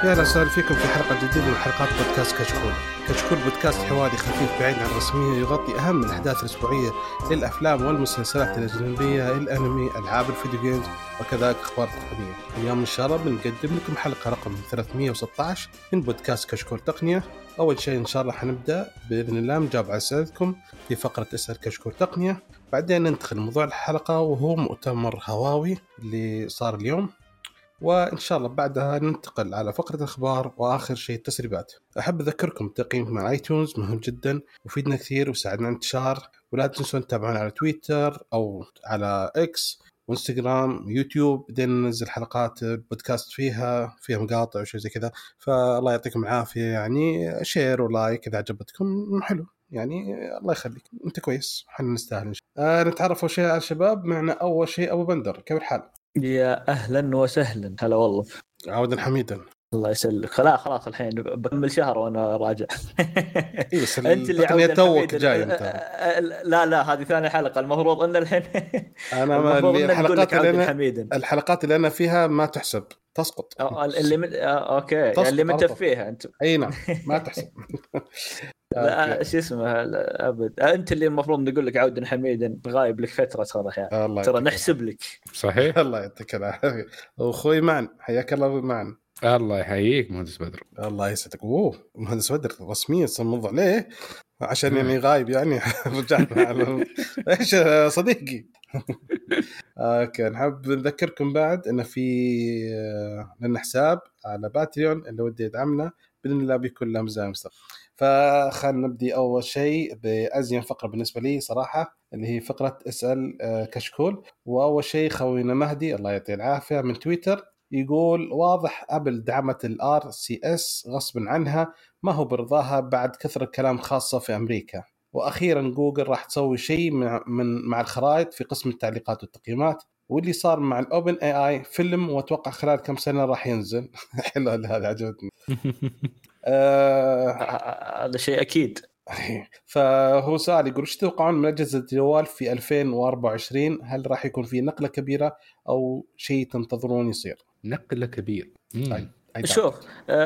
يا أهلا وسهلا فيكم في حلقة جديدة من حلقات بودكاست كشكول. كشكول بودكاست حواري خفيف بعيد عن الرسمية، يغطي أهم الأحداث الأسبوعية للأفلام والمسلسلات الأجنبية، الأنمي، ألعاب الفيديو جيمز، وكذلك أخبار تقنية. اليوم إن شاء الله بنقدم لكم حلقة رقم 316 من بودكاست كشكول تقنية. أول شيء إن شاء الله حنبدأ بإذن الله نجاوب على أسئلتكم في فقرة اسأل كشكول تقنية، بعدين ننتقل لموضوع الحلقة وهو مؤتمر هواوي اللي صار اليوم، وإن شاء الله بعدها ننتقل على فقرة الأخبار، وآخر شيء التسريبات. أحب أذكركم التقييم مع آيتونز مهم جدا وفيدنا كثير وساعدنا على انتشار، ولا تنسون تتابعونا على تويتر أو على إكس وإنستغرام ويوتيوب، بدين ننزل حلقات البودكاست فيها مقاطع وشيء زي كذا. فالله يعطيكم العافية، يعني شير ولايك إذا عجبتكم، حلو يعني، الله يخليك أنت كويس، حنا نستاهل. نتعرف أول شيء على الشباب. معنا أول شيء أبو بندر، كيف الحال؟ يا أهلا وسهلا. هلا والله. عودا حميدا. الله يسلمك. خلاص الحين بكمل شهر وأنا راجع. إيه بس أنت اللي التقنية عودا توك حميدا. جاي أنت. لا هذه ثاني حلقة. المفروض أن الحين أنا المفروض اللي أن نقول لك عودا حميدا. الحلقات اللي أنا فيها ما تحسب، تسقط. اللي من أوكي يعني تسقط اللي من تفيها أنت. أي نعم، ما تحسب. لا شو اسمه، لا أبد. أنت اللي المفروض نقول لك عودا حميدا، غايب لك فترة ترى نحسب لك. صحيح. الله يعطيك العافية أخوي معن، حياك الله معن. الله يحييك مهندس بدر. الله يسعدك. مهندس بدر رسميا صار الموضوع ليه؟ عشان يعني غايب يعني. رجعنا ايش صديقي. اوكي، نحب نذكركم بعد ان في لنا حساب على باتريون اللي ودي يدعمنا باذن الله بكل مزايا مستقبل. فخلنا نبدي اول شيء بازين فقره بالنسبه لي صراحه، اللي هي فقره اسال كشكول. واول شيء خوينا مهدي الله يعطيه العافيه من تويتر يقول: واضح أبل دعمت RCS غصبا عنها، ما هو برضاها بعد كثر الكلام خاصة في أمريكا. وأخيرا جوجل راح تسوي شيء مع الخرائط في قسم التعليقات والتقييمات، واللي صار مع الأوبن AI فيلم، وأتوقع خلال كم سنة راح ينزل. حلو هذا، عجبتني. هذا شيء أكيد. فهو سؤال يقول: ايش تتوقعون من أجهزة الجوال في 2024؟ هل راح يكون في نقلة كبيرة أو شيء تنتظرون يصير؟ نقلة كبير. شوف،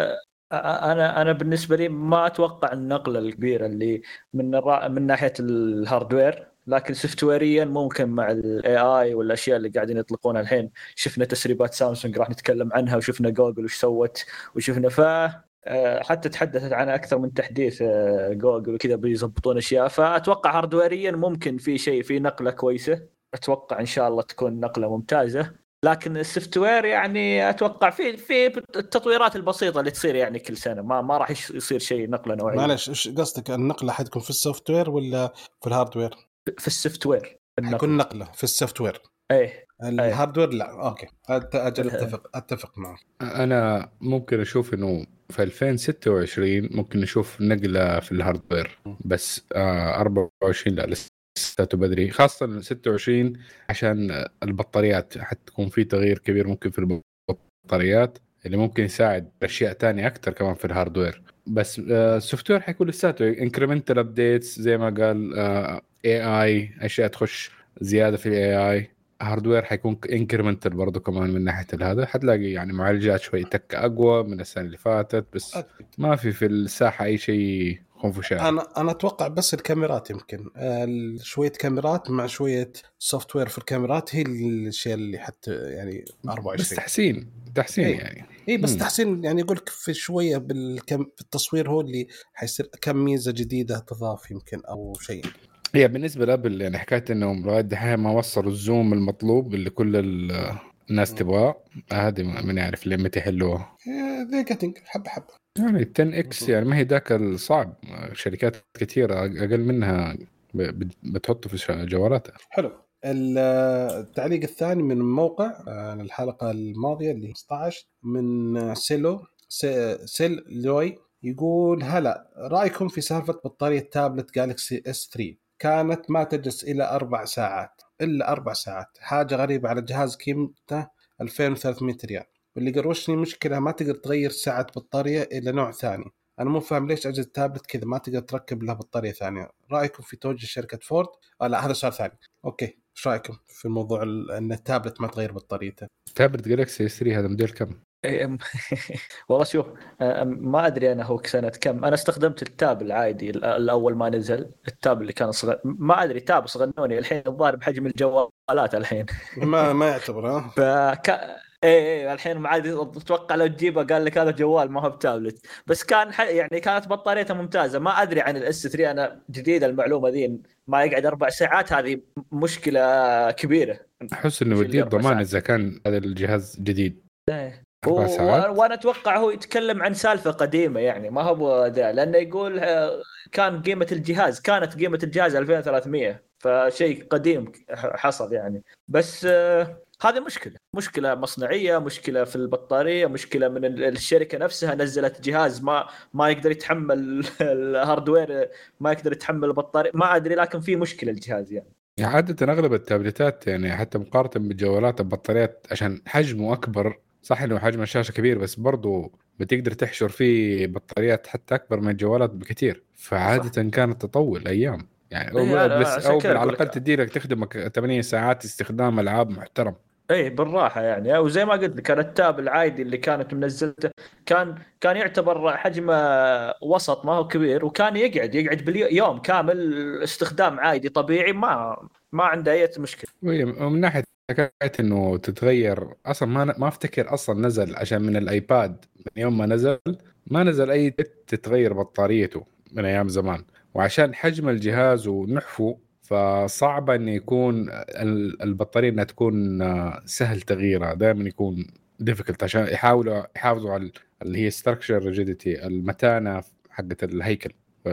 أنا بالنسبة لي ما أتوقع النقلة الكبيرة اللي من ناحية الهاردوير، لكن سوفتويريا ممكن مع ال AI والأشياء اللي قاعدين يطلقونها الحين. شفنا تسريبات سامسونج راح نتكلم عنها، وشفنا جوجل وش سوت، وشفنا حتى تحدثت عن أكثر من تحديث جوجل وكذا بيزبطون أشياء. فأتوقع هاردويريا ممكن في نقلة كويسة، أتوقع إن شاء الله تكون نقلة ممتازة. لكن السوفت وير يعني اتوقع في التطويرات البسيطه اللي تصير يعني كل سنه، ما راح يصير شيء نقله نوعيه. معلش، ايش قصدك؟ النقله حتكون في السوفت وير ولا في الهاردوير؟ في السوفت وير حيكون نقله في السوفت وير. الهاردوير لا. اوكي، اجل اتفق معك. انا ممكن اشوف انه في 2026 ممكن نشوف نقله في الهاردوير، بس 24 لا لسه بدري، خاصة 26 عشان البطاريات حتكون في تغيير كبير ممكن في البطاريات اللي ممكن يساعد أشياء تانية أكتر كمان في الهاردوير. بس السوفت وير حيكون لساته incremental updates زي ما قال، AI أشياء تخش زيادة في AI. هاردوير حيكون incremental برضو كمان من ناحية هذا، حتلاقي يعني معالجات شوي تكة أقوى من السنة اللي فاتت، بس ما في الساحة أي شيء خنفشاري. أنا أتوقع بس الكاميرات يمكن شوية كاميرات مع شوية سوفت وير في الكاميرات هي الشيء اللي حتى يعني 24 بس تحسين يعني بس تحسين يعني يقولك في شوية في التصوير هو اللي حيصير كم ميزة جديدة تضاف يمكن أو شيء. هي بالنسبة لابل يعني حكاية إنهم لغاية دحين ما وصلوا الزوم المطلوب اللي كل الناس تبغاه، هذه من يعرف اللي متى يحلوها. ذي كاتنج حبة يعني 10x يعني ما هي ذاك الصعب، شركات كثيرة أقل منها بتحطه في جوالاتها. حلو. التعليق الثاني من موقع الحلقة الماضية اللي 15 من سيل لوي يقول: هلا رأيكم في سالفة بطارية تابلت جالكسي S3 كانت ما تجلس إلى 4 ساعات، إلا 4 ساعات، حاجة غريبة على جهاز قيمته 2300 ريال. واللي قروشني مشكلة ما تقدر تغير ساعة بطارية إلى نوع ثاني. أنا مو فاهم ليش أجهزة تابلت كذا ما تقدر تركب لها بطارية ثانية. رأيكم في توجه شركة فورد؟ لا هذا سؤال ثاني. أوكي، إيش رأيكم في الموضوع أن التابلت ما تغير بطاريته؟ تابلت جالكسي S3 هذا موديل كم؟ والله شوف، ما ادري انا هو سنه كم. انا استخدمت التاب العادي الاول ما نزل، التاب اللي كان صغير، ما ادري تاب صغنوني الحين الظاهر بحجم الجوالات الحين. ما يعتبر ها. ايه الحين ما عاد اتوقع لو تجيبه قال لك هذا جوال ما هو بتابلت. بس كان يعني كانت بطاريته ممتازه. ما ادري عن الاس 3، انا جديده المعلومه ذي، ما يقعد 4 ساعات، هذه مشكله كبيره. احس انه يشيل لي بدي 4 ضمان ساعات. اذا كان هذا الجهاز جديد. إيه. 4 ساعات. وانا اتوقع هو يتكلم عن سالفه قديمه يعني، ما هو ذا، لانه يقول كان كانت قيمه الجهاز 2300، فشيء قديم حصل يعني. بس هذه مشكله مصنعيه، مشكله في البطاريه، مشكله من الشركه نفسها، نزلت جهاز ما يقدر يتحمل الهاردوير، ما يقدر يتحمل البطاريه، ما ادري، لكن في مشكله الجهاز يعني. عادة أغلب التابلتات يعني حتى مقارنة بالجوالات البطاريات عشان حجمه أكبر، صح إنه حجم الشاشة كبير بس برضو بتقدر تحشر فيه بطاريات حتى أكبر من الجوالات بكثير، فعادة كانت تطول أيام يعني، عشان أو كذا على اقول الأقل لك، تديلك تخدمك 8 ساعات استخدام ألعاب محترم. ايه بالراحه يعني. وزي ما قلت لك، التاب العادي اللي كانت منزلته كان يعتبر حجمه وسط، ما هو كبير، وكان يقعد باليوم كامل استخدام عادي طبيعي، ما عنده اي مشكله. ومن ناحية حكاية إنه تتغير أصلا، ما أفتكر أصلا نزل عشان من الآيباد، من يوم ما نزل ما نزل أي تتغير بطاريته من أيام زمان، وعشان حجم الجهاز ونحفه فصعب أن يكون البطارية أنها تكون سهل تغييرها، دائما يكون difficult عشان يحافظوا على اللي هي structure rigidity، المتانة حقة الهيكل.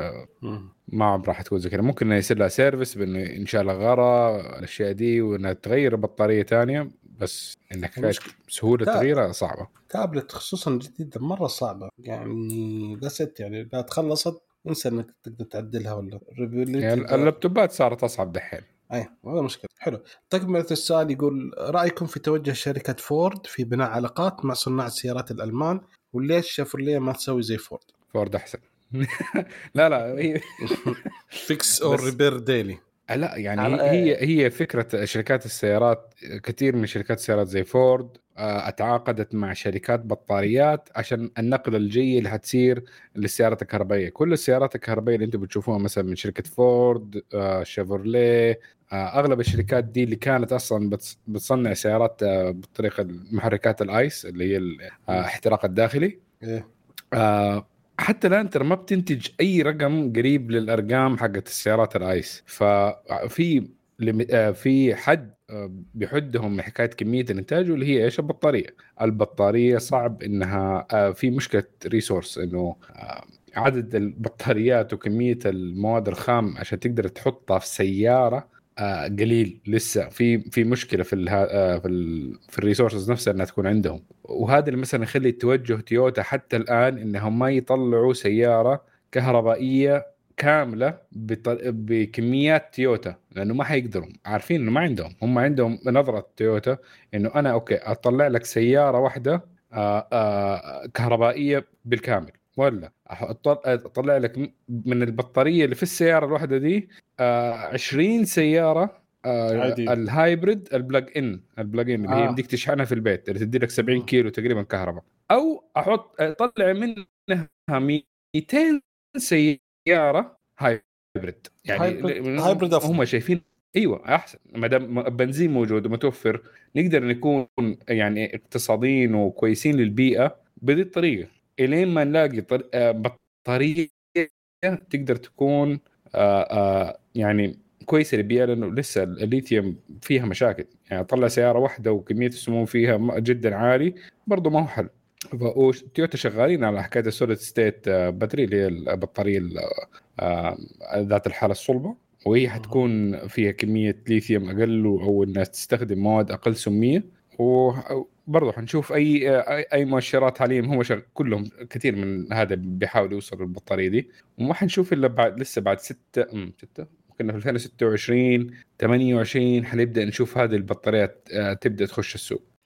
ما عم راح تكون زي كذا. ممكن يصير لها سيرفيس بانه انشاء لها غرة الاشياء دي، وانها تغير بطاريه ثانيه، بس انك سهوله تغييرها صعبه. تابلت خصوصا جديده مره صعبه يعني، قست يعني لا تخلصت انسى انك تقدر تعدلها ولا يعني اللابتوبات صارت اصعب دحين. اي هذا مشكله. حلو. تكمله السؤال يقول رايكم في توجه شركه فورد في بناء علاقات مع صناع السيارات الالمان، وليش شيفروليه ما تسوي زي فورد احسن. لا هي فيكس اور ريبير ديلي. لا يعني هي فكرة شركات السيارات، كثير من شركات السيارات زي فورد اتعاقدت مع شركات بطاريات عشان النقل الجيي اللي حتصير للسيارات الكهربائية. كل السيارات الكهربائية اللي انتم بتشوفوها مثلا من شركة فورد، شيفروليه، اغلب الشركات دي اللي كانت اصلا بتصنع سيارات بطريقة محركات الايس اللي هي الاحتراق الداخلي. حتى الآن ترى ما بتنتج أي رقم قريب للأرقام حقت السيارات الآيس، ففي في حد بيحدهم حكاية كمية الإنتاج، واللي هي إيش؟ البطارية صعب إنها في مشكلة ريسورس، إنه عدد البطاريات وكمية المواد الخام عشان تقدر تحطها في سيارة قليل. لسه في مشكله في الريسورسز نفسها انها تكون عندهم، وهذا اللي مثلا يخلي توجه تويوتا حتى الان انهم ما يطلعوا سياره كهربائيه كامله بكميات تويوتا، لانه ما حيقدروا، عارفين انه ما هم عندهم نظره تويوتا انه انا اوكي اطلع لك سياره واحده كهربائيه بالكامل، ولا اطلع لك من البطاريه اللي في السياره الواحده دي 20 سياره الهايبريد البلاج ان اللي هي يمديك تشحنها في البيت، اللي تدي لك 70 كيلو تقريبا كهرباء، او اطلع منها 200 سياره هايبريد. يعني هايبريد هم شايفين ايوه احسن ما دام بنزين موجود ومتوفر، نقدر نكون يعني اقتصاديين وكويسين للبيئه بهذه الطريقه، الين ما نلاقي بطاريه تقدر تكون يعني كويسه للبيئه، لانه لسه الليثيوم فيها مشاكل. يعني طلع سياره واحده وكميه السموم فيها جدا عالي برضو ما هو حل. تويوتا شغالين على حكايه السوليد ستيت باتري اللي هي البطاريه ذات الحاله الصلبه، وهي حتكون فيها كميه ليثيوم اقل، او الناس تستخدم مواد اقل سميه. وبرضه حنشوف اي مؤشرات حاليا هم كلهم كثير من هذا بيحاولوا يوصلوا للبطاريه دي، وما حنشوف الا بعد لسه بعد 6 كنا في 2026 28 حنبدا نشوف هذه البطاريات تبدا تخش السوق.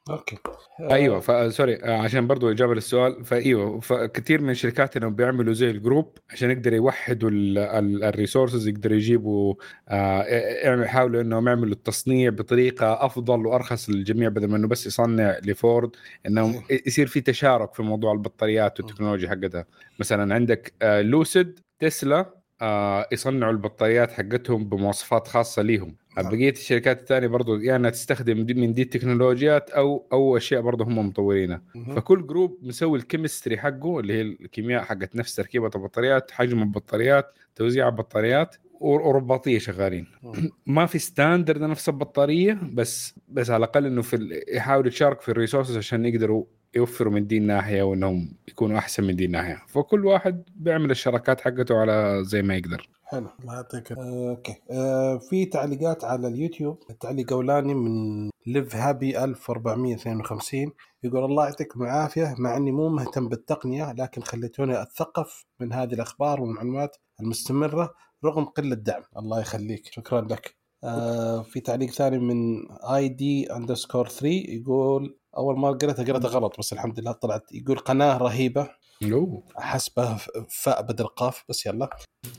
اوكي ايوه فسوري عشان برضو اجابه للسؤال. فايوه فكثير من الشركات انهم بيعملوا زي الجروب عشان يقدروا يوحدوا الريسورسز، يقدروا يجيبوا يحاولوا انهم يعملوا التصنيع بطريقه افضل وارخص للجميع، بدل ما انه بس يصنع لفورد، انهم يصير في تشارك في موضوع البطاريات والتكنولوجيا حقتها. مثلا عندك لوسيد، تسلا يصنعوا البطاريات حقتهم بمواصفات خاصة ليهم. بقية الشركات الثانية برضو يعني تستخدم من دي التكنولوجيات أو أشياء برضو هم مطورينها. فكل جروب مسوي الكيمستري حقه اللي هي الكيمياء حقت نفس تركيبة البطاريات، حجم البطاريات، توزيع البطاريات ورباطية شغالين. ما في ستاندرد نفس البطارية، بس على الأقل إنه يحاولوا يتشاركوا في الريسورسز عشان يقدروا يوفروا من دي الناحية وإنهم يكونوا أحسن من دي الناحية. فكل واحد بيعمل الشراكات حقته على زي ما يقدر. حلو، الله يعطيك. اوكي في تعليقات على اليوتيوب. التعليق اولاني من ليف هابي 1452 يقول الله يعطيكم العافيه، مع اني مو مهتم بالتقنيه لكن خليتوني اتثقف من هذه الاخبار والمعلومات المستمره رغم قله الدعم. الله يخليك، شكرا لك. في تعليق ثاني من ID_3 يقول اول ما قرأتها غلط بس الحمد لله طلعت. يقول قناه رهيبه، حسبها فاء بدل قاف بس يلا.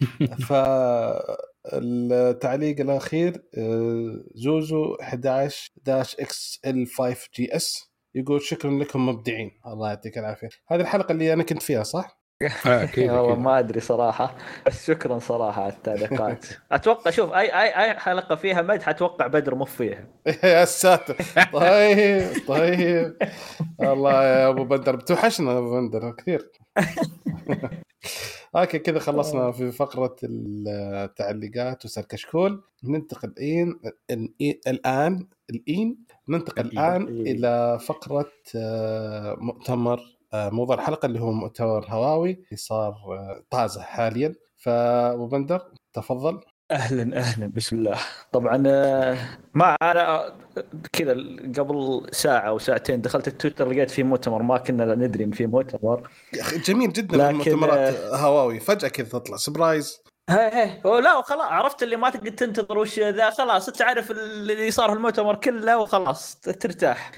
فالتعليق الأخير زوزو 11-XL5GS يقول شكرا لكم مبدعين. الله يعطيك العافية. هذه الحلقة اللي أنا كنت فيها صح؟ أكيد. ما أدري صراحة، بس شكرا صراحة على التعليقات. أتوقع شوف أي حلقة فيها مدح أتوقع بدر مو فيها. يا ساتر. طيب الله يا أبو بندر، بتوحشنا أبو بندر كثير. اوكي كذا خلصنا في فقرة التعليقات وسأل كشكول. ننتقل الآن إلى فقرة مؤتمر موضوع الحلقة اللي هو مؤتمر هواوي اللي صار طازة حاليا. فأبو بندر تفضل. أهلا بسم الله. طبعا ما أنا كذا قبل ساعة أو ساعتين دخلت التويتر لقيت في مؤتمر، ما كنا ندري إن في مؤتمر. جميل جدا المؤتمرات هواوي فجأة كذا تطلع سبرايز. لا خلاص عرفت اللي ما تقدر تنتظر وش ذا، خلاص تعرف اللي صار في المؤتمر كله وخلاص ترتاح.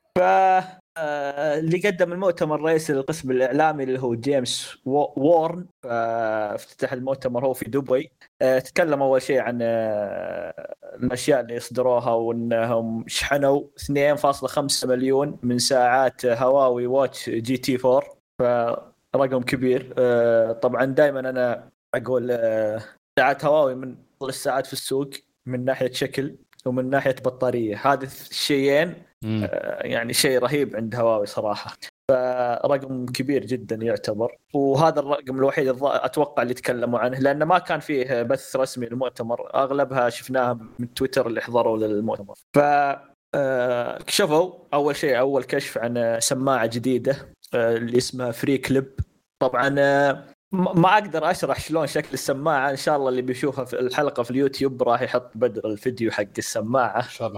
اللي قدم المؤتمر رئيس القسم الإعلامي اللي هو جيمس وورن. افتتح المؤتمر هو في دبي. تكلم أول شيء عن الأشياء اللي يصدروها، وأنهم شحنوا 2.5 مليون من ساعات هواوي واتش GT4، فرقم كبير. طبعا دائما أنا أقول ساعات هواوي من أفضل الساعات في السوق من ناحية شكل ومن ناحية بطارية. هذه الشيئين يعني شيء رهيب عند هواوي صراحة، فرقم كبير جدا يعتبر. وهذا الرقم الوحيد أتوقع اللي تكلموا عنه، لأنه ما كان فيه بث رسمي للمؤتمر، أغلبها شفناها من تويتر اللي حضروا للمؤتمر. كشفوا أول شيء أول كشف عن سماعة جديدة اللي اسمها فري كليب. طبعا ما أقدر أشرح شلون شكل السماعة، إن شاء الله اللي بيشوفها في الحلقة في اليوتيوب راح يحط بدر الفيديو حق السماعة إن شاء الله.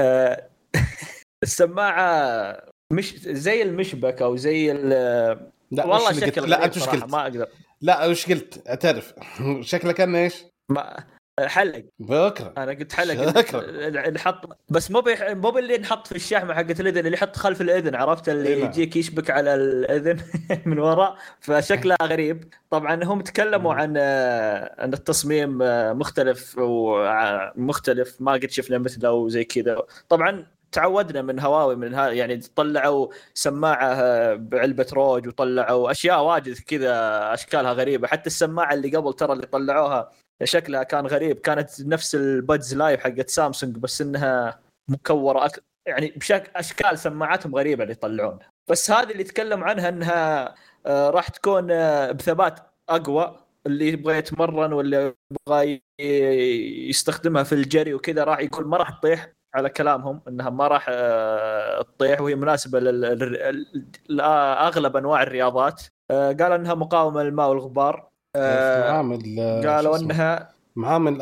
السماعة مش زي المشبك أو زي لا والله شكل لا أنت قلت ما أقدر. لا وش قلت اعترف شكله كان إيش؟ ما حلق بكرة. أنا قلت حلق اللي حط، بس مو اللي نحط في الشحمة حقت الأذن، اللي يحط خلف الأذن، عرفت اللي يجيك يشبك على الأذن من وراء، فشكلها غريب. طبعا هم تكلموا عن التصميم مختلف ومختلف ما قد شفنا مثله وزي كذا. طبعا تعودنا من هواوي من يعني طلعوا سماعة بعلبة روج وطلعوا أشياء واجد كذا أشكالها غريبة. حتى السماعة اللي قبل ترى اللي طلعوها شكلها كان غريب، كانت نفس البادز لايف حقت سامسونج بس إنها مكورة يعني بشكل أشكال سماعاتهم غريبة اللي يطلعون. بس هذه اللي يتكلم عنها أنها راح تكون بثبات أقوى، اللي يبغى يتمرن واللي يبغى يستخدمها في الجري وكذا راح يقول ما راح تطيح، على كلامهم انها ما راح تطيح، وهي مناسبه لاغلب انواع الرياضات. قال انها مقاومه للماء والغبار. قالوا انها معامل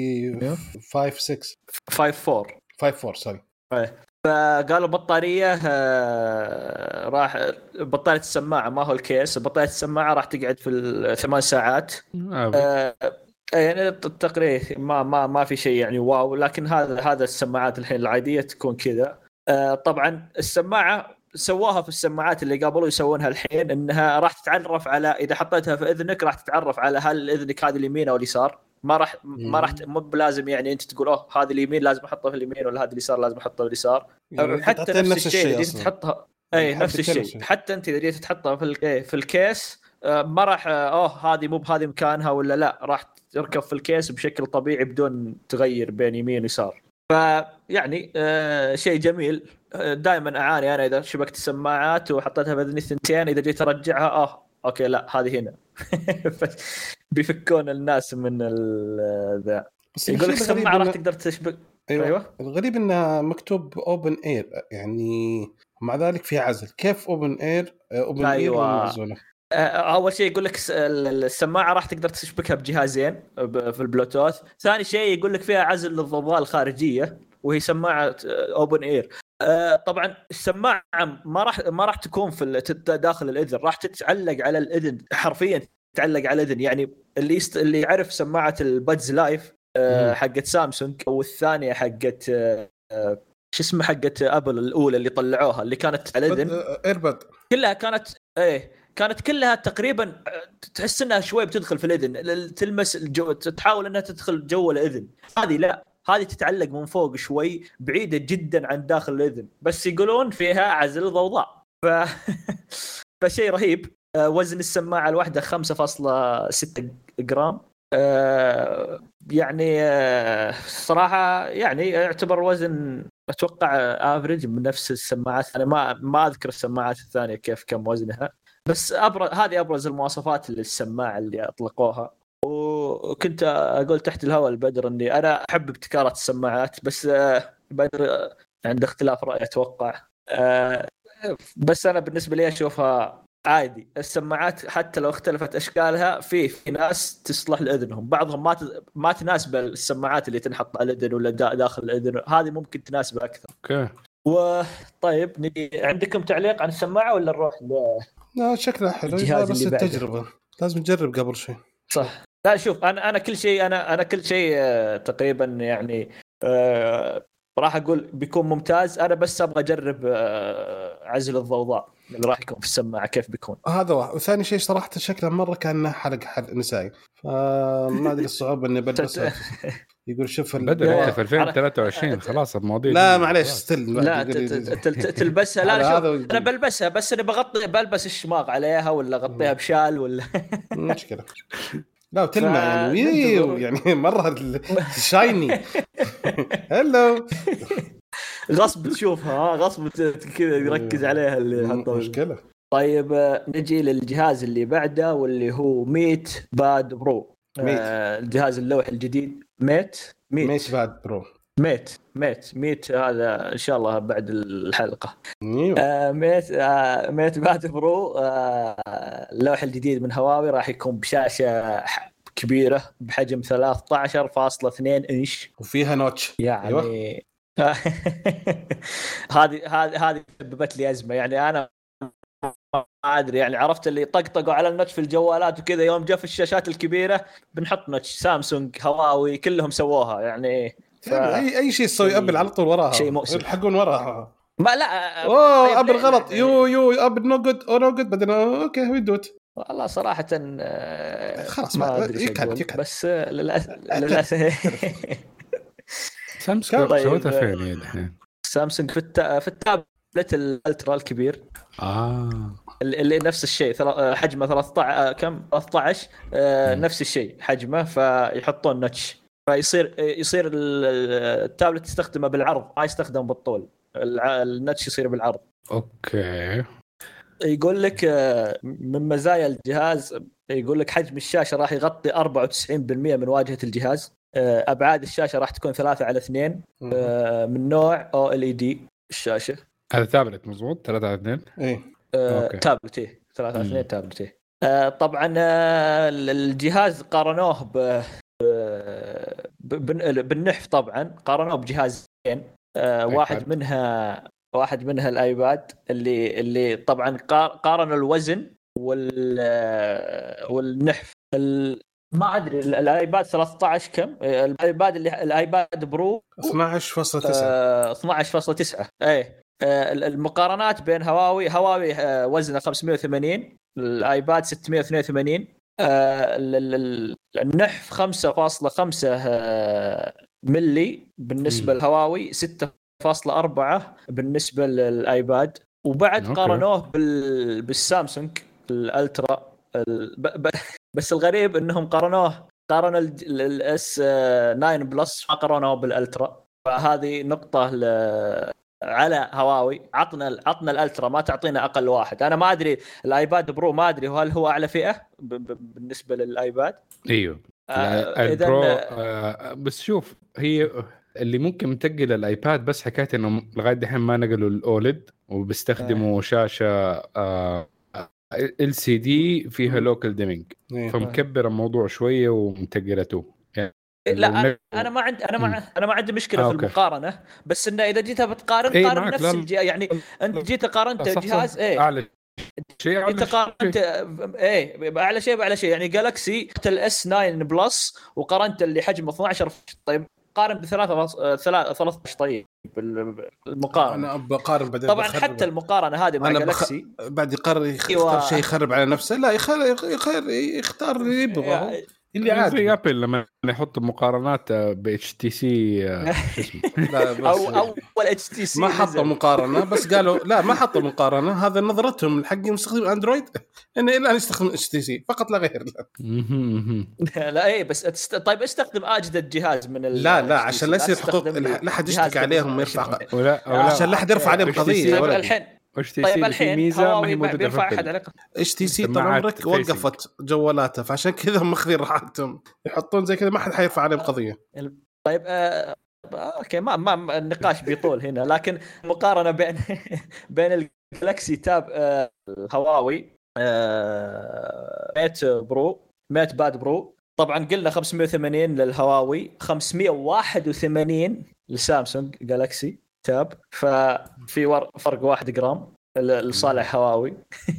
IP54 سوري. فقالوا بطاريه راح بطاريه السماعه ما هو الكيس، بطاريه السماعه راح تقعد في 8 ساعات. يعني التقرير ما في شيء يعني واو، لكن هذا السماعات الحين العاديه تكون كذا. طبعا السماعه سواها في السماعات اللي قبلوا يسوونها الحين، انها راح تتعرف على اذا حطيتها في اذنك راح تتعرف على هل اذنك هذه اليمين او اليسار. ما راح مو بلازم يعني انت تقول هذه اليمين لازم احطها في اليمين ولا هذه اليسار لازم احطها في اليسار. يعني حتى نفس الشيء اللي تحطها نفس الشيء شيء. حتى انت اذا جيت تحطها في الكيس ما راح هذه مو بهذه مكانها ولا لا، راح تركب في الكيس بشكل طبيعي بدون تغير بين يمين ويسار. فيعني شيء جميل. دائما اعاني انا اذا شبكت السماعات وحطيتها في اذني ثنتين اذا جيت ارجعها اوكي لا هذه هنا. بيفكون الناس من ذا. يقول لك السماعه راح تقدر تشبك. أيوة. الغريب انها مكتوب اوبن اير، يعني مع ذلك فيها عزل. كيف اوبن اير؟ اوبن اير ومعزولة. اول شيء يقول لك السماعه راح تقدر تشبكها بجهازين في البلوتوث. ثاني شيء يقول لك فيها عزل للضوضاء الخارجيه وهي سماعه اوبن اير. طبعا السماعه ما راح تكون في داخل الاذن، راح تتعلق على الاذن حرفيا، تتعلق على الاذن. يعني اللي يعرف سماعه البادز لايف حقت سامسونج او الثانيه حقت شو اسمه حقت ابل الاولى اللي طلعوها اللي كانت على الاذن ايرباد، كلها كانت كانت كلها تقريبا تحس انها شوي بتدخل في الاذن، تلمس الجو، تحاول انها تدخل جو الاذن. هذه لا، هذه تتعلق من فوق شوي بعيده جدا عن داخل الاذن، بس يقولون فيها عزل ضوضاء. فشيء رهيب. وزن السماعه الواحده 5.6 جرام. يعني صراحه يعني يعتبر وزن اتوقع افريج من نفس السماعات. انا ما اذكر السماعات الثانيه كيف كم وزنها، بس هذه ابرز المواصفات للسماعه اللي اطلقوها. وكنت اقول تحت الهواء البدر اني انا احب ابتكارات السماعات، بس بدر عند اختلاف راي اتوقع. بس انا بالنسبه لي اشوفها عادي. السماعات حتى لو اختلفت اشكالها في ناس تصلح لاذنهم، بعضهم ما تناسب السماعات اللي تنحط على الاذن ولا داخل الاذن، هذه ممكن تناسبه اكثر. اوكي. وطيب نجي عندكم تعليق عن السماعه ولا نروح لا شكلها حلو بس التجربه لازم نجرب قبل شيء. صح. لا شوف انا كل شيء انا كل شيء تقريبا يعني راح اقول بيكون ممتاز. انا بس ابغى اجرب عزل الضوضاء اللي راح يكون في السماعه كيف بيكون. هذا واحد. وثاني شيء صراحه شكله مره كان حلق نسائي، فما ادري الصعوبه اني بلبسها. يقول شوف بدر انت في 2023 خلاص المواضيع. لا معليش لا تلبسها. لا انا بلبسها بس انا بلبس الشماغ عليها ولا اغطيها بشال ولا مشكله. لا وتلمع يعني مره شايني. هلو غصب تشوفها غصب كذا يركز عليها اللي مشكله. طيب نجي للجهاز اللي بعده واللي هو ميت باد برو. الجهاز اللوح الجديد ميت باد برو. ميت هذا ان شاء الله بعد الحلقه. ميت باد برو. اللوح الجديد من هواوي راح يكون بشاشه كبيره بحجم 13.2 انش وفيها نوتش يعني. أيوة. هذه سببت لي ازمه. يعني انا ما ادري، يعني عرفت اللي طقطقوا على النوتش في الجوالات وكذا، يوم جاء في الشاشات الكبيره بنحط نوتش. سامسونج هواوي كلهم سووها يعني. اي شيء يسوي ابل على طول وراها، شيء مؤسف يلحقون وراها. ما لا ابل غلط. يو ابل نو جود بدنا اوكي ويدوت. والله صراحه خلاص ما ادري يكاد. بس للاسف سامسونج سوتها فين الحين؟ سامسونج في التابلت الالترا الكبير اللي نفس الشيء حجمه 13 نفس الشيء حجمه، فيحطون نوتش فيصير التابلت تستخدمه بالعرض ما يستخدم بالطول. النوتش يصير بالعرض. اوكي. يقول لك من مزايا الجهاز، يقول لك حجم الشاشه راح يغطي 94% من واجهه الجهاز. ابعاد الشاشه راح تكون 3:2 من نوع OLED الشاشه. هذا تابلت مزبوط 3:2 ايه تابلت 3:2 تابلت. طبعا الجهاز قارنوه بالنحف. طبعا قارنوه بجهازين. واحد منها الايباد اللي طبعا قارنوا الوزن والنحف. ما ادري الايباد 13 كم الايباد اللي الايباد برو 12.9 12.9 اي. المقارنات بين هواوي وزنه 580 الايباد 682 النحف 5.5 ملي بالنسبه للهواوي 6.4 بالنسبه للايباد وبعد قارنوه بالسامسونج الالترا بس الغريب انهم قارنوا الاس 9 بلس ما قارنوه بالالترا فهذه نقطه على هواوي عطنا الالترا ما تعطينا اقل واحد. انا ما ادري الايباد برو ما ادري هل هو اعلى فئه بالنسبه للايباد. ايوه البرو بس شوف هي اللي ممكن تنقل الايباد بس حكايه انه لغايه دحين ما نقلوا الاولد وبيستخدموا شاشه LCD فيها لوكال ديمينج فمكبر الموضوع شويه ومتقلته يعني. لا انا ما عندي مشكله في المقارنه بس انه اذا جيت بتقارن قارن نفس الجهاز يعني انت جيت قارنت الجهاز ايه اعلى شيء انت قارنت ايه اعلى شيء يعني جالكسي الاس 9 بلس وقارنت اللي حجمه 12. طيب قارن ب 13 طيب بالمقارنه. انا بقارن بعدين طبعا حتى المقارنه هذه مع جالكسي بعد يقرر يختار شيء يخرب على نفسه لا يختار اللي يبغاه اللي عادي زي ابل لما يحط مقارنات ب HTC او HTC ما حطوا مقارنه بس قالوا لا ما حطوا مقارنه هذا نظرتهم حق مستخدم اندرويد انه الا يستخدم HTC فقط لا غير. لا ايه بس طيب استخدم اجدد جهاز من لا عشان لا يصير حقوق لا حد يشتكي عليهم يرفع عشان لا حد يرفع عليهم قضيه الحين. طيب الحين هواوي بيرفع احد على HTC طال عمرك وقفت جوالاتها فعشان كذا ماخذين راحتهم يحطون زي كذا ما حد حيرفع عليهم قضيه. طيب اوكي ما النقاش بيطول هنا لكن مقارنه بين الجلاكسي تاب الهواوي ميت باد برو طبعا قلنا 580 للهواوي 581 للسامسونج جالاكسي تاب ففي فرق 1 جرام لصالح هواوي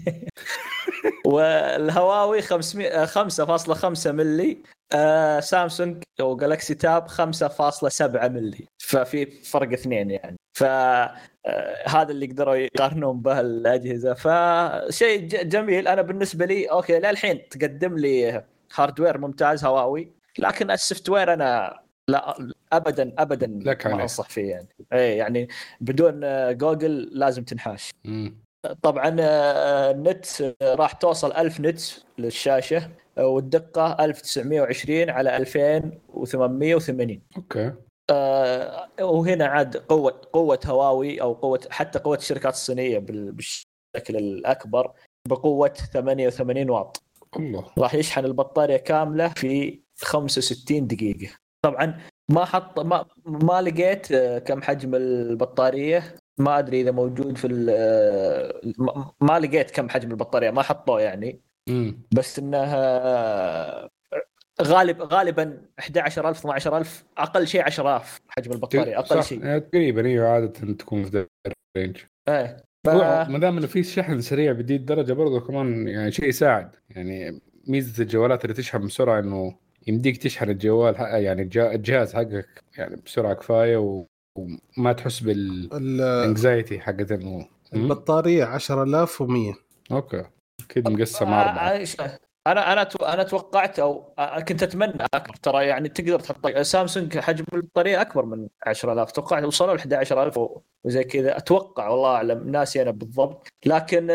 والهواوي 5.5 ملي سامسونج او جالاكسي تاب 5.7 ملي ففي فرق 2 يعني فهذا اللي قدروا يقارنون به الأجهزة فشيء جميل. أنا بالنسبة لي أوكي للحين تقدم لي هاردوير ممتاز هواوي لكن السوفت وير أنا لا ابدا ما انصح فيه يعني اي يعني بدون جوجل لازم تنحاش. طبعا النت راح توصل 1000 نت للشاشه والدقه 1920 على 2880. اوكي وهنا عاد قوه هواوي او حتى قوه الشركات الصينيه بالشكل الاكبر بقوه 88 واط. الله راح يشحن البطاريه كامله في 65 دقيقه. طبعا ما لقيت كم حجم البطاريه ما ادري اذا موجود في ما لقيت كم حجم البطاريه ما حطوه يعني بس انها غالبا 11000 12000 اقل شيء 10000 حجم البطاريه اقل شيء تقريبا هي عاده تكون في الرينج. ما دام انه في شحن سريع بدي الدرجه برضه كمان يعني شيء يساعد يعني ميزه الجوالات اللي تشحن بسرعه انه يمديك تشحن الجوال يعني الجهاز حقك يعني بسرعه كفايه وما تحس بالانكزايتي حقت انه البطاريه 10100. اوكي كده مقسم 4. انا توقعت او كنت اتمنى اكبر ترى يعني تقدر تحط سامسونج حجم البطاريه اكبر من 10000 توقعت وصلوا ل 11000 وزي كذا اتوقع والله اعلم ناسي انا بالضبط لكن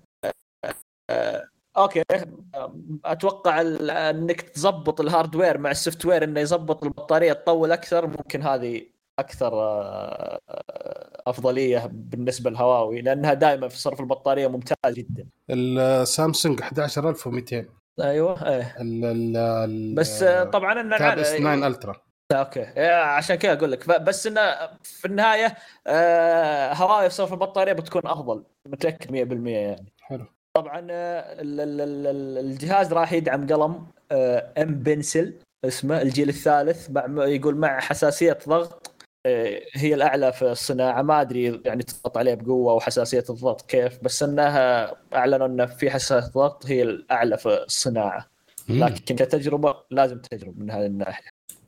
اوكي اتوقع انك تضبط الهاردوير مع السوفت وير انه يضبط البطاريه تطول اكثر ممكن هذه اكثر افضليه بالنسبه لهواوي لانها دائما في صرف البطاريه ممتاز جدا. السامسونج 11200. ايوه بس طبعا انه تاب اس 9 الترا اوكي عشان كذا اقول لك بس انه في النهايه هواوي في صرف البطاريه بتكون افضل متاكد 100% يعني. حلو. طبعا الجهاز راح يدعم قلم ام بنسل اسمه الجيل الثالث يقول مع حساسيه ضغط هي الاعلى في الصناعه ما ادري يعني تضغط عليه بقوه وحساسيه الضغط كيف بس انها اعلنوا انه في حساسيه ضغط هي الاعلى في الصناعه لكن كتجربه لازم تجرب من هذه الناحيه.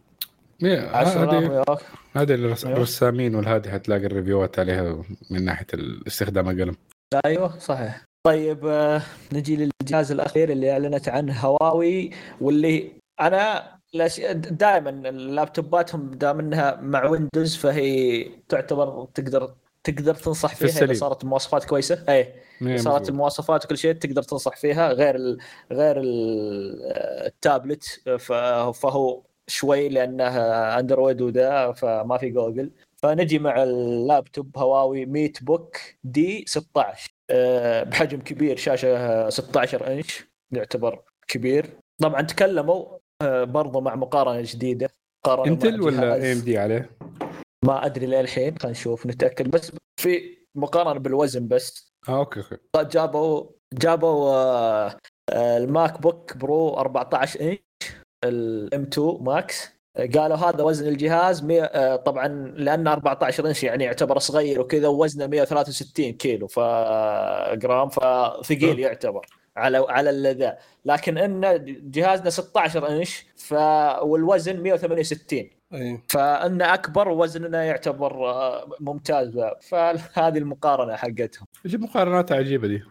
هذه الرسامين والهادي هتلاقي الريفيوات عليها من ناحيه الاستخدام القلم. ايوه صحيح. طيب نجي للجهاز الاخير اللي اعلنت عنه هواوي، واللي انا دائما اللابتوباتهم دام انها مع ويندوز فهي تعتبر تقدر تنصح فيها اذا صارت المواصفات كويسه. صارت المواصفات وكل شيء تقدر تنصح فيها، غير التابلت فهو شوي لانه اندرويد وذا فما في جوجل. فنجي مع اللابتوب هواوي ميت بوك دي 16 بحجم كبير، شاشه 16 انش يعتبر كبير. طبعا تكلموا برضو مع مقارنه جديده، انتل ولا اي ام دي عليه ما ادري للحين، خلينا نشوف نتاكد. بس في مقارنه بالوزن بس. اوكي. جابوا الماك بوك برو 14 انش الام 2 ماكس، قالوا هذا وزن الجهاز طبعا لأن 14 إنش يعني يعتبر صغير وكذا، ووزنه 163 كيلو جرام، فثقيل يعتبر على اللذا. لكن إن جهازنا 16 إنش والوزن 168 فإن أكبر وزننا يعتبر ممتاز. فهذه المقارنة حقتهم. ايش المقارنات عجيبة دي.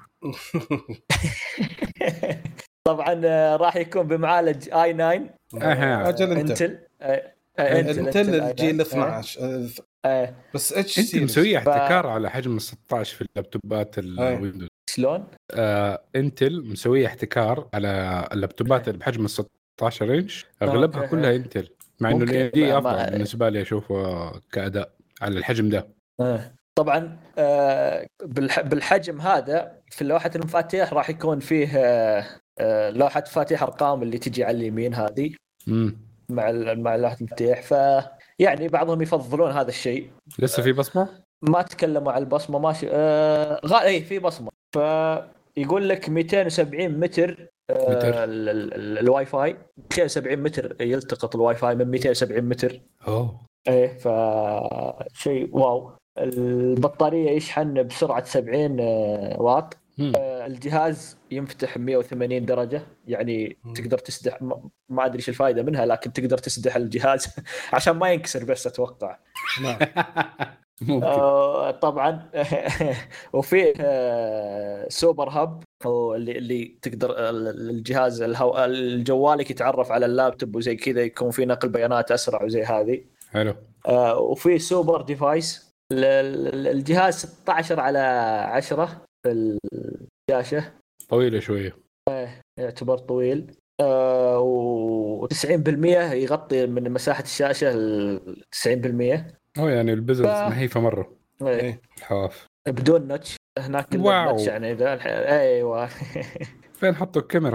طبعا راح يكون بمعالج i9 اجل انتل الجيل 12 بس اتش انت مسويه احتكار على حجم 16 في اللابتوبات الويندوز. شلون انتل مسويه احتكار على اللابتوبات بحجم 16 انش اغلبها كلها انتل، مع انه الاي دي افضل بالنسبه لي اشوفه كاداء على الحجم ده. طبعا بالحجم هذا في لوحه المفاتيح راح يكون فيه لوحه مفاتيح ارقام اللي تجي على اليمين هذه مع لوحه المفاتيح. فيعني بعضهم يفضلون هذا الشيء. لسه في بصمه؟ ما تكلموا عن البصمه ماشي. اي في بصمه. فيقول لك 270 متر الواي فاي 270 متر يلتقط الواي فاي من 270 متر. ايه فشيء واو. البطاريه يشحن بسرعه 70 واط. الجهاز ينفتح 180 درجة، يعني تقدر تسدح. ما أدري إيش الفائدة منها، لكن تقدر تسدح الجهاز عشان ما ينكسر بس أتوقع. طبعا وفي سوبر هاب اللي تقدر الجهاز الجوالك يتعرف على اللابتوب وزي كذا، يكون في نقل بيانات أسرع وزي هذه. حلو. وفي سوبر ديفايس الجهاز 16 على 10 في الشاشة، طويلة شوية. يعتبر طويل. و90% يغطي من مساحة الشاشة 90%. يعني البزلز نحيفة مرة. الحواف بدون نوتش هناك. النوتش يعني إذا أيوة. فين حطوا الكاميرا؟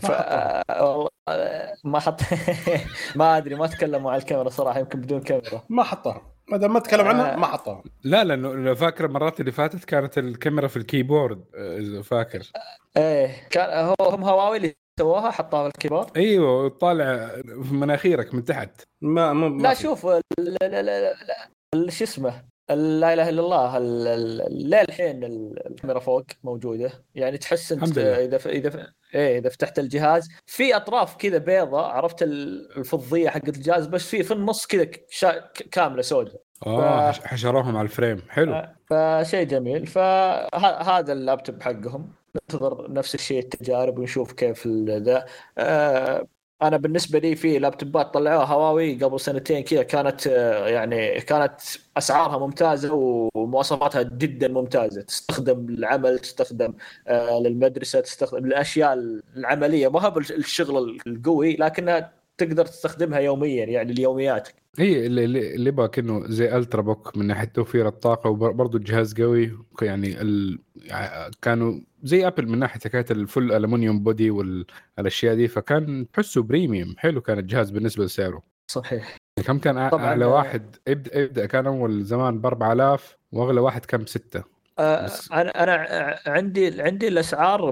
ما حط ما أدري، ما تكلموا على الكاميرا صراحة. يمكن بدون كاميرا ما حطها، ما دام ما تكلم عنها ما حطها. لا لأنه فاكر المرات اللي فاتت كانت الكاميرا في الكيبورد، إذا فاكر. كان هم هواوي اللي سووها، حطها في الكيبورد. ايوه طالع في مناخيرك من تحت. لا شوف لا شو اسمه، لا اله الا الله. للحين الكاميرا فوق موجوده، يعني تحس انت اذا فتحت الجهاز في اطراف كذا بيضة، عرفت الفضيه حقت الجهاز، بس في النص كذا كامله سوداء. حشروهم على الفريم. حلو. فشيء جميل. فهذا اللابتوب حقهم ننتظر نفس الشيء التجارب ونشوف كيف ذا. انا بالنسبه لي في لابتوبات طلعوها هواوي قبل سنتين كذا، كانت يعني كانت اسعارها ممتازه ومواصفاتها جدا ممتازه، تستخدم للعمل، تستخدم للمدرسه، تستخدم الاشياء العمليه، ما هو الشغل القوي، لكنها تقدر تستخدمها يوميا يعني ليومياتك. هي اللي بقى كأنه زي الترا بوك من ناحيه توفير الطاقه، وبرضه الجهاز قوي يعني كانوا زي ابل من ناحيه حكايه الفل الومنيوم بودي والاشياء دي، فكان تحسه بريميوم حلو كان الجهاز بالنسبه لسعره. صحيح. كم كان اعلى واحد ابدا كان اول زمان ب 4000 واغلى واحد كم 6. انا عندي الاسعار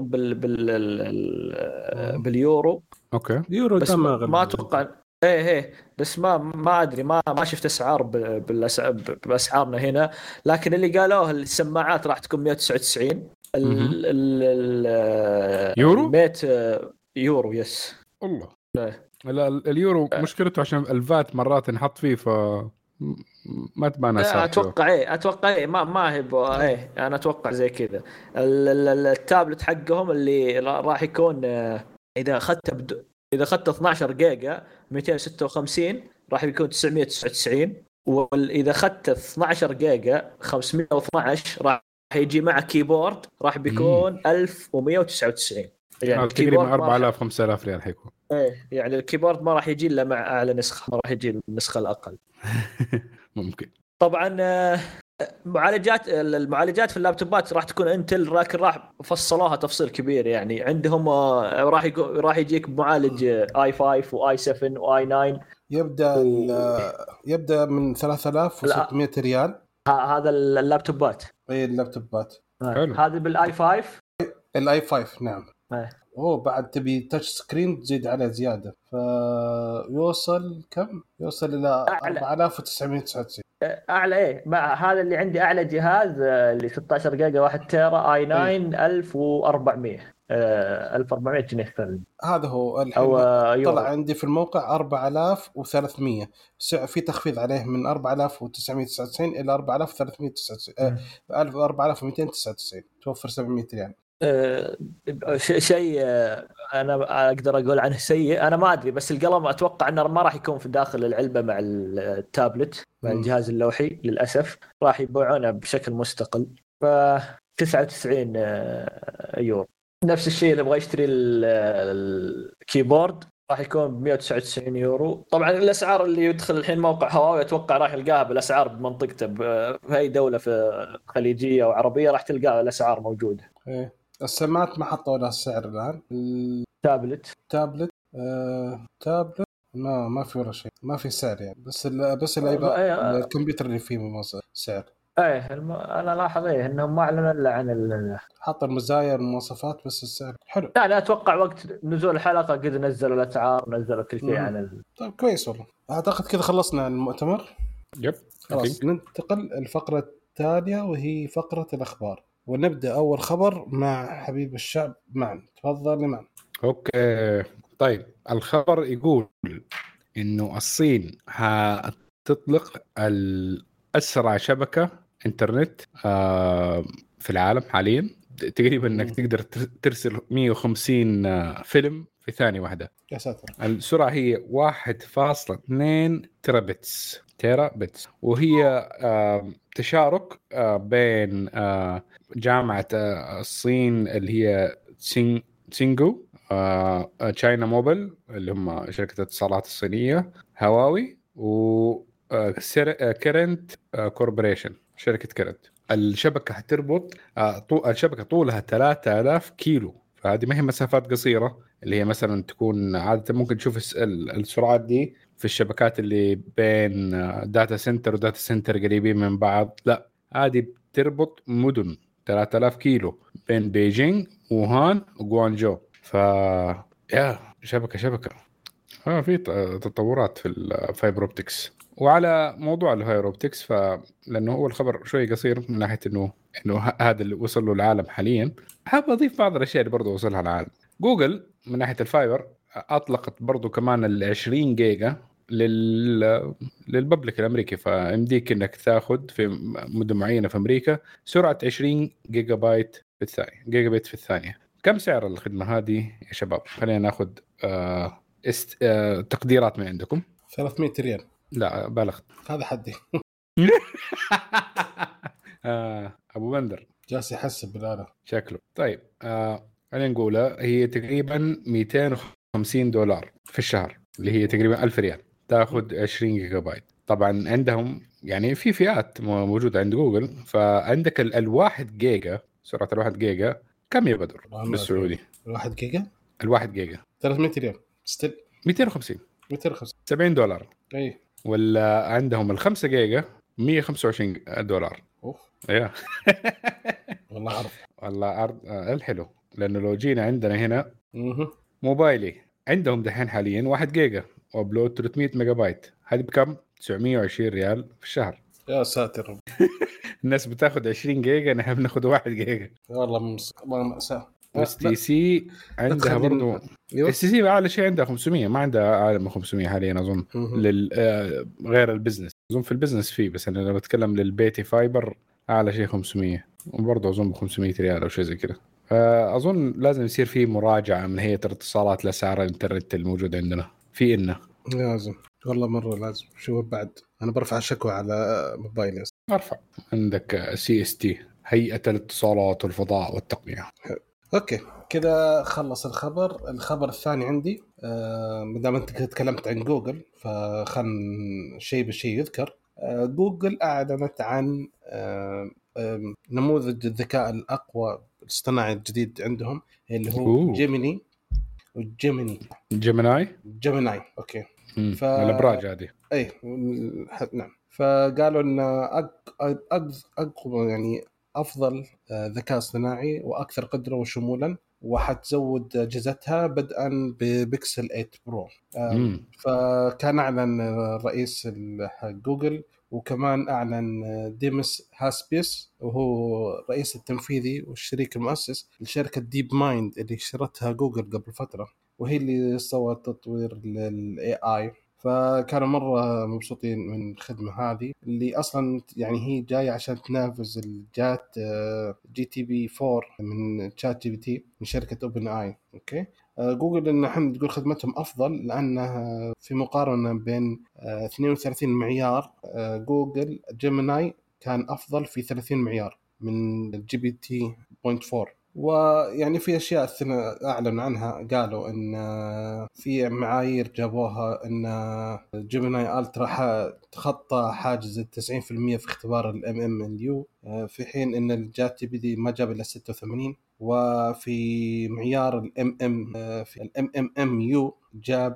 باليورو. اوكي يورو بس ما اتوقع. ايه بس ما ادري، ما شفت اسعار باسعارنا هنا، لكن اللي قالوه السماعات راح تكون 199 يورو 100 يورو. يس الله. إيه. لا اليورو مشكلته عشان الفات مرات نحط فيه ما تبان صار. اتوقع ما هي انا اتوقع زي كذا. التابلت حقهم اللي راح يكون اذا اخذت 12 جيجا 256 راح يكون 999، واذا اخذت 12 جيجا 512 راح يجي مع كيبورد راح بيكون 1199. يعني تقريبا 4000 5000 ريال حيكون. ايه يعني الكيبورد ما راح يجي الا مع اعلى نسخه، ما راح يجي النسخه الاقل. ممكن. طبعا المعالجات في اللابتوبات راح تكون انتل، لكن راح فصلوها تفصيل كبير. يعني عندهم راح يجيك معالج i5 واي 7 واي 9 يبدا من 3600 ريال. هذا اللابتوبات. اي اللابتوبات هذا بالاي 5. الاي 5 نعم. بعد تبي تاتش سكرين تزيد عليه زياده فيوصل كم؟ يوصل الى 4999. اعلى ايه هذا اللي عندي اعلى جهاز اللي 16 جيجا 1 تيرا اي 9 1400 1400 جنيه استرليني. هذا هو الحين طلع عندي في الموقع 4300 في تخفيض عليه من 4999 الى 4399 4299 توفر 700 ريال. شيء انا اقدر اقول عنه سيء، انا ما ادري، بس القلم اتوقع انه ما راح يكون في داخل العلبه مع التابلت مع الجهاز اللوحي للاسف، راح يبيعونه بشكل مستقل ف 99 يورو. نفس الشيء اللي يبغى يشتري الكيبورد راح يكون ب 199 يورو. طبعا الاسعار اللي يدخل الحين موقع هواوي اتوقع راح يلقاها بالاسعار بمنطقته في اي دوله في خليجيه او عربيه راح تلقاها الاسعار موجوده. السماعات ما حطوا لها السعر الان. تابلت ما في ولا شيء، ما في سعر يعني، بس الكمبيوتر اللي فيه سعر. انا لاحظ انهم ما اعلنوا الا عن حط المزايا والمواصفات بس السعر حلو. يعني اتوقع وقت نزول الحلقه قد نزلوا الاسعار ونزلوا كل شيء عن طيب كويس والله. اعتقد كذا خلصنا المؤتمر. خلاص ننتقل الفقره التاليه وهي فقره الاخبار، ونبدا اول خبر مع حبيب الشعب معن. تفضل معن. اوكي طيب الخبر يقول انه الصين هتطلق الاسرع شبكه انترنت في العالم حاليا. تقريبا انك تقدر ترسل 150 فيلم في ثانيه واحده. يا ساتر. السرعه هي 1.2 تيرا بتس، وهي تشارك بين جامعه الصين اللي هي تسينجو، تشاينا موبيل اللي هم شركه الاتصالات الصينيه، هواوي، و كيرنت كوربوريشن شركه كيرنت. الشبكه هتربط الشبكه طولها 3000 كيلو، فهذه ما هي مسافات قصيره اللي هي مثلا تكون عاده ممكن تشوف السرعات دي في الشبكات اللي بين داتا سنتر وداتا سنتر قريبين من بعض. لا هذه بتربط مدن 3000 كيلو بين بيجينغ ووهان وغوانجو. يا شبكه في تطورات في الفايبر اوبتكس. وعلى موضوع الفايبر اوبتكس لانه هو الخبر شوي قصير من ناحيه انه هذا اللي وصل له العالم حاليا، حاب اضيف بعض الاشياء اللي برضه وصلها العالم. جوجل من ناحيه الفايبر اطلقت برضه كمان ال 20 جيجا للببليك الامريكي، فيمديك انك تاخذ في مدن معينه في امريكا سرعه 20 جيجا بايت في الثانيه. كم سعر الخدمه هذه يا شباب؟ خلينا ناخذ تقديرات من عندكم. 300 ريال. لا بالغت، هذا حدي. ابو بندر جالس يحسب بالآلة شكله. طيب خلينا نقولها هي تقريبا $250 في الشهر، اللي هي تقريبا 1000 ريال. تاخذ 20 جيجا بايت. طبعا عندهم يعني في فئات موجوده عند جوجل، فعندك الواحد جيجا، سرعه الواحد جيجا كم يا بدر بالسعودي؟ الواحد جيجا 300 ريال ستيل 250 $70. اي. ولا عندهم ال5 جيجا $125. اوف يا والله عرض الحلو. لانه لو جينا عندنا هنا موبايلي عندهم دحين حاليا 1 جيجا وابلود 300 ميجا بايت، هذه بكم؟ 920 ريال في الشهر. يا ساتر. الناس بتاخذ 20 جيجا، نحن بناخذ 1 جيجا. والله مأساة. اس تي سي عندها برضو. اس تي سي اعلى شيء عندها 500، ما عندها اعلى من 500 حاليا اظن. غير البزنس اظن، في البزنس فيه، بس انا لما بتكلم للبيتي فايبر اعلى شيء 500، وبرضه اظن ب 500 ريال او شيء زي كده. اظن لازم يصير فيه مراجعه من هيئه الاتصالات لاسعار الانترنت الموجوده عندنا في إنه. لازم والله مره لازم. شو بعد انا برفع شكوى على موبايلي. ارفع عندك سي اس تي، هيئه الاتصالات والفضاء والتقنيه. اوكي كذا خلص الخبر الثاني عندي. ما دام انت تكلمت عن جوجل فخل شيء بشيء يذكر. جوجل اعلنت عن نموذج الذكاء الاقوى الاصطناعي الجديد عندهم اللي هو جيميناي. اوكي الابراج هذه اي نعم. فقالوا ان اقوى يعني افضل ذكاء اصطناعي واكثر قدره وشمولا، وحتزود اجهزتها بدءا ببيكسل 8 برو. فكان اعلن رئيس جوجل، وكمان اعلن ديمس هاسبيس وهو رئيس التنفيذي والشريك المؤسس لشركه ديب مايند اللي اشترتها جوجل قبل فتره، وهي اللي سوت تطوير للاي اي. فكانوا مرة مبسوطين من الخدمة هذه اللي أصلا يعني هي جاية عشان تنافس الجات جي تي بي 4 من شات جي بي تي من شركة اوبن اي. اوكي جوجل إن احنا تقول خدمتهم أفضل لأنها في مقارنة بين 32 معيار، جوجل جيميناي كان أفضل في 30 معيار من الجي بي تي 0.4. ويعني في أشياء أعلن عنها، قالوا إن في معايير جابوها إن جيميناي ألترا تخطى حاجز 90% في اختبار MMLU، في حين إن الجات جي بي تي ما جاب إلا 86. وفي معيار في MMMU جاب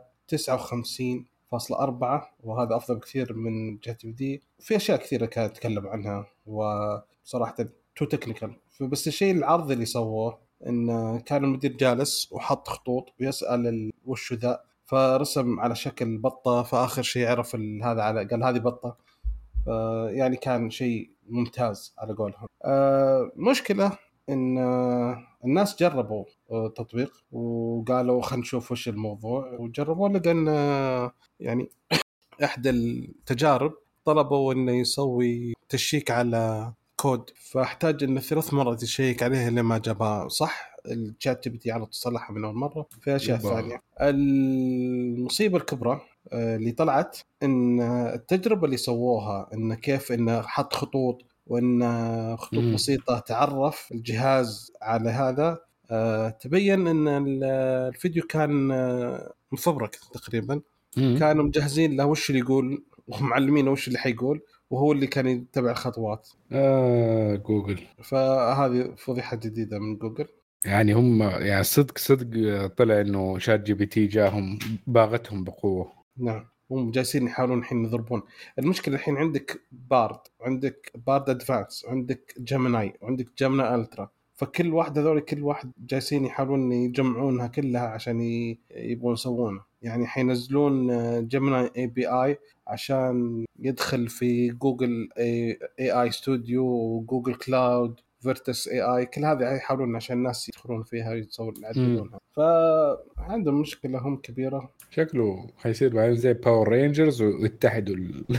59.4، وهذا أفضل بكثير من جات جي بي تي. في أشياء كثيرة كانت تتكلم عنها وصراحة تو تكنيكال. فبس الشيء العرض اللي سووه إن كان المدير جالس وحط خطوط ويسأل وشو ذا، فرسم على شكل بطة، فآخر شيء عرف هذا على قال هذه بطة. يعني كان شيء ممتاز على قولهم. مشكلة إن الناس جربوا تطبيق وقالوا خلينا نشوف وش الموضوع، وجربوا لقى يعني إحدى التجارب طلبوا إنه يسوي تشيك على كود، فاحتاج إنه 3 مرات يشيك عليه لما جابها صح. الشات جي بي تي على تصلحها من أول مرة. في أشياء ثانية. المصيبة الكبرى اللي طلعت إن التجربة اللي سووها إن كيف إنه حط خطوط، وإن خطوط بسيطة تعرف الجهاز على هذا. تبين إن الفيديو كان مفبرك تقريبا. كانوا مجهزين له وش اللي يقول ومعلمين وش اللي حيقول، وهو اللي كان يتبع الخطوات. جوجل. فهذه فضيحة جديدة من جوجل. يعني هم يعني صدق طلع إنه شات جي بي تي جاهم باغتهم بقوة. نعم هم جالسين يحاولون الحين يضربون. المشكلة الحين عندك بارد، وعندك بارد أدفانس، وعندك جيميناي، وعندك جيميناي ألترا. فكل واحدة ذولي كل واحد جالسين يحاولون يجمعونها كلها عشان يبغون يسوونه. يعني حينزلون جيميناي API عشان يدخل في جوجل AI ستوديو وجوجل كلاود فيرتس AI. كل هذه يحاولون عشان الناس يدخلون فيها ويسوون يعدلونها. فعندهم مشكلة هم كبيرة. شكله حيصير بعدين زي باور رينجرز ويتحدوا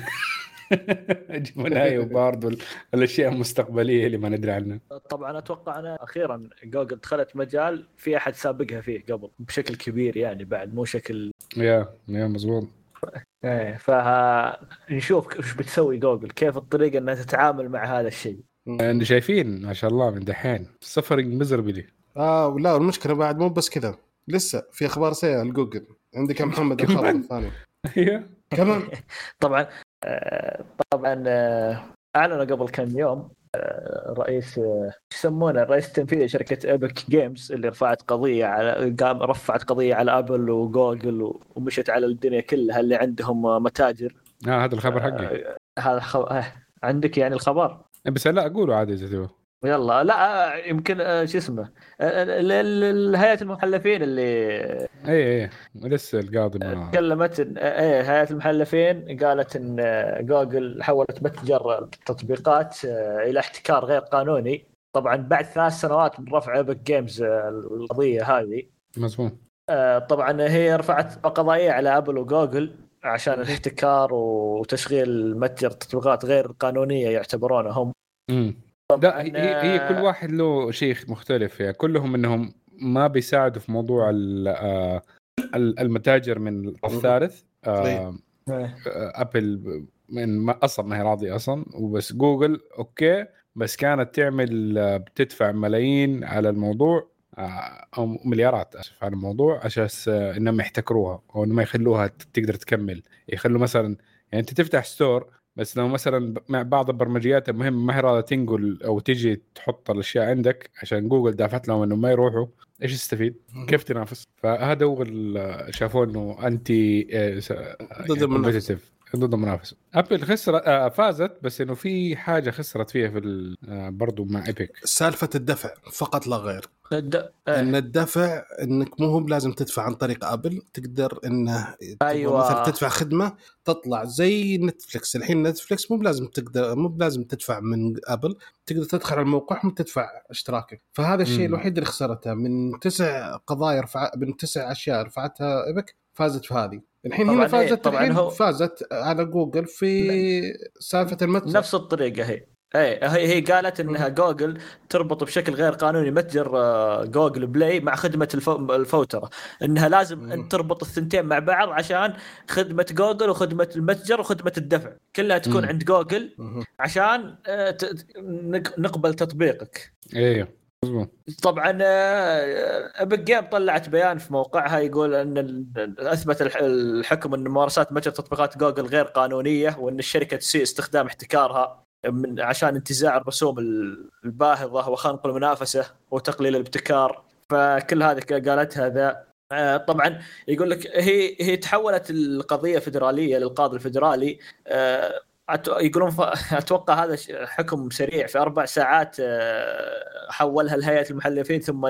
جيميناي وبارد الاشياء المستقبليه اللي ما ندري عنها. طبعا اتوقع انا اخيرا جوجل دخلت مجال في احد سابقها فيه قبل بشكل كبير، يعني بعد مو شكل يا مزبوط. فنشوف ايش بتسوي جوجل، كيف الطريقه انها تتعامل مع هذا الشيء. انتم شايفين ما شاء الله من دحين سفرنج مزربلي. ولا المشكله بعد مو بس كذا، لسه في اخبار سيئه لجوجل. عندك محمد الخبر الثاني كمان. طبعا اعلنوا قبل كم يوم رئيس يسمونه الرئيس التنفيذي شركه ايبك جيمز اللي رفعت قضيه على ابل وجوجل ومشت على الدنيا كلها اللي عندهم متاجر. هذا الخبر حقي. هذا عندك يعني الخبر، بس لا اقوله عادي زي يلا. لا يمكن شو اسمه الهيئة المحلفين اللي ايه لسه القاضي ما تكلمت. هيئة المحلفين قالت ان جوجل حولت متجر التطبيقات الى احتكار غير قانوني طبعا بعد 3 سنوات من رفع ايبك جيمز القضيه هذه. مظبوط. طبعا هي رفعت قضايا على ابل وجوجل عشان الاحتكار وتشغيل متجر تطبيقات غير قانونيه يعتبرونهم. لا هي كل واحد له شيء مختلف يعني. كلهم انهم ما بيساعدوا في موضوع المتاجر من الثالث. ابل من ما اصلا ما هي راضيه اصلا، وبس جوجل اوكي، بس كانت تعمل بتدفع ملايين على الموضوع او مليارات اسف على الموضوع عشان انهم يحتكروها او انهم يخلوها تقدر تكمل. يخلوا مثلا يعني انت تفتح ستور، بس لو مثلا مع بعض البرمجيات المهمه ما هي راضيه تنقل او تيجي تحط الاشياء عندك عشان جوجل دافعت لهم انه ما يروحوا، ايش تستفيد؟ كيف تنافس؟ فهذا هو شافوه انه انتي ضد المنافسه. ابل خسرت فازت، بس انه في حاجه خسرت فيها في برضو مع ايبك، سالفه الدفع فقط لا غير. ان الدفع انك مو لازم تدفع عن طريق ابل، تقدر انه مثلا تدفع خدمه تطلع زي نتفليكس. الحين نتفليكس مو لازم تدفع من ابل، تقدر تدخل على الموقع وتدفع اشتراكك. فهذا الشيء الوحيد اللي خسرته من 9 قضايا من 9 اشياء رفعتها ايبك، فازت في هذه. الحين هنا فازت الحين فازت على جوجل في سالفه المتجر نفس الطريقه. هي قالت انها جوجل تربط بشكل غير قانوني متجر جوجل بلاي مع خدمه الفوتره، انها لازم ان تربط الثنتين مع بعض عشان خدمه جوجل وخدمه المتجر وخدمه الدفع كلها تكون عند جوجل عشان نقبل تطبيقك. ايوه طبعا ايبك جيم طلعت بيان في موقعها يقول ان اثبت الحكم ان ممارسات متجر تطبيقات جوجل غير قانونيه، وان الشركه تسيء استخدام احتكارها عشان انتزاع الرسوم الباهظه وخنق المنافسه وتقليل الابتكار. فكل هذه قالتها ذا. طبعا يقول لك هي تحولت القضيه فدراليه للقاضي الفدرالي. يقولون اتوقع هذا حكم سريع في 4 ساعات حولها لهيئه المحلفين، ثم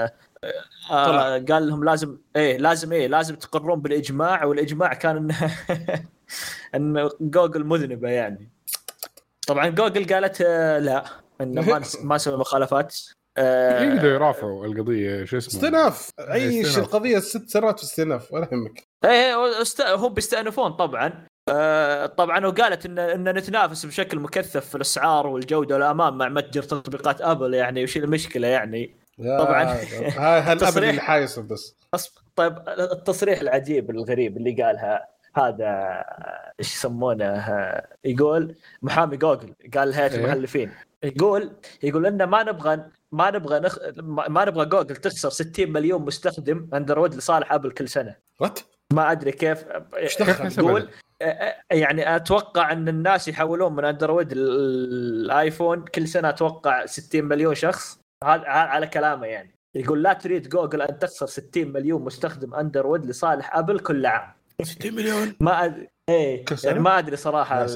قال لهم لازم تقرون بالاجماع، والاجماع كان ان جوجل مذنبه يعني. طبعا جوجل قالت لا، ان ما سوى مخالفات. يقدروا يرافعوا القضيه شو اسمه استئناف. عيش القضيه 6 سنوات استئناف ولا يهمك. هم بيستأنفون طبعا. طبعا وقالت ان نتنافس بشكل مكثف في الاسعار والجوده والامان مع متجر تطبيقات ابل يعني، وش المشكله يعني؟ طبعا هاي الابل اللي حايص بس. طيب التصريح العجيب الغريب اللي قالها هذا ايش يسمونه، يقول محامي جوجل قال لهيئه المحلفين، يقول لنا ما نبغى جوجل تخسر 60 مليون مستخدم اندرويد لصالح ابل كل سنه. ما ادري كيف يقول يعني اتوقع ان الناس يحولون من اندرويد الايفون كل سنه، اتوقع 60 مليون شخص. هذا على كلامه يعني. يقول لا تريد جوجل ان تخسر 60 مليون مستخدم اندرويد لصالح ابل كل عام. 60 مليون ما أدري. يعني ما ادري صراحه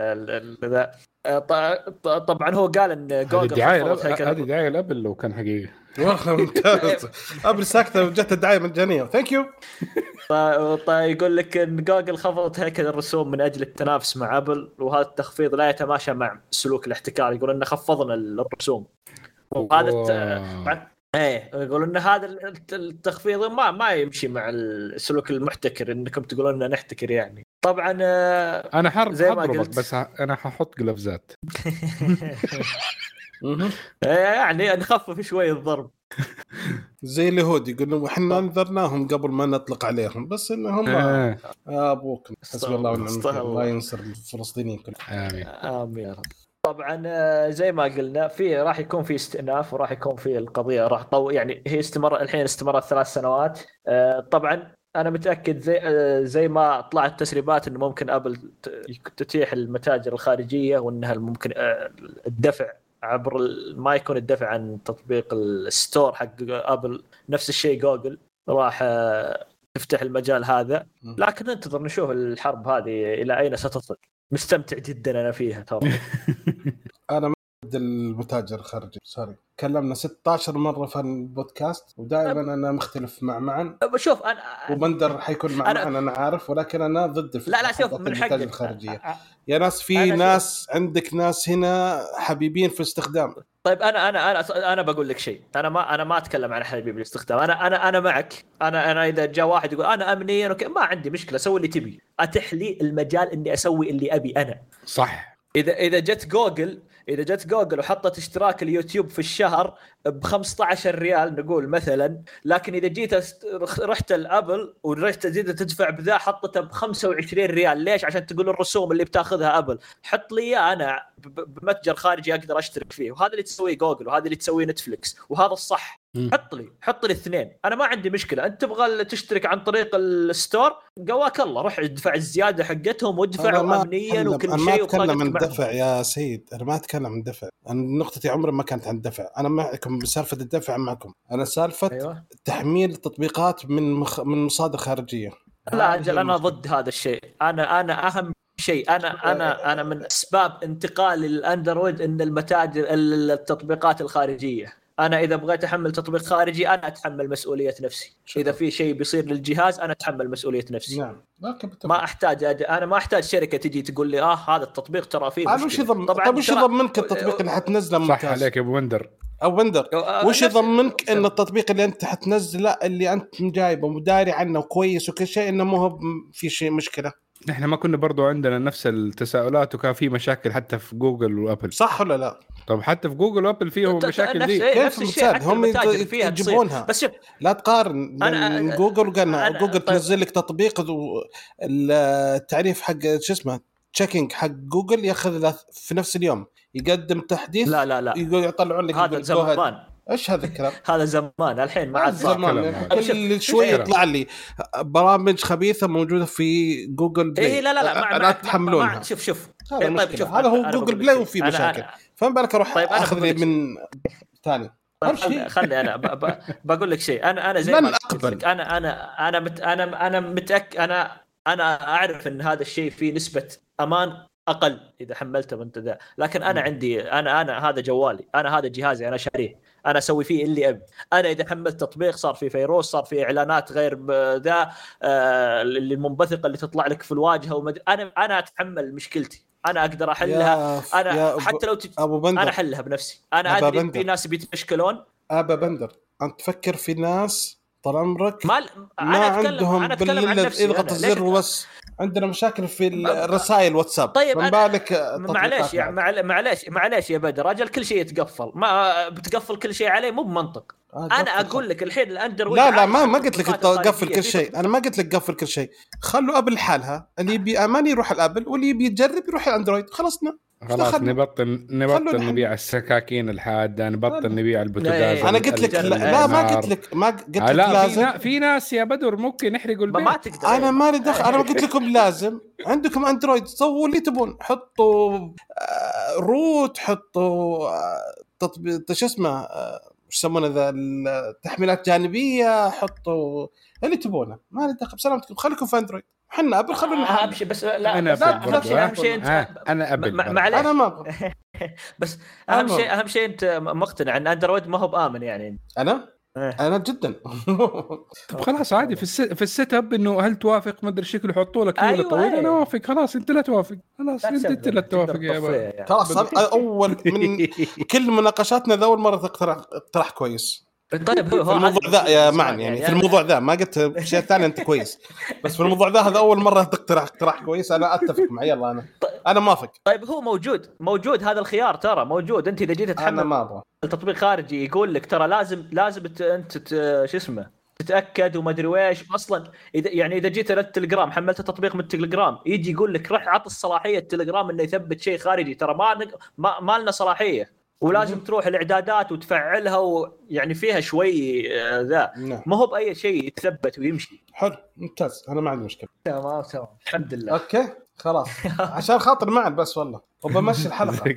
طبعا هو قال ان جوجل هذه دعايه لابل لو كان حقيقي والله ممتاز. ابل ساكته وجت الدعايه مجانيه. ثانك يو. يقول لك ان جوجل خفضت هيكل الرسوم من اجل التنافس مع ابل، وهذا التخفيض لا يتماشى مع سلوك الاحتكار. يقول ان خفضنا الرسوم، وهذا يقول ان هذا التخفيض ما يمشي مع السلوك المحتكر، انكم تقولون ان نحتكر يعني. طبعا انا حضربك بس انا ححط قلفزات يعني نخفف شوي الضرب زي اليهود يقولون احنا انذرناهم قبل ما نطلق عليهم، بس انهم ابوك حسبي الله ونعم الوكيل، الله ينصر الفلسطينيين كلهم. امين يا رب. طبعا زي ما قلنا راح يكون في استئناف، وراح يكون في القضيه راح يعني هي استمرت 3 سنوات. طبعا انا متاكد زي ما طلعت تسريبات انه ممكن ابل تتيح المتاجر الخارجيه، وانها ممكن الدفع عبر ما يكون الدفع عن تطبيق الستور حق ابل. نفس الشيء جوجل راح تفتح المجال هذا، لكن ننتظر نشوف الحرب هذه الى اين ستصل. مستمتع جدا انا فيها ترى. انا المتاجر الخارجي. سوري، تكلمنا 16 مرة في البودكاست ودائما أنا مختلف مع معن. شوف أنا وبندر حيكون مع معن أنا عارف، ولكن أنا ضد لا شوف من المتاجر حق الخارجية يا ناس. في ناس عندك ناس هنا حبيبين في الاستخدام. طيب انا بقول لك شيء. انا ما اتكلم عن حبيب الاستخدام. انا معك. انا اذا جاء واحد يقول انا امنيا اوكي ما عندي مشكله، سوي اللي تبي، اتح لي المجال اني اسوي اللي ابي انا. صح. اذا جت جوجل وحطت اشتراك اليوتيوب في الشهر ب$15 نقول مثلا، لكن اذا جيت رحت الابل ورحت زيد تدفع بذا حطته ب$25، ليش؟ عشان تقول الرسوم اللي بتاخذها ابل حط لي انا بمتجر خارجي اقدر اشترك فيه. وهذا اللي تسويه جوجل وهذا اللي تسويه نتفليكس وهذا الصح. حط لي الاثنين، انا ما عندي مشكله. انت تبغى تشترك عن طريق الستور قواك الله، روح ادفع الزياده حقتهم وادفع امنيا وكل شيء. ما اتكلم عن الدفع يا سيد، انا ما اتكلم عن الدفع. انا نقطتي عمري ما كانت عن الدفع. انا معكم بسالفه الدفع معكم. انا سالفه أيوة. تحميل تطبيقات من مصادر خارجيه. لا أجل انا ضد هذا الشيء. انا اهم شيء انا من اسباب انتقال الاندرويد ان المتاجر التطبيقات الخارجيه. انا اذا بغيت احمل تطبيق خارجي انا اتحمل مسؤوليه نفسي. اذا في شيء بيصير للجهاز انا اتحمل مسؤوليه نفسي. نعم. ما احتاج انا ما احتاج شركه تجي تقول لي هذا التطبيق ترى فيه مشكله. وش يضمن؟ طب وش يضمنك التطبيق اللي حتنزله ممتاز؟ صح عليك يا ابو بندر. او بندر وش يضمنك ان التطبيق اللي انت حتنزله اللي انت جايبه مداري عنه كويس وكل شيء انه مو هو في شيء مشكله؟ نحن ما كنا برضو عندنا نفس التساؤلات وكان في مشاكل حتى في جوجل وابل، صح ولا لا؟ طب حتى في جوجل وابل فيهم مشاكل دي كيف مساعد هم يجيبونها؟ بس لا تقارن جوجل وقالنا جوجل تنزل لك تطبيق التعريف حق شو اسمه تشيكينج حق جوجل ياخذ في نفس اليوم يقدم تحديث. لا يقول يطلعون لك هذا زمان. ايش هذا الكلام؟ هذا زمان الحين ما عاد زمان. كل شوي يطلع لي برامج خبيثه موجوده في جوجل بلاي. إيه لا تحملونها. شوف طيب شوف هذا هو جوجل بلاي وفي مشاكل. فما بالك اروح اخذ لي من ثاني. خلي انا بقول لك شيء. انا زي ما قلت لك انا متاكد. انا اعرف ان هذا الشيء فيه نسبه امان اقل اذا حملته من ذا، لكن انا عندي انا هذا جوالي، انا هذا جهازي، انا شاريه، انا اسوي فيه اللي ابي. انا اذا حملت تطبيق صار فيه فيروس، صار فيه اعلانات غير ذا اللي المنبثقه اللي تطلع لك في الواجهه انا اتحمل مشكلتي. انا اقدر احلها. انا حتى لو انا احلها بنفسي. انا ادري في ناس بيتمشكلون. ابا بندر انت تفكر في ناس طال عمرك ما عندهم اضغط الزر بس عندنا مشاكل في الرسائل واتساب. طيب من بالك معليش يا بدر راجل كل شيء يتقفل، ما بتقفل كل شيء عليه مو بمنطق. انا اقول لك الحين الاندرويد لا ما قلت لك تقفل كل شيء. انا ما قلت لك قفل كل شيء. خلوا ابل حالها، اللي يبي امان يروح الابل واللي يبي يجرب يروح الاندرويد. خلاص نبطل نبيع السكاكين الحاده، نبطل نبيع البوتاجاز. انا قلت لك لا ما قلت لك لازم. في ناس يا بدر ممكن يحرقوا البيت. ما تقدر. انا ما لي دخل. انا قلت لكم لازم عندكم اندرويد سووا اللي تبون. حطوا روت، حطوا تطبيق شو اسمه وش يسمونه ذا التحميلات جانبيه، حطوا اللي تبونه. ما لي دخل بسلامتكم. خليكم في اندرويد. حنا ابل خلونا امشي. بس لا انا اهم شيء انت انا ابل معلش انا ما ابغى. بس اهم شيء انت مقتنع ان اندرويد ما هو بامن يعني. انا جدا. طب خلاص عادي في السيت اب انه هل توافق ما ادري شكله يحطوا لك ولا طويل. انا وافق. خلاص انت لا توافق. خلاص انت لا توافق يا ابا. خلاص اول من كل مناقشاتنا ذا اول مره اقتراح كويس. طيب هو في الموضوع ذا يا معن يعني في الموضوع ذا ما قلت شيء ثاني. انت كويس بس في الموضوع ذا هذا اول مره اقتراح كويس. انا اتفق معي. يلا انا موافق. طيب هو موجود هذا الخيار ترى موجود. انت اذا جيت تحمل التطبيق خارجي يقول لك ترى لازم انت شو اسمه تتاكد وما ادري ويش اصلا. اذا جيت للتليجرام حملت تطبيق من التليجرام يجي يقول لك روح عط الصلاحيه التليجرام انه يثبت شيء خارجي. ترى ما لنا صلاحيه ولازم تروح الاعدادات وتفعلها ويعني فيها شوي ذا. ما هو باي شيء يتثبت ويمشي. حلو ممتاز. انا ما عندي مشكله. تمام الحمد لله. اوكي خلاص عشان خاطر معن بس والله وبمشي الحلقه.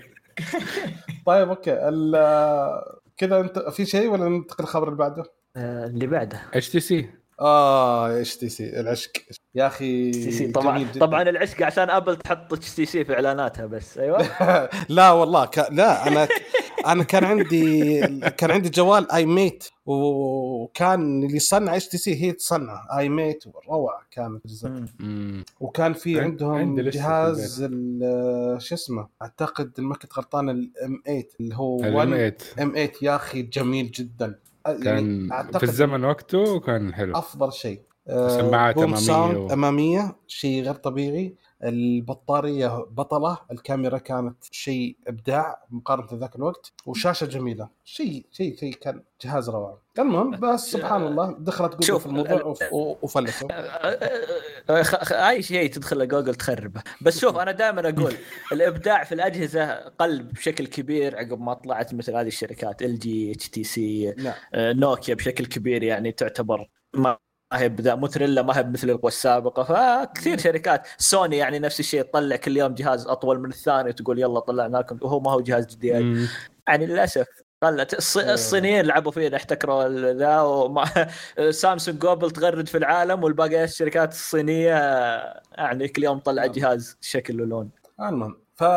طيب اوكي كذا انت في شيء ولا ننتقل الخبر اللي بعده؟ اللي بعده HTC HTC العشق يا اخي. HTC طبعا العشق عشان ابل تحط HTC في اعلاناتها بس. ايوه لا والله لا انا كان عندي جوال اي ميت، وكان اللي يصنع HTC هي تصنع اي ميت، روعه كانت. وكان في عندهم جهاز شو اسمه، اعتقد المكت غلطان الM8 اللي هو M8 يا اخي جميل جدا. كان في الزمن وقته كان حلو، افضل شيء. سماعات اماميه شيء غير طبيعي، البطاريه بطله، الكاميرا كانت شيء ابداع مقارنه ذاك الوقت، وشاشه جميله، شيء كان جهاز روعه. المهم بس سبحان الله دخلت جوجل في الموضوع وفلسوا. اي شيء تدخل جوجل تخربه. بس شوف انا دائما اقول الابداع في الاجهزه قل بشكل كبير عقب ما طلعت مثل هذه الشركات LG HTC نوكيا بشكل كبير، يعني تعتبر ما هي بذا موتوريلا، ما هي مثل القوى السابقه. فكثير شركات سوني يعني نفس الشيء، تطلع كل يوم جهاز اطول من الثاني وتقول يلا طلعنا لكم، وهو ما هو جهاز جديد. يعني للاسف قلت الصينيين لعبوا فيه، احتكروا ذا، ومع سامسونج جوبل تغرد في العالم، والباقي الشركات الصينيه يعني كل يوم طلع جهاز شكل ولون. المهم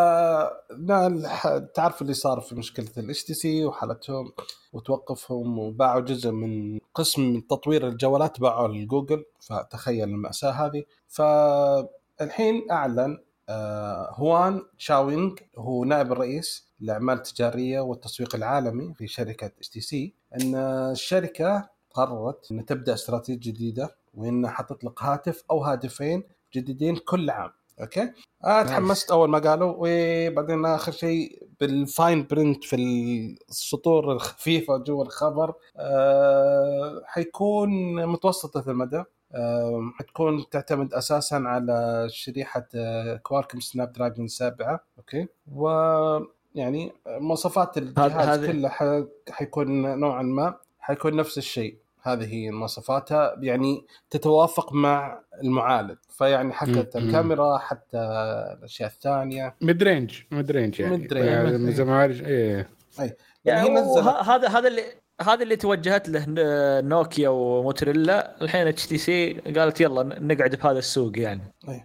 تعرف اللي صار في مشكلة HTC وحالتهم وتوقفهم، وباعوا جزء من قسم تطوير الجوالات باعوا لجوجل، فتخيل المأساة هذه. فالحين أعلن هوان شاوينغ، هو نائب الرئيس للأعمال التجارية والتسويق العالمي في شركة HTC، أن الشركة قررت أن تبدأ استراتيجية جديدة، وإنها حتطلق هاتف أو هاتفين جديدين كل عام. اوكي تحمست اول ما قالوا، وبعدين اخر شيء بالفاين برنت في السطور الخفيفه جوا الخبر حيكون متوسطه المدى، حتكون تعتمد اساسا على شريحه كوالكوم سناب دراجون 7. اوكي، ويعني مواصفات الجهاز كله حيكون نوعا ما حيكون نفس الشيء. هذه هي مواصفاتها، يعني تتوافق مع المعالج، فيعني حتى الكاميرا حتى الاشياء الثانيه ميدرينج يعني زي ما عارف يعني هذا اللي توجهت له نوكيا وموتوريلا. الحين HTC قالت يلا نقعد بهذا السوق يعني.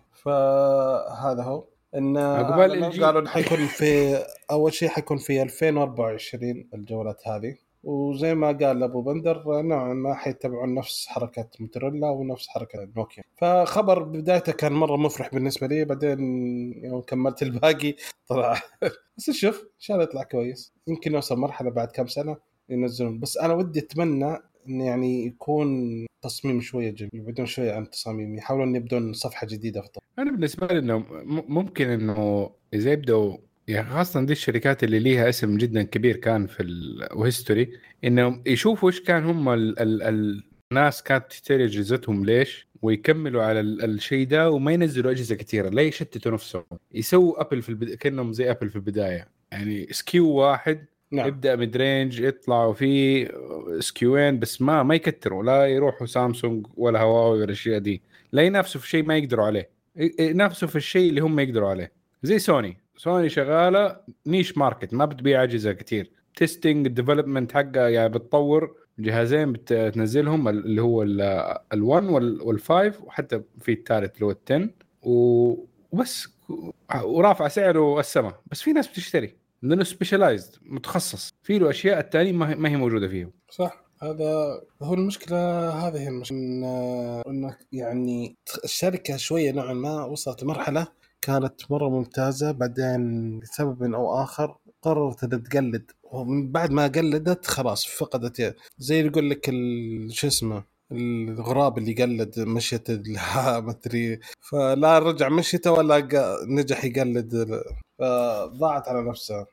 فهذا هو ان قالوا حيكون في اول شيء حيكون في 2024 الجوالات هذه، وزي ما قال أبو بندر نوعا ما حيتبعون نفس حركة موتوريلا ونفس حركة نوكيا. فخبر بدايته كان مرة مفرح بالنسبة لي، بعدين يوم كملت الباقي طلع بس نشوف إن شاء الله يطلع كويس، يمكن نوصل مرحلة بعد كم سنة ينزلون. بس أنا ودي أتمنى إن يعني يكون تصميم شوية جميل، يبعدون شوية عن التصاميم، يحاولون يبدون صفحة جديدة في الطريق. أنا بالنسبة لي إنه ممكن إنه إذا يبدأوا يعني خاصة دي الشركات اللي ليها اسم جدا كبير كان في الهيستوري، انهم يشوفوا ايش كان هم الناس كانت تشتري اجهزتهم ليش، ويكملوا على الشيء ده وما ينزلوا اجهزه كثيره. لا يشتتوا نفسهم، يسووا ابل في كانهم زي ابل في البدايه، يعني سكيو واحد. نعم. يبدا ميد رينج، يطلعوا فيه سكيوين بس، ما يكتروا، لا يروحوا سامسونج ولا هواوي والاشياء دي، لا ينافسوا في شيء ما يقدروا عليه، ينافسوا في الشيء اللي هم يقدروا عليه. زي سوني شغاله نيش ماركت، ما بتبيع اجهزه كتير، تيستينج ديفلوبمنت حقها يعني بتطور جهازين بتنزلهم اللي هو ال1 وال5، وحتى في الثالث اللي هو ال10 وبس، ورافع سعره السماء. بس في ناس بتشتري لانه سبيشالايزد متخصص في له اشياء الثانيه ما هي موجوده فيه. صح، هذا هو المشكله. هذه هي المشكله، انه يعني الشركه شويه نوعا ما وصلت مرحله كانت مرة ممتازة، بعدين لسبب أو آخر قررت أن تقلد، ومن بعد ما قلدت خلاص فقدت. زي يقول لك شو اسمه الغراب اللي قلد مشيت ما أدري، فلا رجع مشيته ولا نجح يقلد، فضاعت على نفسها.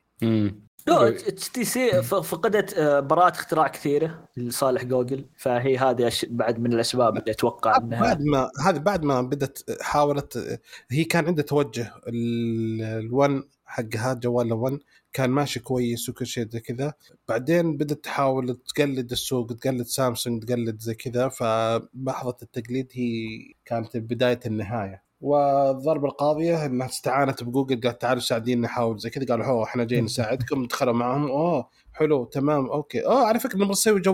HTC فقدت براءة اختراع كثيرة لصالح جوجل، فهي هذه بعد من الأسباب اللي أتوقع أنها بعد ما بدت حاولت. هي كان عندها توجه الون حقها، جوال الون كان ماشي كويس وكل شيء زي كذا، بعدين بدت تحاول تقلد السوق، تقلد سامسونج، تقلد زي كذا. فلحظة التقليد هي كانت بداية النهاية، والضربة القاضية انها استعانت بجوجل، قالت تعالوا ساعديني نحاول زي كذا. قالوا احنا جايين نساعدكم. دخلوا معهم، حلو تمام اوكي، على فكرة نبغى نسوي جوال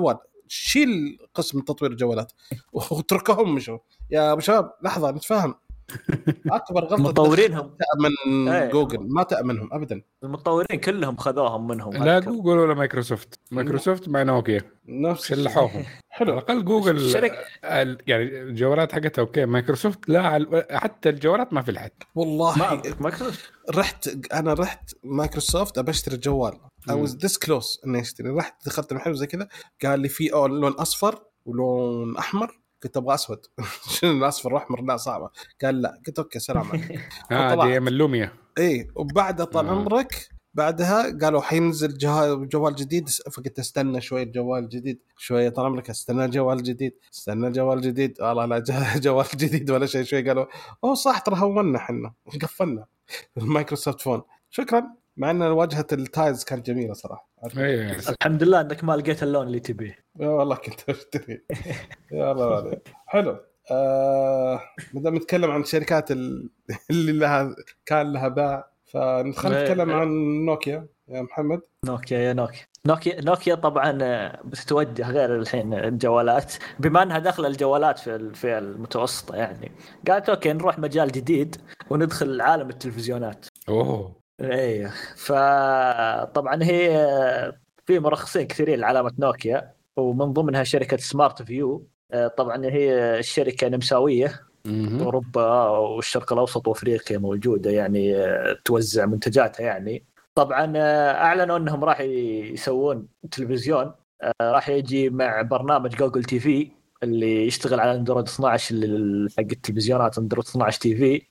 شيل قسم تطوير الجوالات وتركهم مشوا. يا ابو شباب لحظه نتفاهم. اكبر غلطه مطورينهم تأمن جوجل، ما تأمنهم ابدا. المطورين كلهم خذوهم منهم. لا جوجل ولا مايكروسوفت مع نوكيا نفس شلحوهم. حلو. على الأقل جوجل يعني الجوالات حقتها أوكي، مايكروسوفت لا، حتى الجوالات ما في الحد والله. مايكروسوفت رحت مايكروسوفت أبشتري الجوال I was this close إني أشتري. رحت دخلت محل زي كذا قال لي في لون أصفر ولون أحمر، كنت أبغى أسود. شنو الأصفر والأحمر؟ لا صعبة. قال لا، قلت أوكي سلام عليكم. دي ملومية. إيه وبعد طال عمرك بعدها قالوا حينزل جوال جديد، فقلت استنى شوية جوال جديد شوية. طال عمرك استنى جوال جديد والله لا جوال جديد ولا شيء. قالوا أوه صح ترى هونا حنا قفلنا المايكروسوفت فون شكرا. مع ان واجهة التايز كانت جميلة صراحة. الحمد لله انك ما لقيت اللون اللي تبيه. والله كنت اشتري. يا الله حلو. بدنا نتكلم عن الشركات اللي كان لها باع، فندخل نتكلم عن نوكيا يا محمد. نوكيا طبعا بتتوجه غير الحين الجوالات، بما انها داخله الجوالات في الفئه المتوسطه يعني. قالت اوكي نروح مجال جديد وندخل عالم التلفزيونات. ايه فطبعا هي في مرخصين كثيرين لعلامه نوكيا، ومن ضمنها شركه سمارت فيو. طبعا هي الشركه نمساويه، أوروبا والشرق الأوسط وأفريقيا موجودة يعني، توزع منتجاتها يعني. طبعا أعلنوا أنهم راح يسوون تلفزيون، راح يجي مع برنامج جوجل تي في اللي يشتغل على اندرويد 12 حق التلفزيونات، اندرويد 12 تي في.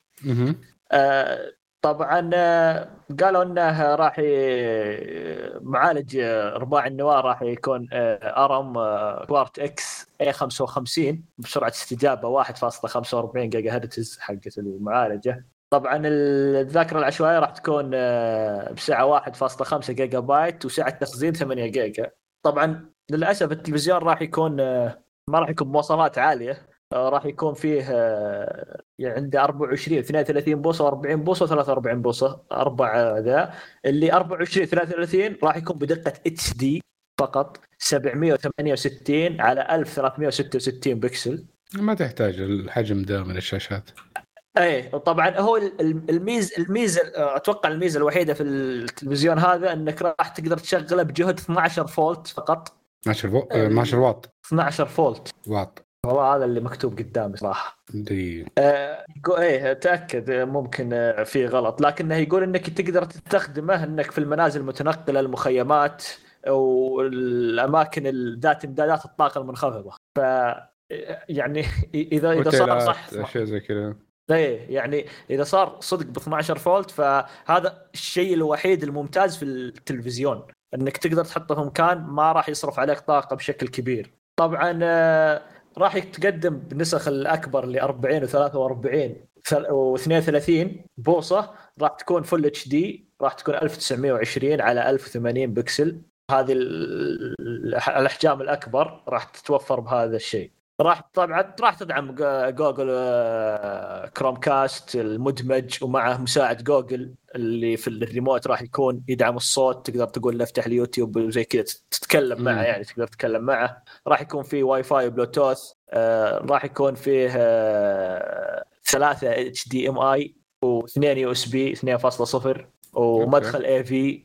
طبعا قالوا انه راح معالج رباع النواه راح يكون ارم كوارت اكس A55 بسرعه استجابه 1.45 جيجا هرتز حقه المعالجه. طبعا الذاكره العشوائيه راح تكون بسعه 1.5 جيجا بايت وسعه تخزين 8 جيجا. طبعا للاسف التلفزيون راح يكون ما راح يكون بمواصفات عاليه، راح يكون فيه يعني عنده 24 32 بوصه و40 بوصه و43 بوصه، اربع ذا. اللي 24 33 راح يكون بدقه اتش دي فقط 768 على 1366 بكسل. ما تحتاج الحجم ده من الشاشات. ايه طبعا هو الميزه اتوقع الميزه الوحيده في التلفزيون هذا انك راح تقدر تشغله بجهد 12 فولت فقط. 12 واط 12 فولت واط. والله هذا اللي مكتوب قدامي صراحه. ايه تاكد ممكن في غلط، لكنه يقول انك تقدر تستخدمه انك في المنازل المتنقله، المخيمات والاماكن ذات امدادات الطاقه المنخفضه. ف يعني اذا صار صح شيء زي كذا، ايه يعني اذا صار صدق ب 12 فولت، فهذا الشيء الوحيد الممتاز في التلفزيون، انك تقدر تحطه في مكان ما راح يصرف عليك طاقه بشكل كبير. طبعا راح يتقدم بنسخ الأكبر ل 40 و43 و32 بوصة، راح تكون فل اتش دي، راح تكون 1920 على 1080 بكسل. هذه الأحجام الأكبر راح تتوفر بهذا الشيء. طبعا راح تدعم جوجل كروم كاست المدمج، ومعه مساعد جوجل اللي في الريموت راح يكون يدعم الصوت، تقدر تقول له افتح اليوتيوب وزي كذا تتكلم معه يعني، تقدر تتكلم معه. راح يكون فيه واي فاي بلوتوث، راح يكون فيه 3 HDMI و2 USB 2.0 ومدخل AV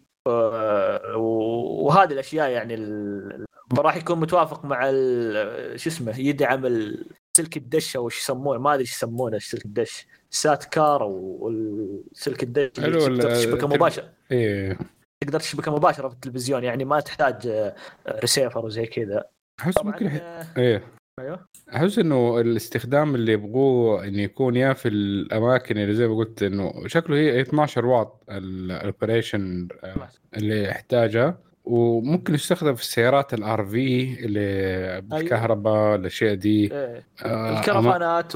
وهذه الاشياء يعني. راح يكون متوافق مع شو اسمه، يدعم السلك الدش او ايش يسمونه، ما ادري ايش يسمونه، السلك الدش سات كار والسلك الدش تقدر تشبكه مباشره. تقدر تشبكه مباشره في التلفزيون يعني، ما تحتاج ريسيفر وزي كذا. احس ممكن ايوه احس انه الاستخدام اللي يبغوه انه يكون يا في الاماكن اللي زي ما قلت انه شكله هي 12 واط الاوبريشن اللي يحتاجها، وممكن يستخدم في السيارات الار في اللي بالكهرباء الاشياء دي. الكرفانات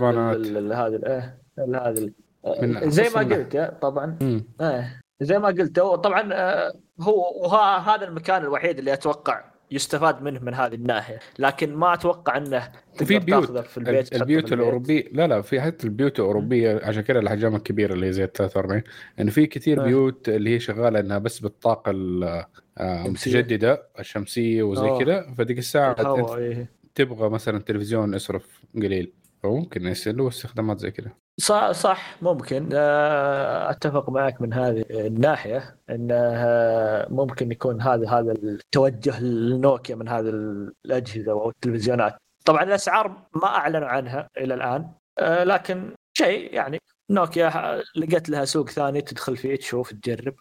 هذه زي ما قلت طبعا. زي ما قلت طبعا هو هذا المكان الوحيد اللي اتوقع يستفاد منه من هذه الناحيه، لكن ما اتوقع انه في تقدر تاخذه في البيت. البيوت الأوروبية لا في حتى البيوت الأوروبية عشان كده الأحجام الكبيرة اللي زي 43 يعني في كثير بيوت اللي هي شغالة إنها بس بالطاقة المتجددة الشمسية وزي كده، فديك الساعة تبغى مثلا تلفزيون يصرف قليل فممكن يصير استخدامات زي كده. صح ممكن اتفق معك من هذه الناحيه انه ممكن يكون هذا التوجه لنوكيا من هذه الاجهزه او التلفزيونات. طبعا الاسعار ما اعلنوا عنها الى الان، لكن شيء يعني نوكيا لقيت لها سوق ثاني تدخل فيه تشوف تجرب.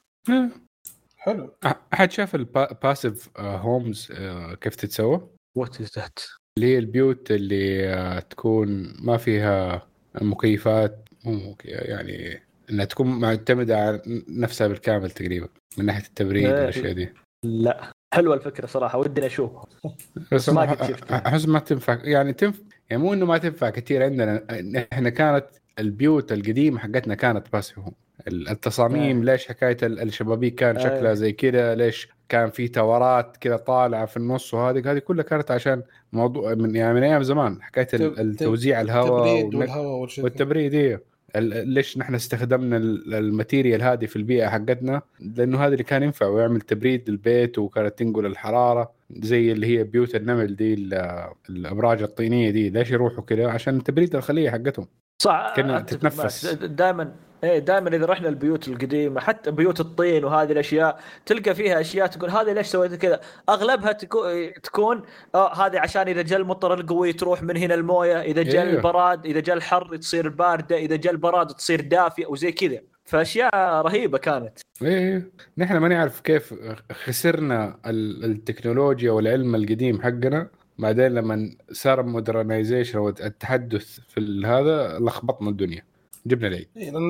حلو. احد شاف الباسيف هومز كيف تتسوى؟ وات از ذات؟ اللي هي البيوت اللي تكون ما فيها مكيفات، يعني انها تكون معتمده على نفسها بالكامل تقريبا من ناحيه التبريد والاشياء دي. لا حلوه الفكره صراحه، ودنا اشوفها بس ما قد شفتها. احس ما تنفع يعني يعني مو انه ما تنفع كثير عندنا. احنا كانت البيوت القديمه حقتنا كانت باسيف هوم. التصاميم ليش حكايه الشبابيك كان شكلها زي كده، ليش كان في تورات كده طالعه في النص، وهذه كلها كانت عشان موضوع من ايام زمان، حكايه التوزيع الهواء والتبريد هي ليش نحن استخدمنا الماتيريال هذه في البيئه حقتنا، لانه هذا اللي كان ينفع ويعمل تبريد البيت وكانت تنقل الحراره، زي اللي هي بيوت النمل دي الابراج الطينيه دي ليش يروحوا كده عشان تبريد الخليه حقتهم. صح كنا تتنفس دائما. دائما اذا رحنا البيوت القديمه حتى بيوت الطين وهذه الاشياء تلقى فيها اشياء تقول هذه ليش سويت كذا، اغلبها تكون هذه عشان اذا جاء المطر القوي تروح من هنا المويه، اذا جاء البراد، اذا جاء الحر تصير بارده، اذا جاء البراد تصير دافئه وزي كذا، فاشياء رهيبه كانت. نحن ما نعرف كيف خسرنا التكنولوجيا والعلم القديم حقنا، بعدين لما صار مودرنايزيشن والتحدث في هذا لخبطنا الدنيا، جبنا العيد. لأن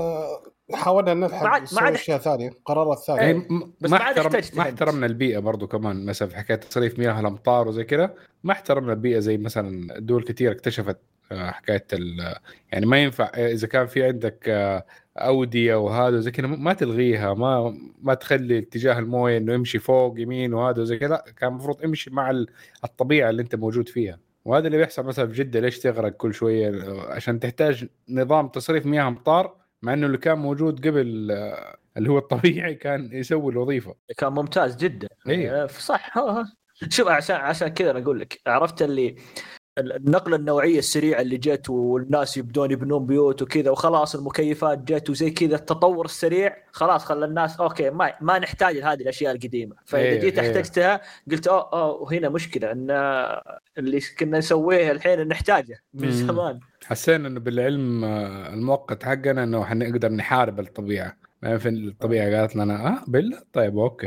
حاولنا نلحق أشياء ثانية، قرارات ثانية، بس ما احترمنا البيئة برضو كمان. مثلا في حكاية تصريف مياه الأمطار وزي كده ما احترمنا البيئة، زي مثلا دول كتير اكتشفت حكاية يعني ما ينفع إذا كان في عندك أودية وهذا زي كده ما تلغيها، ما تخلي اتجاه المويه إنه يمشي فوق يمين وهذا زي كده، كان المفروض يمشي مع الطبيعة اللي أنت موجود فيها. وهذا اللي بيحصل مثلا في جدة، ليش تغرق كل شوية عشان تحتاج نظام تصريف مياه أمطار، مع إنه اللي كان موجود قبل اللي هو الطبيعي كان يسوي الوظيفة، كان ممتاز جدا. صح. شوف عشان كذا أنا أقول لك، عرفت اللي النقلة النوعية السريعة اللي جت والناس يبدون يبنون بيوت وكذا وخلاص المكيفات جت وزي كذا، التطور السريع خلاص خلى الناس أوكي ما نحتاج هذه الأشياء القديمة. فإذا جيت احتجتها قلت هنا مشكلة أن اللي كنا نسويه الحين نحتاجه من زمان. حسينا إنه بالعلم المؤقت حقنا إنه حنقدر نحارب الطبيعة، ما في الطبيعة قالت لنا بالله طيب أوكي.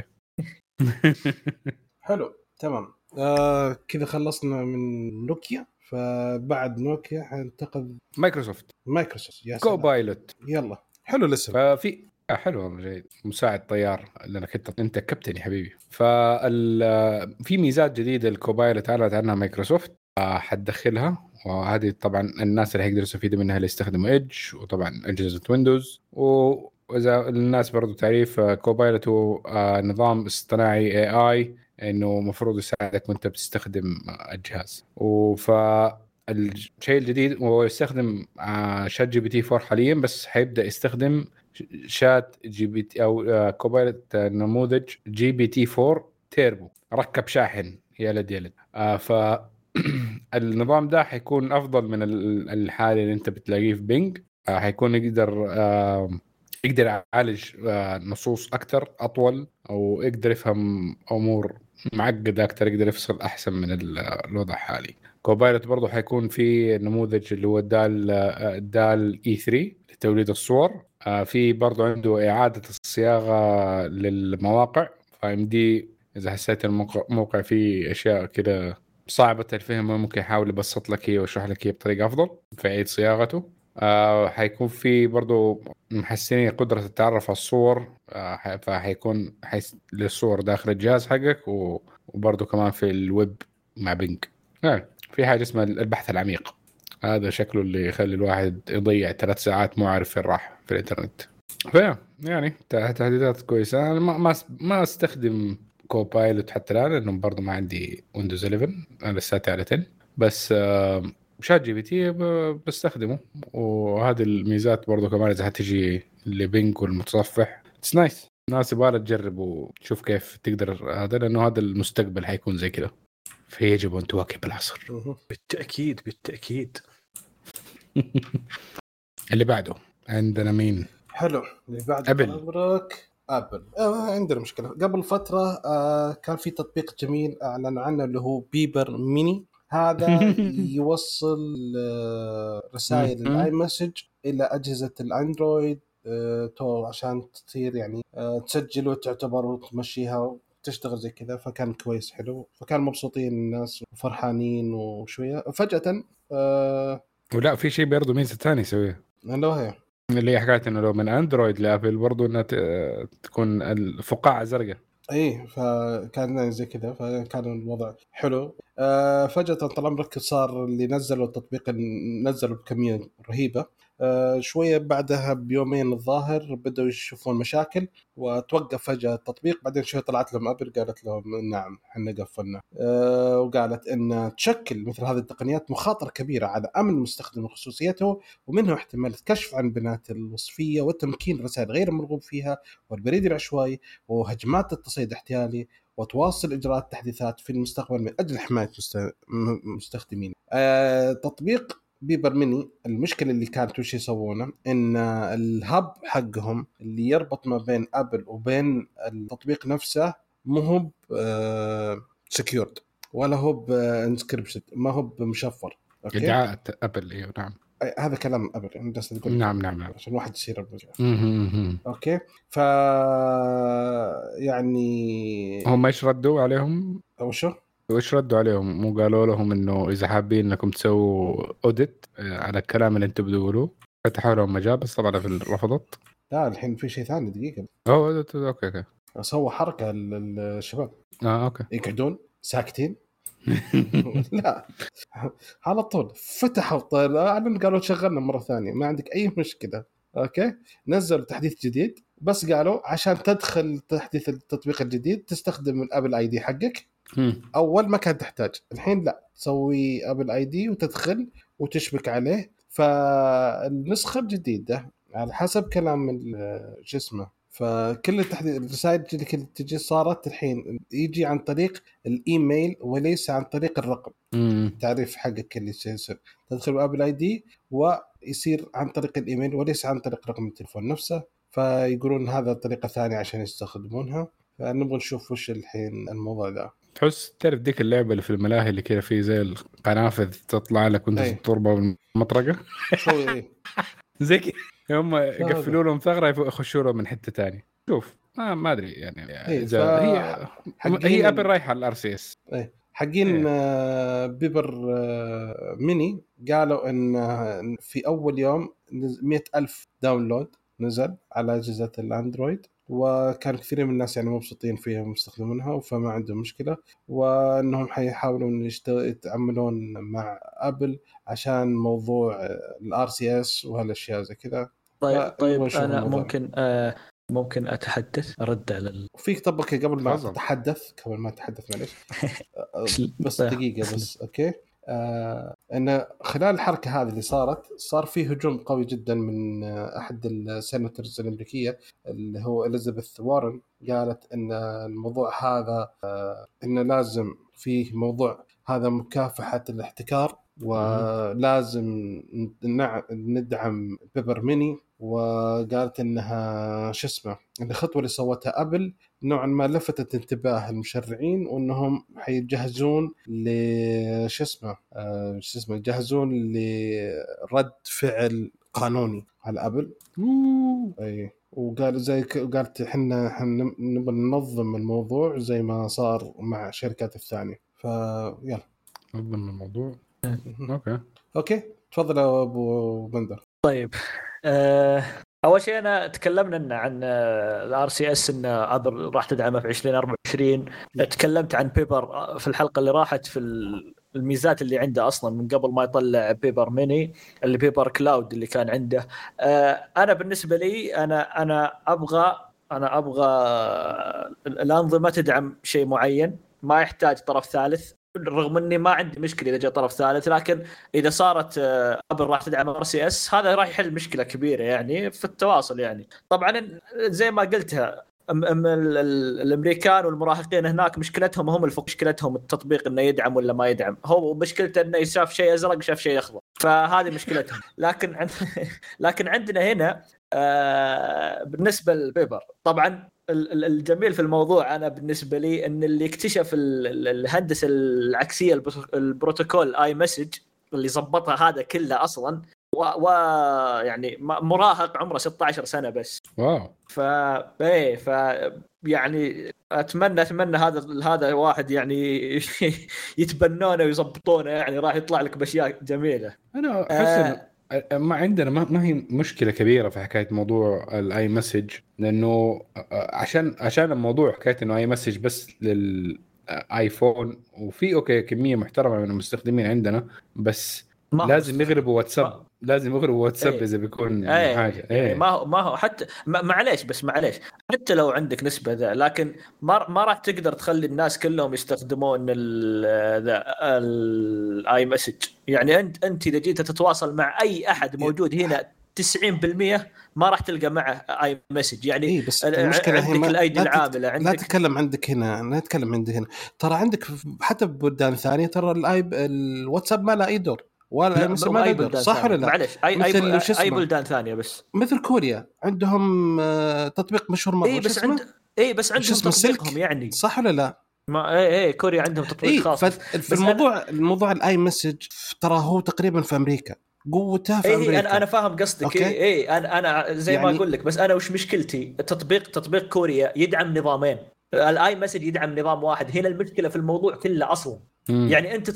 حلو تمام. كذا خلصنا من نوكيا، فبعد نوكيا حننتقل مايكروسوفت يا كوبايلوت. يلا حلو الاسم. ففي حلو والله جيد، مساعد طيار اللي انت كابتن يا حبيبي. في ميزات جديده الكوبايلوت اعلنت عنها مايكروسوفت حتدخلها، وهذه طبعا الناس اللي هيقدروا يستفيدوا منها اللي يستخدموا ايدج وطبعا اجهزه ويندوز. واذا الناس برضو تعريف كوبايلوت هو نظام اصطناعي AI انه مفروض يساعدك وانت بتستخدم الجهاز. الشيء الجديد هو يستخدم شات جي بي تي 4 حاليا، بس حيبدا يستخدم شات جي بي تي او كوبايلوت نموذج جي بي تي 4 تيربو ركب شاحن يلد النظام ده حيكون افضل من الحالي اللي انت بتلاقيه في بينج. حيكون يقدر يعالج نصوص اكثر اطول، او يقدر يفهم امور معقده اكثر، يقدر يفصل احسن من الوضع الحالي. كوبايلوت برضو حيكون في نموذج اللي هو الدال E3 لتوليد الصور. في برضو عنده إعادة الصياغة للمواقع، فعندي إذا حسيت الموقع فيه أشياء كده صعبة الفهم ممكن يحاول يبسط لك هي ويشرح لك هي بطريقة أفضل فيعيد صياغته. حيكون في برضو محسنين قدرة التعرف على الصور، فحيكون للصور داخل الجهاز حقك، وبرضو كمان في الويب مع بينج. في حاجة اسمها البحث العميق، هذا شكله اللي يخلي الواحد يضيع 3 ساعات مو عارف فين راح في الانترنت. يعني تحديثات كويسة. أنا ما استخدم كوبايلوت حتى الان، لانه برضه ما عندي ويندوز 11، انا لساتي على 10. بس شات جي بي تي بستخدمه، وهذه الميزات برضه كمان اذا هتجي الليبينج والمتصفح اتس نايس. ناس يبغى تجرب وتشوف كيف تقدر هذا، لانه هذا المستقبل حيكون زي كذا، فيجب ان تواكب العصر. بالتاكيد بالتاكيد. اللي بعده عندنا مين؟ حلو، اللي بعده أبل. خبرك ابل. عندنا مشكله. قبل فتره كان في تطبيق جميل اعلن عنه اللي هو بيبر ميني. هذا يوصل رسائل الاي مسج الى اجهزه الاندرويد، عشان تصير يعني تسجل وتعتبر وتمشيها وتشتغل زي كذا. فكان كويس حلو، فكان مبسوطين الناس وفرحانين. وشويه فجاه ولا في شيء برضه ميزه ثانيه يسويها، اللي هي حكايه انه لو من اندرويد لابل برضه انها تكون الفقاعه زرقاء. ايه، فكان زي كذا، فكان الوضع حلو. فجأة طال عمرك صار اللي نزلوا التطبيق نزلوا بكمية رهيبة. شوية بعدها بيومين الظاهر بدأوا يشوفون مشاكل وتوقف فجأة التطبيق. بعدين شوية طلعت لهم أبل قالت لهم نعم حنا قفلنا، وقالت أن تشكل مثل هذه التقنيات مخاطرة كبيرة على أمن المستخدم وخصوصيته، ومنه احتمال الكشف عن بيانات الوصفية وتمكين رسائل غير مرغوب فيها والبريد العشوائي وهجمات التصيد الاحتيالي، وتواصل إجراءات تحديثات في المستقبل من أجل حماية مستخدمين. تطبيق بيبر ميني المشكلة اللي كانت وش يسوونه إن الهب حقهم اللي يربط ما بين أبل وبين التطبيق نفسه مو هو سكيورد ولا هو انسكريبشن، ما هو بمشفر. ادعاء أبل. ايوه نعم، هذا كلام أبل يعني، بس تقول نعم عشان واحد يصير اوكي. ف يعني هم ايش ردوا عليهم او شو وإيش ردوا عليهم؟ مو قالوا لهم إنه إذا حابين إنكم تسووا أوديت على الكلام اللي أنتم بتقولوه، فتحوا لهم مجال، بس طبعا رفضت. لا الحين في شيء ثاني دقيقة. أوكي سووا حركة للشباب أوكي يقعدون ساكتين. لا على طول فتحوا اعلن قالوا شغلنا مرة ثانية، ما عندك أي مشكلة. أوكي، نزلوا تحديث جديد، بس قالوا عشان تدخل تحديث التطبيق الجديد تستخدم الأبل آي دي حقك. أول ما كانت تحتاج، الحين لا، تسوي أبل آي دي وتدخل وتشبك عليه. فالنسخة الجديدة على حسب كلام جسمه، فكل الرسائل اللي تجي صارت الحين يجي عن طريق الإيميل وليس عن طريق الرقم. تعريف حقك اللي يصير تدخل أبل آي دي ويصير عن طريق الإيميل وليس عن طريق رقم التلفون نفسه. فيقولون هذا طريقة ثانية عشان يستخدمونها. فنبغى نشوف وش الحين الموضوع ذا. تحس تعرف ديك اللعبة اللي في الملاهي اللي كده فيه زي القنافذ تطلع لك وانت تضربها بالمطرقة زي كده، هم يقفلوا لهم ثغرة يخشوا لهم من حتة تانية. شوف ما أدري يعني إذا هي أبل رايحة على الRCS. حقين بيبر ميني قالوا إن في أول يوم 100,000 داونلود نزل على أجهزة الأندرويد، وكان كثير من الناس يعني مبسوطين فيها ومستخدمينها، فما عندهم مشكلة. وأنهم حيحاولون يتعاملون مع أبل عشان موضوع الRCS وهالأشياء زي كذا. طيب أنا ممكن أتحدث أرد على فيك طبك قبل ما تتحدث معلش بس دقيقة بس. أوكي. أن خلال الحركة هذه اللي صار فيه هجوم قوي جدا من أحد السيناتورز الأمريكية اللي هو إليزابيث وارن. قالت أن الموضوع هذا أنه لازم فيه موضوع هذا مكافحة الاحتكار، ولازم ندعم بيبر ميني. وقالت انها الخطوه اللي سوتها ابل نوعا ما لفتت انتباه المشرعين، وانهم حيجهزون يجهزون لرد فعل قانوني على ابل. اي، وقالت احنا نبغى ننظم الموضوع زي ما صار مع الشركات الثانيه. فيلا ننظم الموضوع. اوكي تفضل يا ابو بندر. طيب اول شيء انا تكلمنا عن الRCS ان ابل راح تدعمه في 2024. تكلمت عن بيبر في الحلقه اللي راحت في الميزات اللي عنده اصلا من قبل ما يطلع بيبر ميني، اللي بيبر كلاود اللي كان عنده. انا بالنسبه لي انا ابغى الانظمه تدعم شيء معين، ما يحتاج طرف ثالث. رغم اني ما عندي مشكله اذا جاء طرف ثالث، لكن اذا صارت ابل راح تدعم RCS هذا راح يحل مشكله كبيره يعني في التواصل. يعني طبعا زي ما قلتها الامريكان والمراهقين هناك مشكلتهم هم مشكلتهم التطبيق انه يدعم ولا ما يدعم، هو مشكلته انه يشاف شيء ازرق شاف شيء اخضر، فهذه مشكلتهم. لكن عندنا هنا بالنسبه للبيبر طبعا الجميل في الموضوع انا بالنسبه لي ان اللي اكتشف الهندسه العكسيه البروتوكول اي مسج اللي ضبطها هذا كله اصلا يعني مراهق عمره 16 سنه بس. واو. ف يعني اتمنى هذا واحد يعني يتبنونه ويضبطونه، يعني راح يطلع لك باشياء جميله. انا احس ما عندنا ما هي مشكله كبيره في حكايه موضوع الاي مسج، لانه عشان الموضوع حكايه انه اي مسج بس للايفون، وفي اوكي كميه محترمه من المستخدمين عندنا، بس لازم يغربوا واتساب اذا بيكون حاجه يعني ما هو حتى معليش حتى لو عندك نسبه ذا، لكن ما راح تقدر تخلي الناس كلهم يستخدمون الاي مسج. يعني انت اذا جيت تتواصل مع اي احد موجود هنا 90% ما راح تلقى معه اي مسج. يعني بس المشكله عندك الايدي العامله، عندك لا تتكلم عندك هنا ترى عندك حتى ببلدان ثانيه ترى الواتساب ما له اي دور ولا ما له دور، صح ولا لا؟ معلش اي بلدان ثانيه بس مثل كوريا عندهم تطبيق مشهور مره بس عندهم تطبيقهم يعني، صح ولا لا؟ ما كوريا عندهم تطبيق خاص. في الموضوع الاي مسج ترى هو تقريبا في امريكا قوتها في أمريكا. أنا فاهم قصدك. أنا زي يعني ما أقول لك، بس أنا وش مشكلتي تطبيق كوريا يدعم نظامين، الاي مسج يدعم نظام واحد. هنا المشكلة في الموضوع كله أصلا. يعني أنت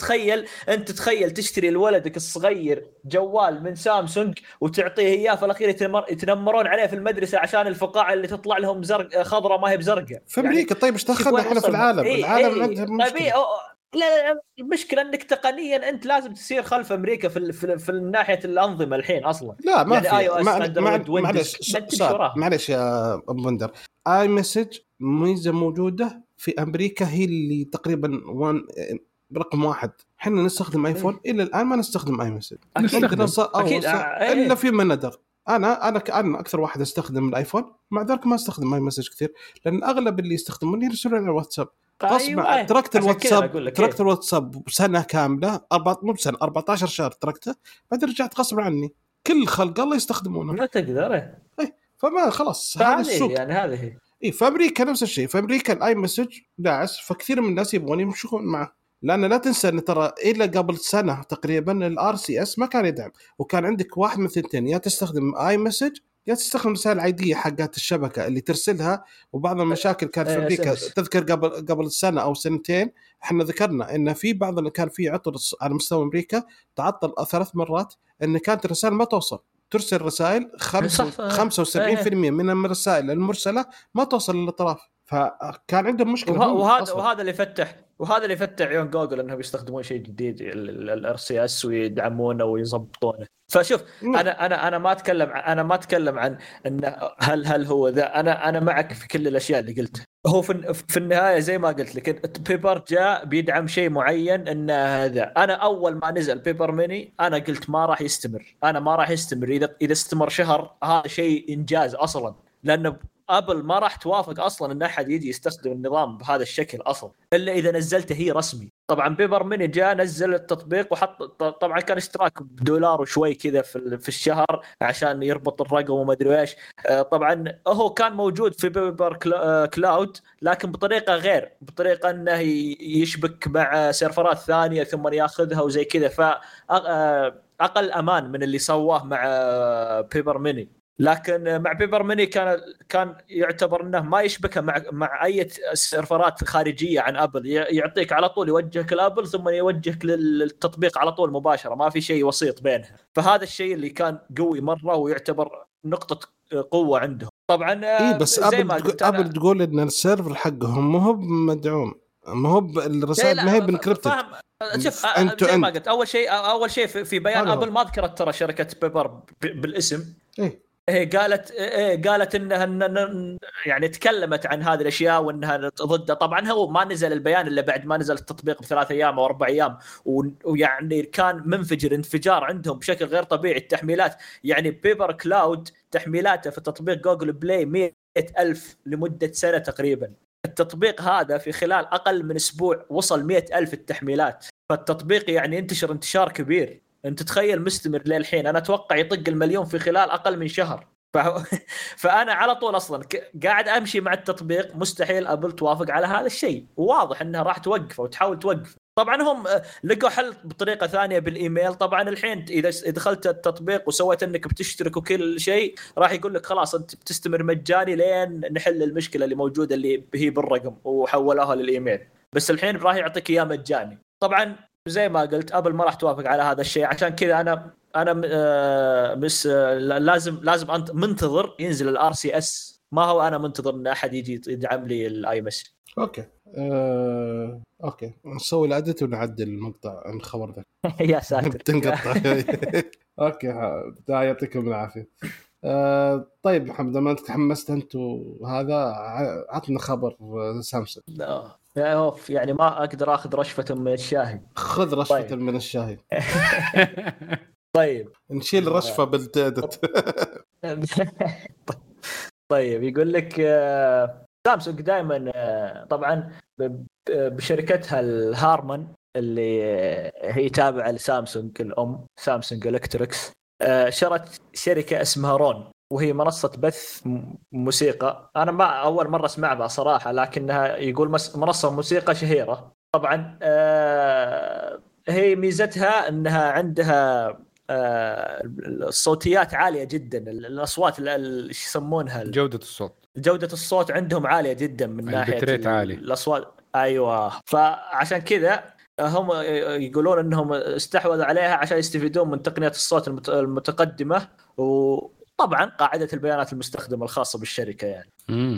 تخيل تشتري لولدك الصغير جوال من سامسونج وتعطيه إياه، في الأخير يتنمرون عليه في المدرسة عشان الفقاعة اللي تطلع لهم خضرة ما هي بزرقاء في أمريكا. يعني طيب ايش دخلنا احنا في العالم؟ عندهم مشكلة. لا المشكلة انك تقنيا انت لازم تسير خلف امريكا في ناحية الانظمة الحين اصلا. لا ما يعني في معلش يا ابو بندر، اي مسج ميزة موجودة في امريكا هي اللي تقريبا رقم واحد. احنا نستخدم ايفون الى الان ما نستخدم اي مسج اكيد الا في منادق. انا اكثر واحد استخدم الايفون، مع ذلك ما استخدم اي مسج كثير، لان اغلب اللي يستخدمون يرسلون على الواتساب. أيوة. تركت الواتساب سنة كاملة 14 شهر تركته، بعد رجعت غصب عني. كل خلق الله يستخدمونه، ما تقدر. فما خلاص هذا السوق. يعني هذه في أمريكا نفس الشيء. في أمريكا الآي مسج داعس، فكثير من الناس يبغون يمشون معه، لأن لا تنسى أن ترى إلا قبل سنة تقريبا RCS ما كان يدعم، وكان عندك واحد من ثنتين، يا تستخدم آي مسج يا تستخدم رسائل العادية حقات الشبكة اللي ترسلها. وبعض المشاكل كانت في أمريكا تذكر قبل السنة أو سنتين احنا ذكرنا ان في بعض اللي كان في عطل على مستوى أمريكا، تعطل 3 مرات ان كانت الرسائل ما توصل. ترسل رسائل 75% من الرسائل المرسلة ما توصل للأطراف، فكان عندهم مشكلة. وهذا اللي يفتح عيون جوجل انهم يستخدمون شيء جديد الRCS ويدعمونه ويضبطونه. فشوف انا ما اتكلم عن ان هل هو ذا. انا معك في كل الاشياء اللي قلتها. هو في النهايه زي ما قلت لك بيبر جاء بيدعم شيء معين، ان هذا انا اول ما نزل بيبر ميني انا قلت ما راح يستمر. اذا استمر شهر هذا شيء انجاز اصلا، لانه ابل ما راح توافق اصلا ان احد يجي يستخدم النظام بهذا الشكل اصلا الا اذا نزلته هي رسمي. طبعا بيبر ميني جاء نزل التطبيق وحط، طبعا كان اشتراك $1 وشوي كذا في الشهر عشان يربط الرقم وما ادري ايش. طبعا هو كان موجود في بيبر كلاود لكن بطريقه غير، بطريقه انه يشبك مع سيرفرات ثانيه ثم ياخذها وزي كذا، فاقل امان من اللي سواه مع بيبر ميني. لكن مع بيبر ميني كان يعتبر انه ما يشبكه مع اي سيرفرات خارجيه عن ابل، يعطيك على طول يوجهك لابل ثم يوجهك للتطبيق على طول مباشره، ما في شيء وسيط بينها. فهذا الشيء اللي كان قوي مره ويعتبر نقطه قوه عندهم. طبعا بس ابل تقول ان السيرفر حقهم ما هو مدعوم، ما هو الرسائل ما هي بنكريبتد. شوف زي ما قلت اول شيء في بيان ابل ما ذكرت ترى شركه بيبر بالاسم. قالت انها يعني تكلمت عن هذه الاشياء وانها ضدها. طبعا هو ما نزل البيان الا بعد ما نزل التطبيق ب3 ايام او 4 ايام، ويعني كان منفجر انفجار عندهم بشكل غير طبيعي التحميلات. يعني بيبر كلاود تحميلاته في تطبيق جوجل بلاي 100,000 لمدة سنة تقريبا. التطبيق هذا في خلال أقل من أسبوع وصل 100,000 التحميلات. فالتطبيق يعني ينتشر انتشار كبير. أنت تخيل مستمر للحين، أنا أتوقع يطق 1,000,000 في خلال أقل من شهر. فأنا على طول أصلا قاعد أمشي مع التطبيق، مستحيل أبل توافق على هذا الشيء، وواضح أنها راح توقفه وتحاول توقف. طبعا هم لقوا حل بطريقة ثانية بالإيميل. طبعا الحين إذا دخلت التطبيق وسويت أنك بتشترك وكل شيء، راح يقول لك خلاص أنت بتستمر مجاني لين نحل المشكلة اللي موجودة اللي هي بالرقم وحولوها للإيميل. بس الحين راح يعطيك إياه مجاني. طبعا زي ما قلت أبل ما راح توافق على هذا الشيء، عشان كذا أنا بس لازم أنت منتظر ينزل الRCS. ما هو أنا منتظر إن أحد يجي يدعم لي الآي مسج. اوكي اوكي نسوي الاديت ونعدل المقطع الخبر ذا. يا ساتر تنقطع. اوكي ده يعطيكم العافيه. طيب محمد، ما انت تحمست انت وهذا، عطنا خبر سامسونج. يعني ما اقدر اخذ رشفه من الشاهي. خذ رشفه طيب. من الشاهي. طيب نشيل رشفه بالتادت. طيب يقول لك سامسونج دائما طبعا بشركتها الهارمان اللي هي تابعه لسامسونج الام سامسونج الكتريكس، شرت شركه اسمها رون، وهي منصه بث موسيقى. انا ما اول مره اسمع بها صراحه، لكنها يقول منصه موسيقى شهيره. طبعا هي ميزتها انها عندها الصوتيات عاليه جدا، الاصوات اللي يسمونها جوده الصوت عندهم عاليه جدا من ناحيه الاصوات. ايوه، فعشان كذا هم يقولون انهم استحوذوا عليها عشان يستفيدون من تقنيه الصوت المتقدمه، وطبعا قاعده البيانات المستخدمه الخاصه بالشركه يعني.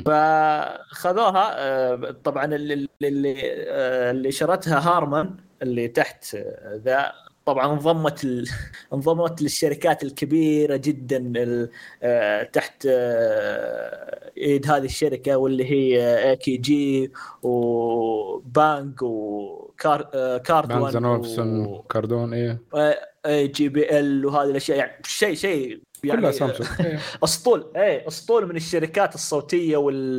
فخذوها. طبعا اللي شرتها هارمان اللي تحت ذا، طبعا انضمت للشركات الكبيره جدا تحت ايد هذه الشركه، واللي هي AKG وبانك وكاردون كاردون JBL وهذه الاشياء. يعني شيء يعني كلها سامسونج. اسطول من الشركات الصوتيه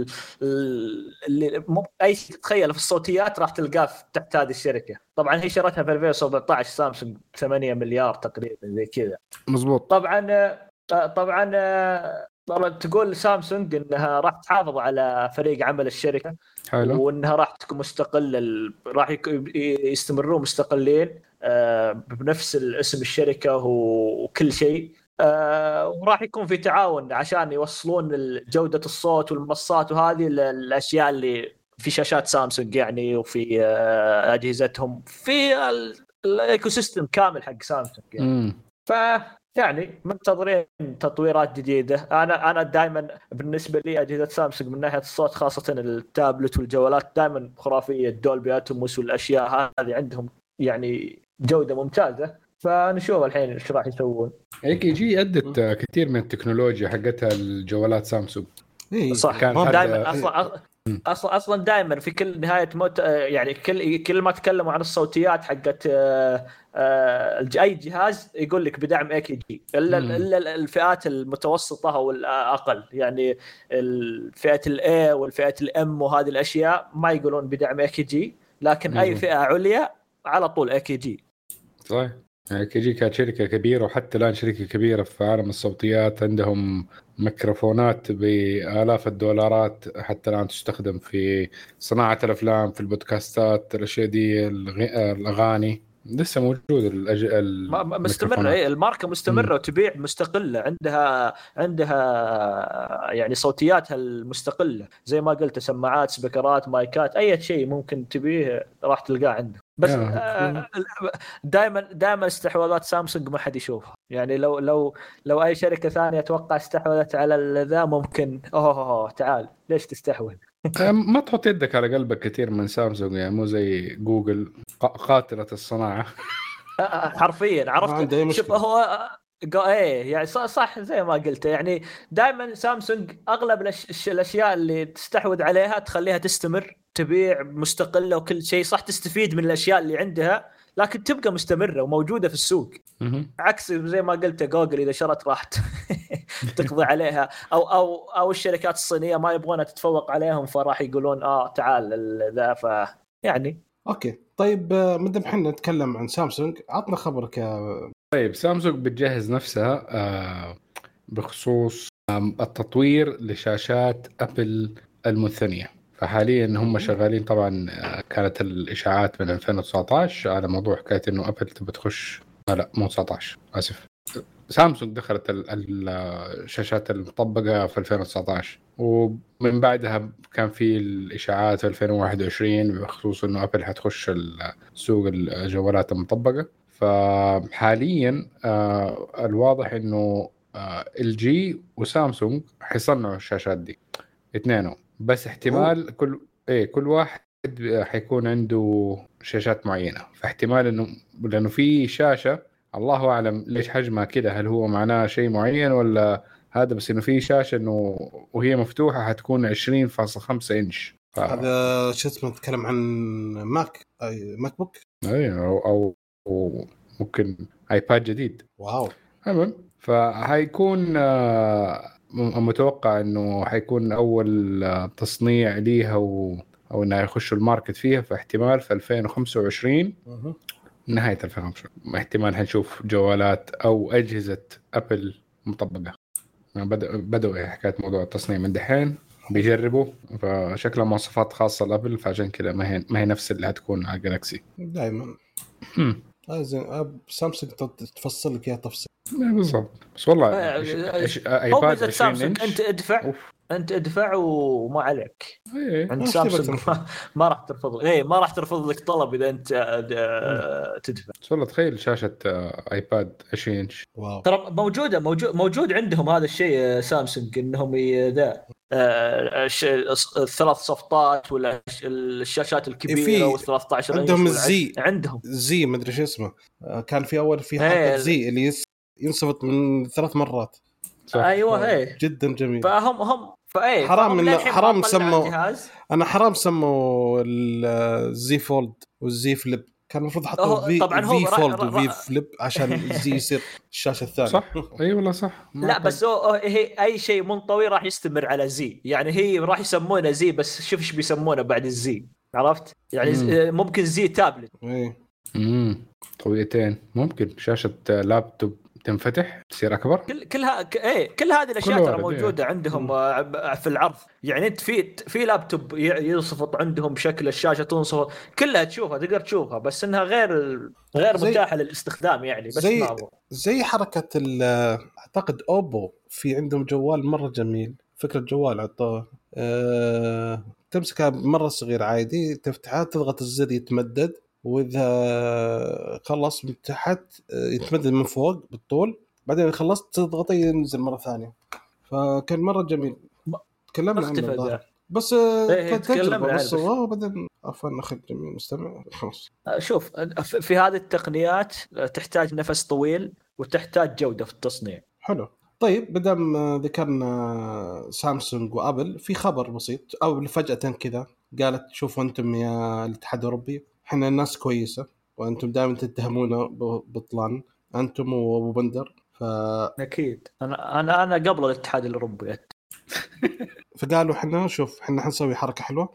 اللي اي شيء تتخيله في الصوتيات راح تلقاه تحت هذه الشركه. طبعا هي شرتها في 2017 سامسونج 8 مليار تقريبا زي كذا. مزبوط. طبعا تقول سامسونج انها راح تحافظ على فريق عمل الشركه. حلو. وانها راح تكون مستقله، راح يستمرون مستقلين بنفس الاسم الشركه وكل شيء. وراح يكون في تعاون عشان يوصلون جودة الصوت والمنصات وهذه الأشياء اللي في شاشات سامسونج يعني، وفي أجهزتهم، في الإيكوسيستم كامل حق سامسونج يعني. يعني منتظرين تطويرات جديدة. أنا دائما بالنسبة لي أجهزة سامسونج من ناحية الصوت، خاصة التابلت والجوالات، دائما خرافية. الدولبي أتموس والأشياء هذه عندهم يعني جودة ممتازة. فنشوف الحين ايش راح يسوون. AKG أدت كثير من التكنولوجيا حقتها الجوالات سامسونج. صح. كان دائما اصلا دائما في كل نهايه يعني كل ما تكلموا عن الصوتيات حقت اي جهاز يقول لك بدعم AKG، الا الفئات المتوسطه او الاقل، يعني الفئه الA والفئه الM وهذه الاشياء ما يقولون بدعم AKG، لكن اي فئه عليا على طول AKG. صحيح. AKG كانت شركة كبيرة، وحتى الآن شركة كبيرة في عالم الصوتيات. عندهم ميكروفونات بآلاف الدولارات حتى الآن تستخدم في صناعة الأفلام، في البودكاستات، الأشياء دي، الأغاني لسه موجود. مستمرة. الماركة مستمرة وتبيع مستقلة. عندها يعني صوتياتها المستقلة، زي ما قلت، سماعات، سبيكرات، مايكات، أي شيء ممكن تبيه راح تلقاه عنده. بس دائما استحواذات سامسونج ما حد يشوفها. يعني لو أي شركة ثانية أتوقع استحوذت على ذا، ممكن تعال ليش تستحوذ؟ ما تحط يدك على قلبك كثير من سامسونج، يعني مو زي جوجل قاتلة الصناعة. حرفيا. عرفت؟ شوف، هو ايه يعني صح زي ما قلت. يعني دائما سامسونج اغلب الاشياء اللي تستحوذ عليها تخليها تستمر تبيع مستقله وكل شيء، صح تستفيد من الاشياء اللي عندها لكن تبقى مستمره وموجوده في السوق. عكس زي ما قلت جوجل اذا شرت راح تقضي عليها، او الشركات الصينيه ما يبغونها تتفوق عليهم فراح يقولون تعال ذا يعني. اوكي طيب مدام حنا نتكلم عن سامسونج، عطنا خبرك يا. طيب سامسونج بتجهز نفسها بخصوص التطوير لشاشات أبل المنثنية. فحاليا هم شغالين طبعا. كانت الإشاعات من 2019 على موضوع حكاية إنه أبل تبى تخش، لا مو 19 آسف، سامسونج دخلت الشاشات المطبقة في 2019 ومن بعدها كان في الإشاعات في 2021 بخصوص إنه أبل حتخش السوق الجوالات المطبقة. فحاليا الواضح إنه LG وسامسونج حيصنعوا الشاشات دي اثنينهم، بس احتمال كل واحد حيكون عنده شاشات معينة. فاحتمال إنه لأنه في شاشة الله أعلم ليش حجمها كده، هل هو معناه شيء معين ولا هذا بس إنه في شاشة إنه وهي مفتوحة حتكون 20.5 إنش. هذا شو اسمه نتكلم عن ماك بوك أو ممكن ايباد جديد. واو تمام. فهيكون متوقع انه حيكون اول تصنيع ليها او انه يخشوا الماركت فيها في احتمال في 2025 نهاية 2025 احتمال حنشوف جوالات او اجهزة ابل مطبقة. بدأوا حكاية موضوع التصنيع من دحين بيجربوا، فشكلها مواصفات خاصة لابل، فعشان كده ما هي نفس اللي هتكون على جالاكسي دائما. زين سامسونج تفصل لك يا تفصيل بالضبط. بس والله ايباد 20 انش انت ادفع وما عليك. عند سامسونج ما راح ترفض ما راح ترفض لك طلب اذا انت تدفع. والله تخيل شاشة ايباد 20 انش. ترى موجود عندهم هذا الشيء سامسونج، انهم ذا الثلاث صفطات ولا الشاشات الكبيره وال13 عندهم عندهم زي ما ادري شو اسمه، كان في اول في حلقه زي اللي ينصفط من 3 مرات. ايوه جدا جميل. فهم حرام سموا، انا حرام سموا الزي فولد والزي فليب، كان المفروض حطوا في فولد وفي فليب عشان الزي يصير الشاشه الثانيه. صح اي والله صح. لا بس هي اي شيء منطوي راح يستمر على زي، يعني هي راح يسمونه زي بس شوف ايش بيسمونه بعد الزي، عرفت يعني ممكن زي تابلت. طويلتين، ممكن شاشه لابتوب تنفتح تصير اكبر. كل هذه الاشياء ترى موجوده عندهم في العرض. يعني انت في لابتوب ينصفط عندهم بشكل الشاشه تنصفط كلها تشوفها، تقدر تشوفها، بس انها غير متاحه للاستخدام يعني. بس زي حركه اعتقد اوبو في عندهم جوال مره جميل، فكره جوال عطاه تمسكها مره صغير عادي، تفتحها تضغط الزر يتمدد، وإذا خلص من تحت يتمدد من فوق بالطول، بعدين خلصت تضغطه ينزل مرة ثانية. فكان مرة جميل. تكلمنا عنه بس تجربة بس وبعدين عفوا أخذ جميل مستمع خلاص. شوف في هذه التقنيات تحتاج نفس طويل وتحتاج جودة في التصنيع. حلو. طيب بدم ذكرنا سامسونج وأبل، في خبر بسيط أو فجأة كذا قالت شوفوا أنتم يا الاتحاد الأوروبي احنا الناس كويسة وانتم دائما تتهمونا ببطلان انتم وابو بندر. اكيد انا قبل الاتحاد الاوروبي. فقالوا احنا شوف احنا حنسوي حركة حلوة،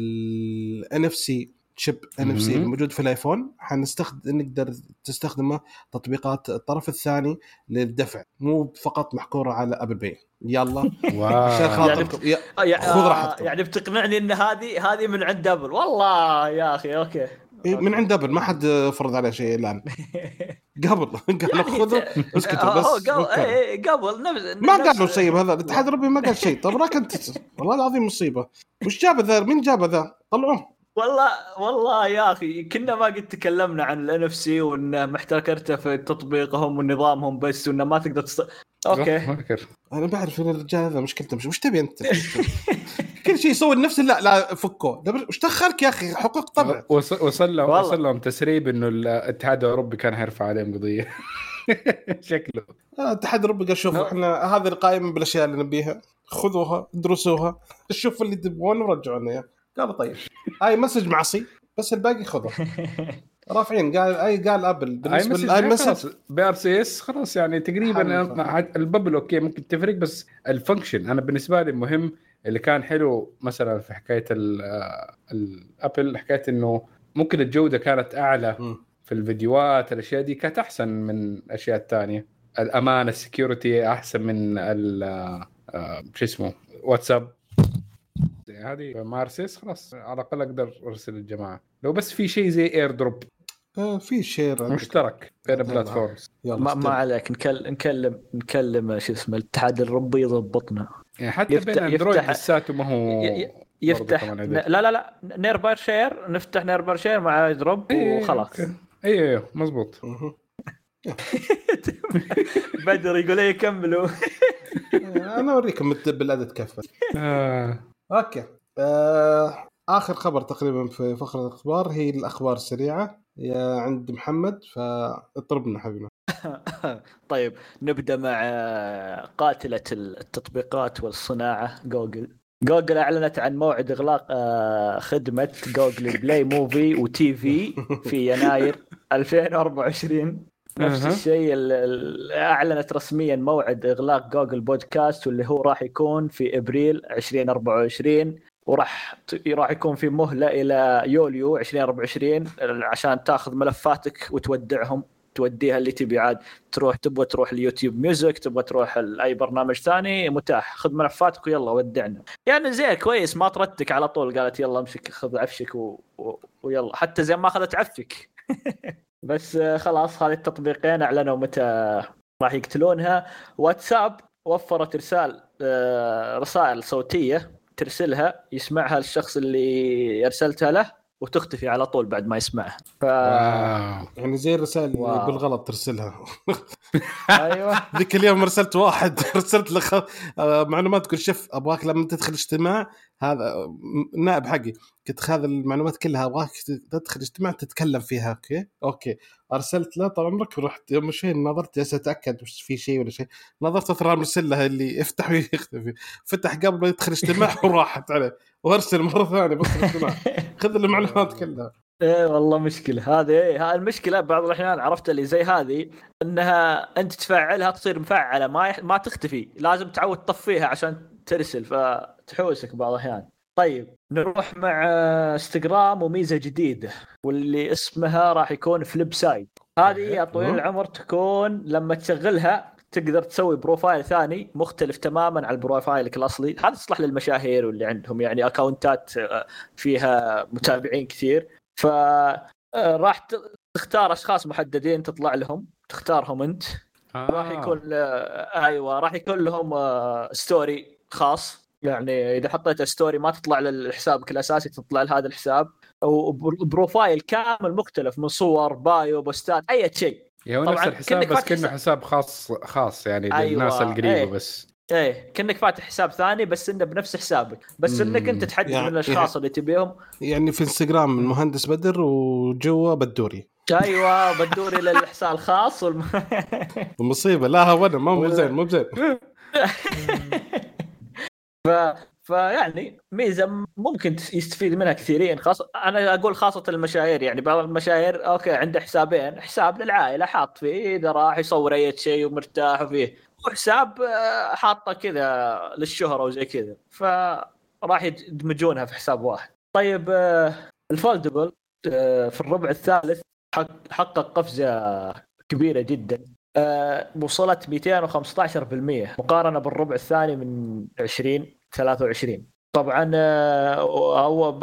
NFC شيب NFC الموجود في الايفون نقدر تستخدمه تطبيقات الطرف الثاني للدفع، مو فقط محكورة على ابل باي. يلا عشان خاطركم خذ راحتكم. يعني بتقنعني ان هذه من عند ابل؟ والله يا اخي اوكي من عند ابل، ما حد فرض عليه شيء الان. قبل قالوا خذوا اسكتوا بس قبل ما قالوا شيء. هذا الاتحاد الاوروبي ما قال شيء. طب راك انت والله العظيم مصيبه. وش جاب ذا؟ مين جاب ذا؟ طلعوه. والله يا اخي كنا ما قد تكلمنا عن NFC وان محتكرته في تطبيقهم ونظامهم بس وان ما تقدر اوكي انا بعرف ان الرجال هذا مشكلته مش تبي انت كل شيء يسوي نفس لا فكوا. وش دخلك يا اخي؟ حقوق طبع. وصل لهم تسريب انه الاتحاد الاوروبي كان هيرفع عليهم قضيه. شكله تحدي ربك. شوفوا احنا هذه القائمه بالاشياء اللي نبيها، خذوها ادرسوها شوفوا اللي تبغونه ورجعونا اياه. قالوا طيب هاي مسج معصي بس الباقي خذه. رافعين قال ابل بالنسبه للاي مسج BRCS خلاص يعني تقريبا الببل اوكي ممكن تفرق، بس الفانكشن انا بالنسبه لي مهم. اللي كان حلو مثلا في حكايه الابل حكايه انه ممكن الجوده كانت اعلى في الفيديوهات، الاشياء دي كانت احسن من الاشياء الثانيه. الامانه السكيورتي احسن من شو اسمه واتساب. هذه مارسيس خلاص على الاقل اقدر ارسل الجماعه لو بس في شيء زي اير دروب في شير مشترك بين البلاتفورمز. ما عليك نكلم شو اسمه الاتحاد الربي يضبطنا يعني حتى بين اندرويد لساته ما هو يفتح. لا نيربر شير، نفتح نيربر شير مع دروب وخلاص. ايوه مزبوط. بدر يقول لي كملوا. انا اوريكم الدب الادد كيف. اوكي اخر خبر تقريبا في فقره الاخبار هي الاخبار السريعه يا عند محمد، فاضربنا حبيبنا. طيب نبدا مع قاتله التطبيقات والصناعه جوجل اعلنت عن موعد اغلاق خدمه جوجل بلاي موفي وتي في يناير 2024. نفس الشيء اعلنت رسميا موعد اغلاق جوجل بودكاست واللي هو راح يكون في ابريل 2024، وراح يكون في مهله الى يوليو 2024 عشان تاخذ ملفاتك وتودعهم، توديها اللي تبي. عاد تبغى تروح اليوتيوب ميوزك، تبغى تروح اي برنامج ثاني متاح، خذ ملفاتك ويلا ودعنا. يعني زين كويس ما تردك على طول، قالت يلا امسك خذ عفشك ويلا، حتى زين ما اخذت عفك. بس خلاص هذه التطبيقين اعلنوا متى راح يقتلونها. واتساب وفرت رسائل صوتيه ترسلها يسمعها الشخص اللي ارسلتها له وتختفي على طول بعد ما يسمعها. يعني زي الرسائل بالغلط ترسلها. ايوه ذيك اليوم ارسلت واحد ارسلت له معلومات كل شف ابغاك لما تدخل اجتماع، هذا نائب حقي كنت خاذ المعلومات كلها ابغاك تدخل اجتماع تتكلم فيها. اوكي ارسلت له طال عمرك، ورحت يوم شوي نظرت جالس اتاكد وش في شيء ولا شيء، نظرت اثر مرسله اللي افتح ويختفي، فتح قبل ما يدخل اجتماع وراحت عليه، وارسل مره ثانيه بس الاجتماع خذ المعلومات كلها. ايه والله مشكله هذه المشكله بعض الاحيان. عرفت اللي زي هذه انها انت تفعلها تصير مفعله ما تختفي، لازم تعود تطفيها عشان ترسل، فتحوسك بعض الاحيان. طيب نروح مع انستغرام وميزه جديده واللي اسمها راح يكون فليب سايد. هذه يا طويل العمر تكون لما تشغلها تقدر تسوي بروفايل ثاني مختلف تماما عن بروفايلك الاصلي. هذا يصلح للمشاهير واللي عندهم يعني اكاونتات فيها متابعين كثير، فراح تختار اشخاص محددين تطلع لهم، تختارهم انت. راح يكون ايوه راح يكون لهم ستوري خاص، يعني اذا حطيت ستوري ما تطلع لحسابك الاساسي، تطلع لهذا الحساب، وبروفايل كامل مختلف من صور بايو بوستات اي شيء. هو نفس الحساب بس كأنه حساب خاص يعني أيوة. للناس القريبه بس كأنك فاتح حساب ثاني بس انه بنفس حسابك، بس انك انت تحدد من الاشخاص اللي تبيهم. يعني في انستغرام المهندس بدر وجوا بدوري. ايوه بدوري للحساب الخاص المصيبه لا هو انا مو زين فيعني ميزه ممكن يستفيد منها كثيرين، خاصه انا اقول خاصه المشاهير. يعني بعض المشاهير اوكي عنده حسابين، حساب للعائله حاط فيه اذا راح يصور اي شيء ومرتاح فيه، وحساب حاطه كذا للشهره وزي كذا، فراح يدمجونها في حساب واحد. طيب الفولدبل في الربع الثالث حقق قفزه كبيره جدا، وصلت 215% مقارنه بالربع الثاني من 2023. طبعا هو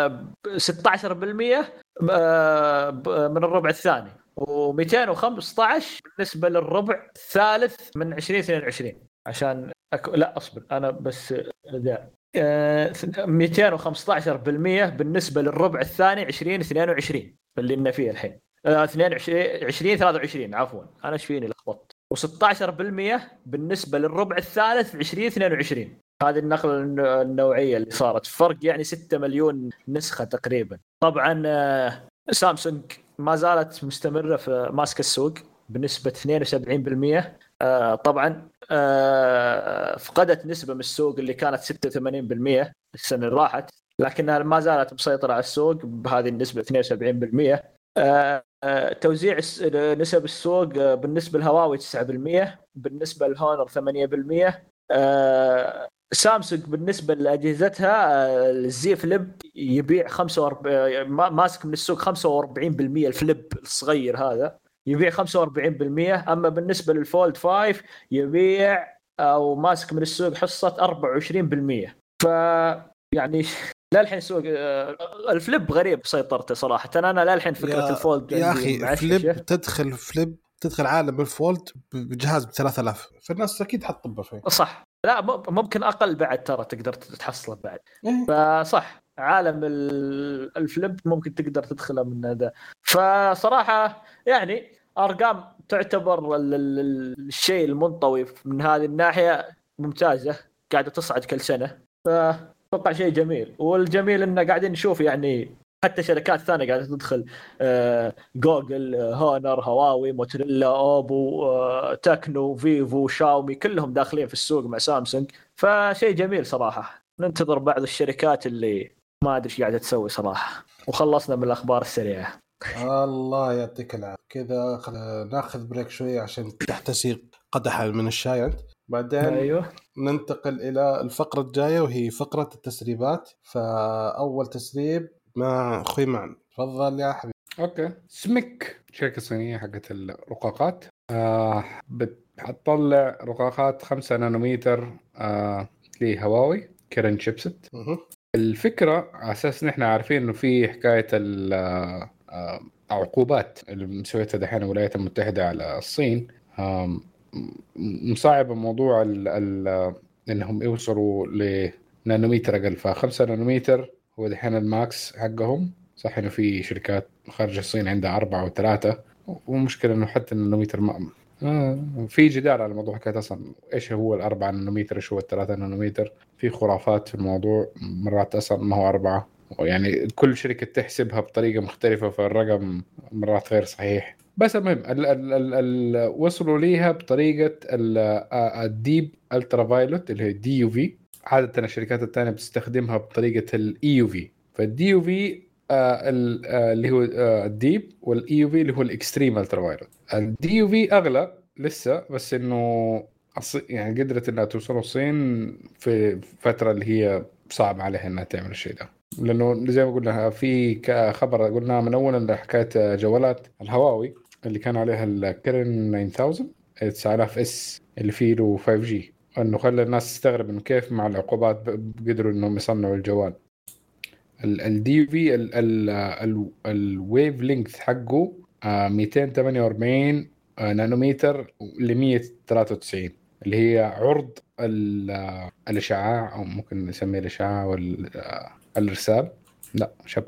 16% من الربع الثاني، و215 بالنسبه للربع الثالث من 2022. عشان لا اصبر انا بس ذا 215% بالنسبه للربع الثاني 2022 اللي لنا فيه الحين 2023 عفوا انا ايش فيني لخبطت، و16% بالنسبه للربع الثالث 2022. هذه النقله النوعيه اللي صارت، فرق يعني 6 مليون نسخه تقريبا. طبعا سامسونج ما زالت مستمره في ماسك السوق بنسبة 72%. طبعا فقدت نسبة من السوق اللي كانت 86% السنة اللي راحت، لكنها ما زالت مسيطرة على السوق بهذه النسبة 72%. توزيع نسب السوق بالنسبة للهواوي 9%، بالنسبة للهونر 8%. سامسونج بالنسبة لأجهزتها الزي فليب يبيع 45، ماسك من السوق 45%. الفليب الصغير هذا يبيع 45%. أما بالنسبة للفولد 5 يبيع أو ماسك من السوق حصة 24%. فيعني لا الحين سوق الفليب غريب سيطرته صراحة. أنا لا الحين فكرة الفولد يا أخي تدخل عالم الفولد بجهاز ب3000، فالناس أكيد حتطبه فيه. صح، لا ممكن أقل بعد، ترى تقدر تحصله بعد. فصح عالم الفليب ممكن تقدر تدخله من هذا. فصراحة يعني أرقام تعتبر الشيء المنطوي من هذه الناحية ممتازة، قاعدة تصعد كل سنة. فأتوقع شيء جميل. والجميل إنه قاعدين نشوف يعني حتى شركات ثانية قاعدة تدخل، جوجل، هونر، هواوي، موتوريلا، أوبو، تكنو، فيفو، شاومي، كلهم داخلين في السوق مع سامسونج. فشيء جميل صراحة. ننتظر بعض الشركات اللي ما أدري إيش قاعدة تسوي صراحة. وخلصنا من الأخبار السريعة. الله يعطيك العافية. كذا ناخذ بريك شوية عشان تحتسي قدحة من الشاي أنت. بعدين أيوه. ننتقل إلى الفقرة الجاية وهي فقرة التسريبات. فأول تسريب مع أخوي معن. تفضل يا حبيبي. اوكي. سميك شركة صينية حقت الرقاقات بتطلع رقاقات 5 نانومتر لهواوي كيرن شيبست. الفكرة على أساس نحن عارفين إنه في حكاية العقوبات اللي مسويتها دحين الولايات المتحدة على الصين، مصعب موضوع إنهم يوصلوا لنانومتر أقل. ف5 نانومتر هو دحين الماكس حقهم. صح إنه في شركات خارج الصين عندها 4 و3، ومشكلة إنه حتى النانومتر في جدال على موضوع حكاية أصلا إيش هو 4 نانومتر إيش هو 3 نانومتر. في خرافات في الموضوع، مرات أصلا ما هو 4، يعني كل شركة تحسبها بطريقة مختلفة، فالرقم مرات غير صحيح. بس المهم وصلوا ليها بطريقة الديب الترا فايلوت اللي هي دي يو في. عادة الشركات الثانية بتستخدمها بطريقة الاي يو في. فالدي يو في اللي هو الديب، والاي يو في اللي هو الاكستريم الترا فايلوت. الدي يو في اغلى لسه، بس انه يعني قدرت انها توصل الصين في فترة اللي هي صعب عليها انها تعمل الشيء ده، لانه زي ما قلنا في خبر قلنا من اول حكايه جوالات الهواوي اللي كان عليها الكيرن 9000 اس اللي فيه له 5G، انه خلى الناس تستغرب انه كيف مع العقوبات قدروا انهم يصنعوا الجوال. الدي في الويف لينث حقه 248 نانومتر ل 193 اللي هي عرض الاشعاع، او ممكن نسميه الاشعاع والارسال. لا شب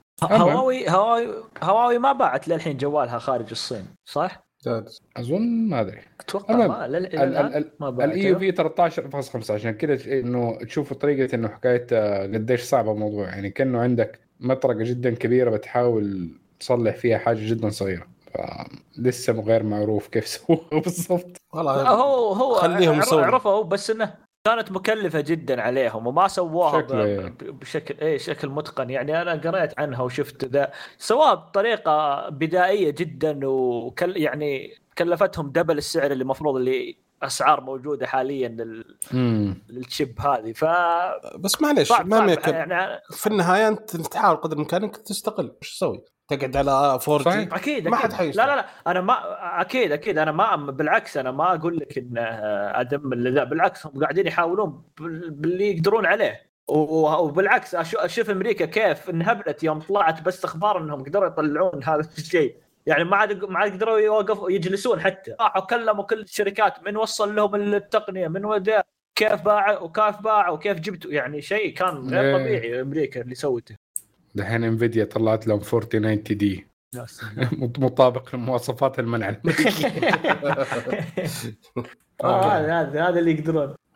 هواوي ما باعت للحين جوالها خارج الصين صح؟ اظن ما ادري، اتوقع الاي يو في 13.5 عشان كده انه تشوفوا طريقه انه حكايه قديش صعبه الموضوع. يعني كانه عندك مطرقه جدا كبيره بتحاول تصلح فيها حاجه جدا صغيره، لسه غير معروف كيف سووها بالضبط. هو خليهم عرفوا، بس انه كانت مكلفة جدا عليهم وما سووها شكل متقن. يعني أنا قرأت عنها وشفت ذا سواء بطريقة بدائية جدا، يعني كلفتهم دبل السعر اللي مفروض اللي أسعار موجودة حاليا للشيب هذه. بس معليش ما يعني في النهاية أنت تحاول قدر إمكانك تستقل. وش تسوي؟ تقعد على 4G؟ أكيد ما حد حيستطيع. لا أنا ما أكيد أنا ما بالعكس أنا ما أقول لك إن أدم لا، بالعكس هم قاعدين يحاولون باللي يقدرون عليه. وبالعكس أشوف أمريكا كيف انهبلت يوم طلعت بس أخبار إنهم قدروا يطلعون هذا الشيء. يعني ما عاد قدروا يوقفوا يجلسون، حتى راحوا كلموا كل الشركات من وصل لهم التقنية من ودا كيف باع وكيف جبتوا. يعني شيء كان غير طبيعي أمريكا اللي سوته. دحين انفيديا طلعت لهم 4090 دي مطابق لمواصفات المنع هذا اللي يقدرون.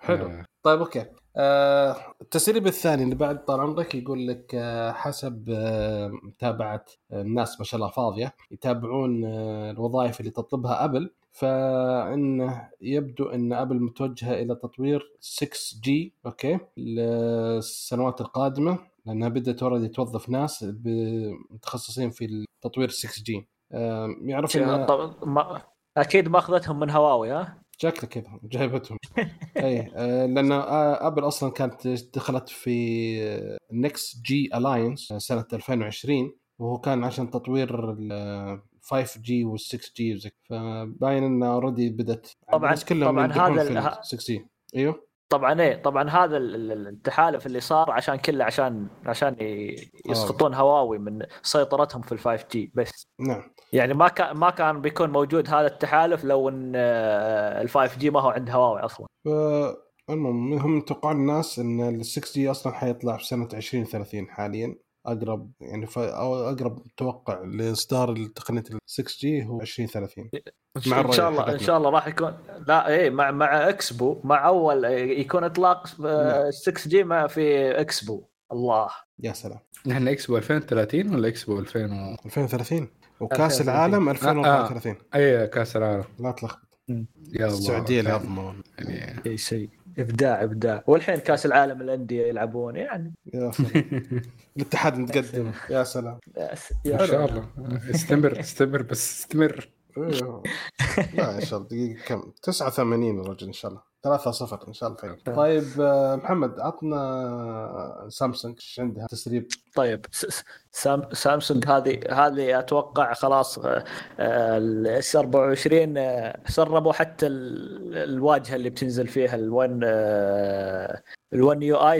حلو. طيب اوكي. التسريب الثاني اللي بعد طال عمرك يقول لك حسب متابعة الناس ما شاء الله فاضية يتابعون الوظائف اللي تطلبها أبل، فإنه يبدو أن أبل متوجهة إلى تطوير 6G أوكي للسنوات القادمة، لأنها بدأت أوريدي توظف ناس متخصصين في تطوير 6G. يعرف أكيد ما أخذتهم من هواوي ها؟ شكله كذا جايبتهم. اي لان ابل اصلا كانت دخلت في Next G Alliance سنه 2020 وهو كان عشان تطوير ال 5G وال 6G فباين انه اوريدي بدت طبعا هذا 6G. ايوه طبعا هذا التحالف اللي صار عشان كله عشان يسقطون هواوي من سيطرتهم في ال 5G بس. نعم يعني ما كان بيكون موجود هذا التحالف لو ان ال 5G ما هو عند هواوي اصلا. المهم هم توقعوا الناس ان ال 6G اصلا حيطلع في سنه 2030 حاليا اقرب، يعني او اقرب توقع لاصدار التقنيه ال 6G هو 2030 مع ان شاء الله راح يكون لا ايه مع اكسبو، مع اول يكون اطلاق 6G ما في اكسبو. الله يا سلام. نحن اكسبو 2030 ولا اكسبو 2030 وكاس العالم 2034. اي كاس العالم لا تلخبط. يا الله السعوديه العظمى يعني اي شيء ابداع. والحين كاس العالم الانديه يلعبون يعني يا سلام. الاتحاد متقدم. يا سلام ان شاء الله. استمر بس استمر. لا ان شاء الله. دقيقه كم 89 الرجل ان شاء الله 3-0 ان شاء الله فين. طيب محمد عطنا سامسونج ايش عندها تسريب. طيب سامسونج هذه اتوقع خلاص الاس 24 سربوا حتى الواجهه اللي بتنزل فيها ال1 يو اي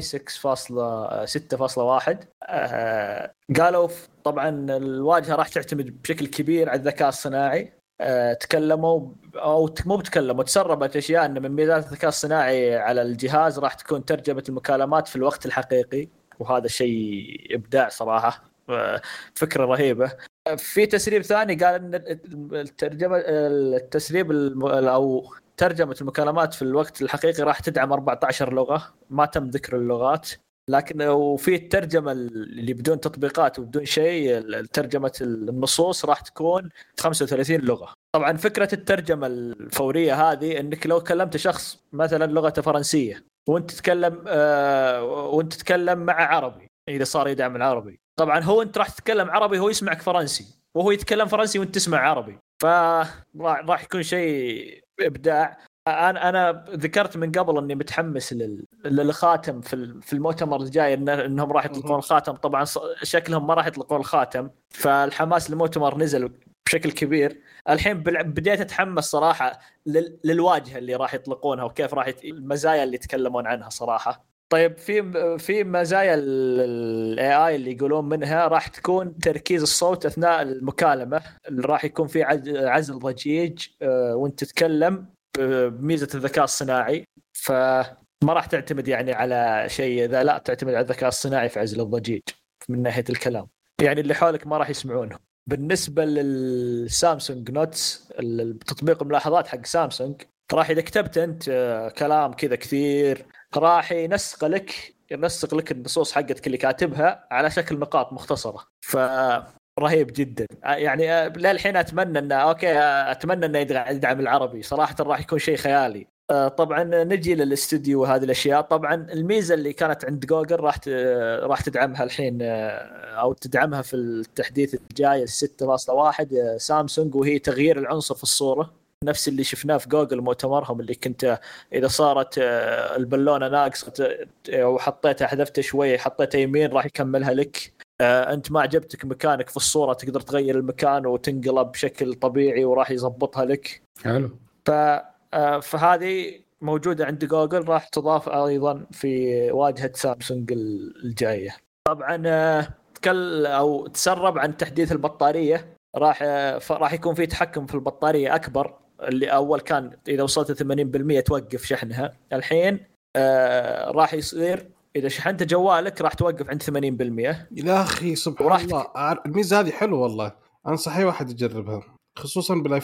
6.1. قالوا طبعا الواجهه راح تعتمد بشكل كبير على الذكاء الصناعي. تكلموا او مو بتكلموا تسربت اشياء ان من ميزات الذكاء الصناعي على الجهاز راح تكون ترجمه المكالمات في الوقت الحقيقي، وهذا شيء ابداع صراحه، فكره رهيبه. في تسريب ثاني قال ان التسريب او ترجمه المكالمات في الوقت الحقيقي راح تدعم 14 لغه، ما تم ذكر اللغات، لكن وفي الترجمه اللي بدون تطبيقات وبدون شيء ترجمه النصوص راح تكون 35 لغه. طبعا فكره الترجمه الفوريه هذه انك لو كلمت شخص مثلا لغته فرنسيه وانت تتكلم مع عربي، اذا صار يدعم العربي طبعا هو انت راح تتكلم عربي هو يسمعك فرنسي وهو يتكلم فرنسي وانت تسمع عربي، فراح يكون شيء ابداع. انا ذكرت من قبل اني متحمس للخاتم في المؤتمر الجاي انهم راح يطلقون الخاتم. طبعا شكلهم ما راح يطلقون الخاتم، فالحماس للمؤتمر نزل بشكل كبير. الحين بديت اتحمس صراحه للواجهه اللي راح يطلقونها وكيف راح المزايا اللي يتكلمون عنها صراحه. طيب في مزايا الاي اي اللي يقولون منها راح تكون تركيز الصوت اثناء المكالمه، اللي راح يكون في عزل ضجيج وانت تتكلم بميزه الذكاء الصناعي، فما راح تعتمد يعني على شيء ذا، لا تعتمد على الذكاء الصناعي في عزل الضجيج من ناحيه الكلام، يعني اللي حولك ما راح يسمعونه. بالنسبه للسامسونج نوتس التطبيق الملاحظات حق سامسونج راح اذا كتبت انت كلام كذا كثير راح ينسق لك النصوص حقتك اللي كاتبها على شكل نقاط مختصره، فرهيب جدا. يعني للحين اتمنى انه يدعم العربي صراحه، راح يكون شيء خيالي. طبعا نجي للاستوديو وهذه الاشياء. طبعا الميزه اللي كانت عند جوجل راح تدعمها الحين او تدعمها في التحديث الجاي 6.1 سامسونج، وهي تغيير العنصر في الصوره، نفس اللي شفناه في جوجل مؤتمرهم اللي كنت اذا صارت البالونه ناقصه وحطيتها حذفت شوي حطيتها يمين راح يكملها لك. انت ما عجبتك مكانك في الصوره تقدر تغير المكان وتنقلب بشكل طبيعي وراح يضبطها لك. حلو. فهذه موجوده عند جوجل، راح تضاف ايضا في واجهه سامسونج الجايه. طبعا او تسرب عن تحديث البطاريه، راح يكون في تحكم في البطاريه اكبر، اللي اول كان اذا وصلت 80% توقف شحنها، الحين راح يصير اذا شحنت جوالك راح توقف عند 80%. يا اخي سبحان الله الميزه هذه حلوه والله، انصح اي واحد يجربها خصوصا بالايفون.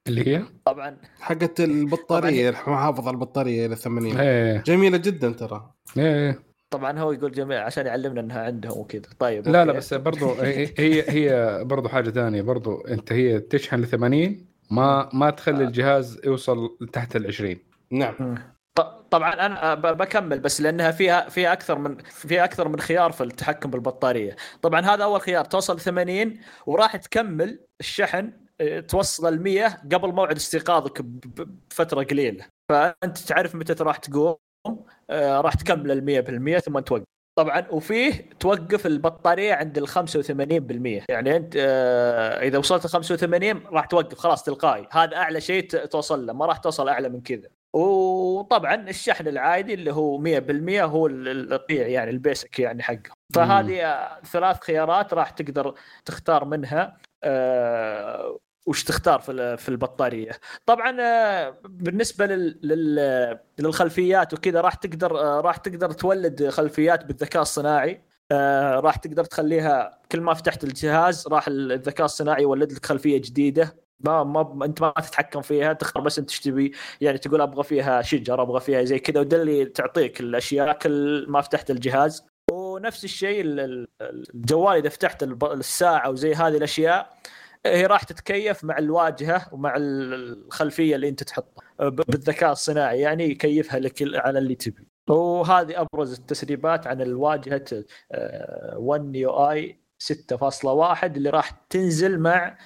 اللي هي طبعا حقت البطاريه، محافظه على البطاريه الى 80. ايه جميله جدا ترى. ايه. طبعا هو يقول جميع عشان يعلمنا انها عندهم وكذا. طيب لا أوكي. لا بس برضو هي برضو حاجة ثانية برضو، انت هي تشحن ل 80 ما تخلي الجهاز يوصل تحت ال 20. نعم. طبعا انا بكمل بس لانها فيها اكثر من خيار في التحكم بالبطاريه. طبعا هذا اول خيار، توصل 80 وراح تكمل الشحن توصل ال 100 قبل موعد استيقاظك بفتره قليله، فانت تعرف متى راح تقوم، راح تكمل ال 100% ثم توقف. طبعا وفيه توقف البطاريه عند ال 85%، يعني انت اذا وصلت ل 85 راح توقف خلاص تلقائي، هذا اعلى شيء توصل له، ما راح توصل اعلى من كذا. وطبعا الشحن العادي اللي هو 100% هو الطبيعي يعني البيسك يعني حقه. فهذه 3 خيارات راح تقدر تختار منها وش تختار في البطاريه. طبعا بالنسبه للخلفيات وكذا راح تقدر تولد خلفيات بالذكاء الصناعي. راح تقدر تخليها كل ما فتحت الجهاز راح الذكاء الصناعي يولد لك خلفيه جديده، انت ما تتحكم فيها، تختار بس انت تبي، يعني تقول ابغى فيها شجر، ابغى فيها زي كذا، وده اللي تعطيك الاشياء كل ما فتحت الجهاز. ونفس الشيء الجوال اذا فتحت الساعه وزي هذه الاشياء هي راح تتكيف مع الواجهه ومع الخلفيه اللي انت تحطها بالذكاء الصناعي، يعني يكيفها لك على اللي تبي. وهذه ابرز التسريبات عن الواجهه One UI 6.1 اللي راح تنزل مع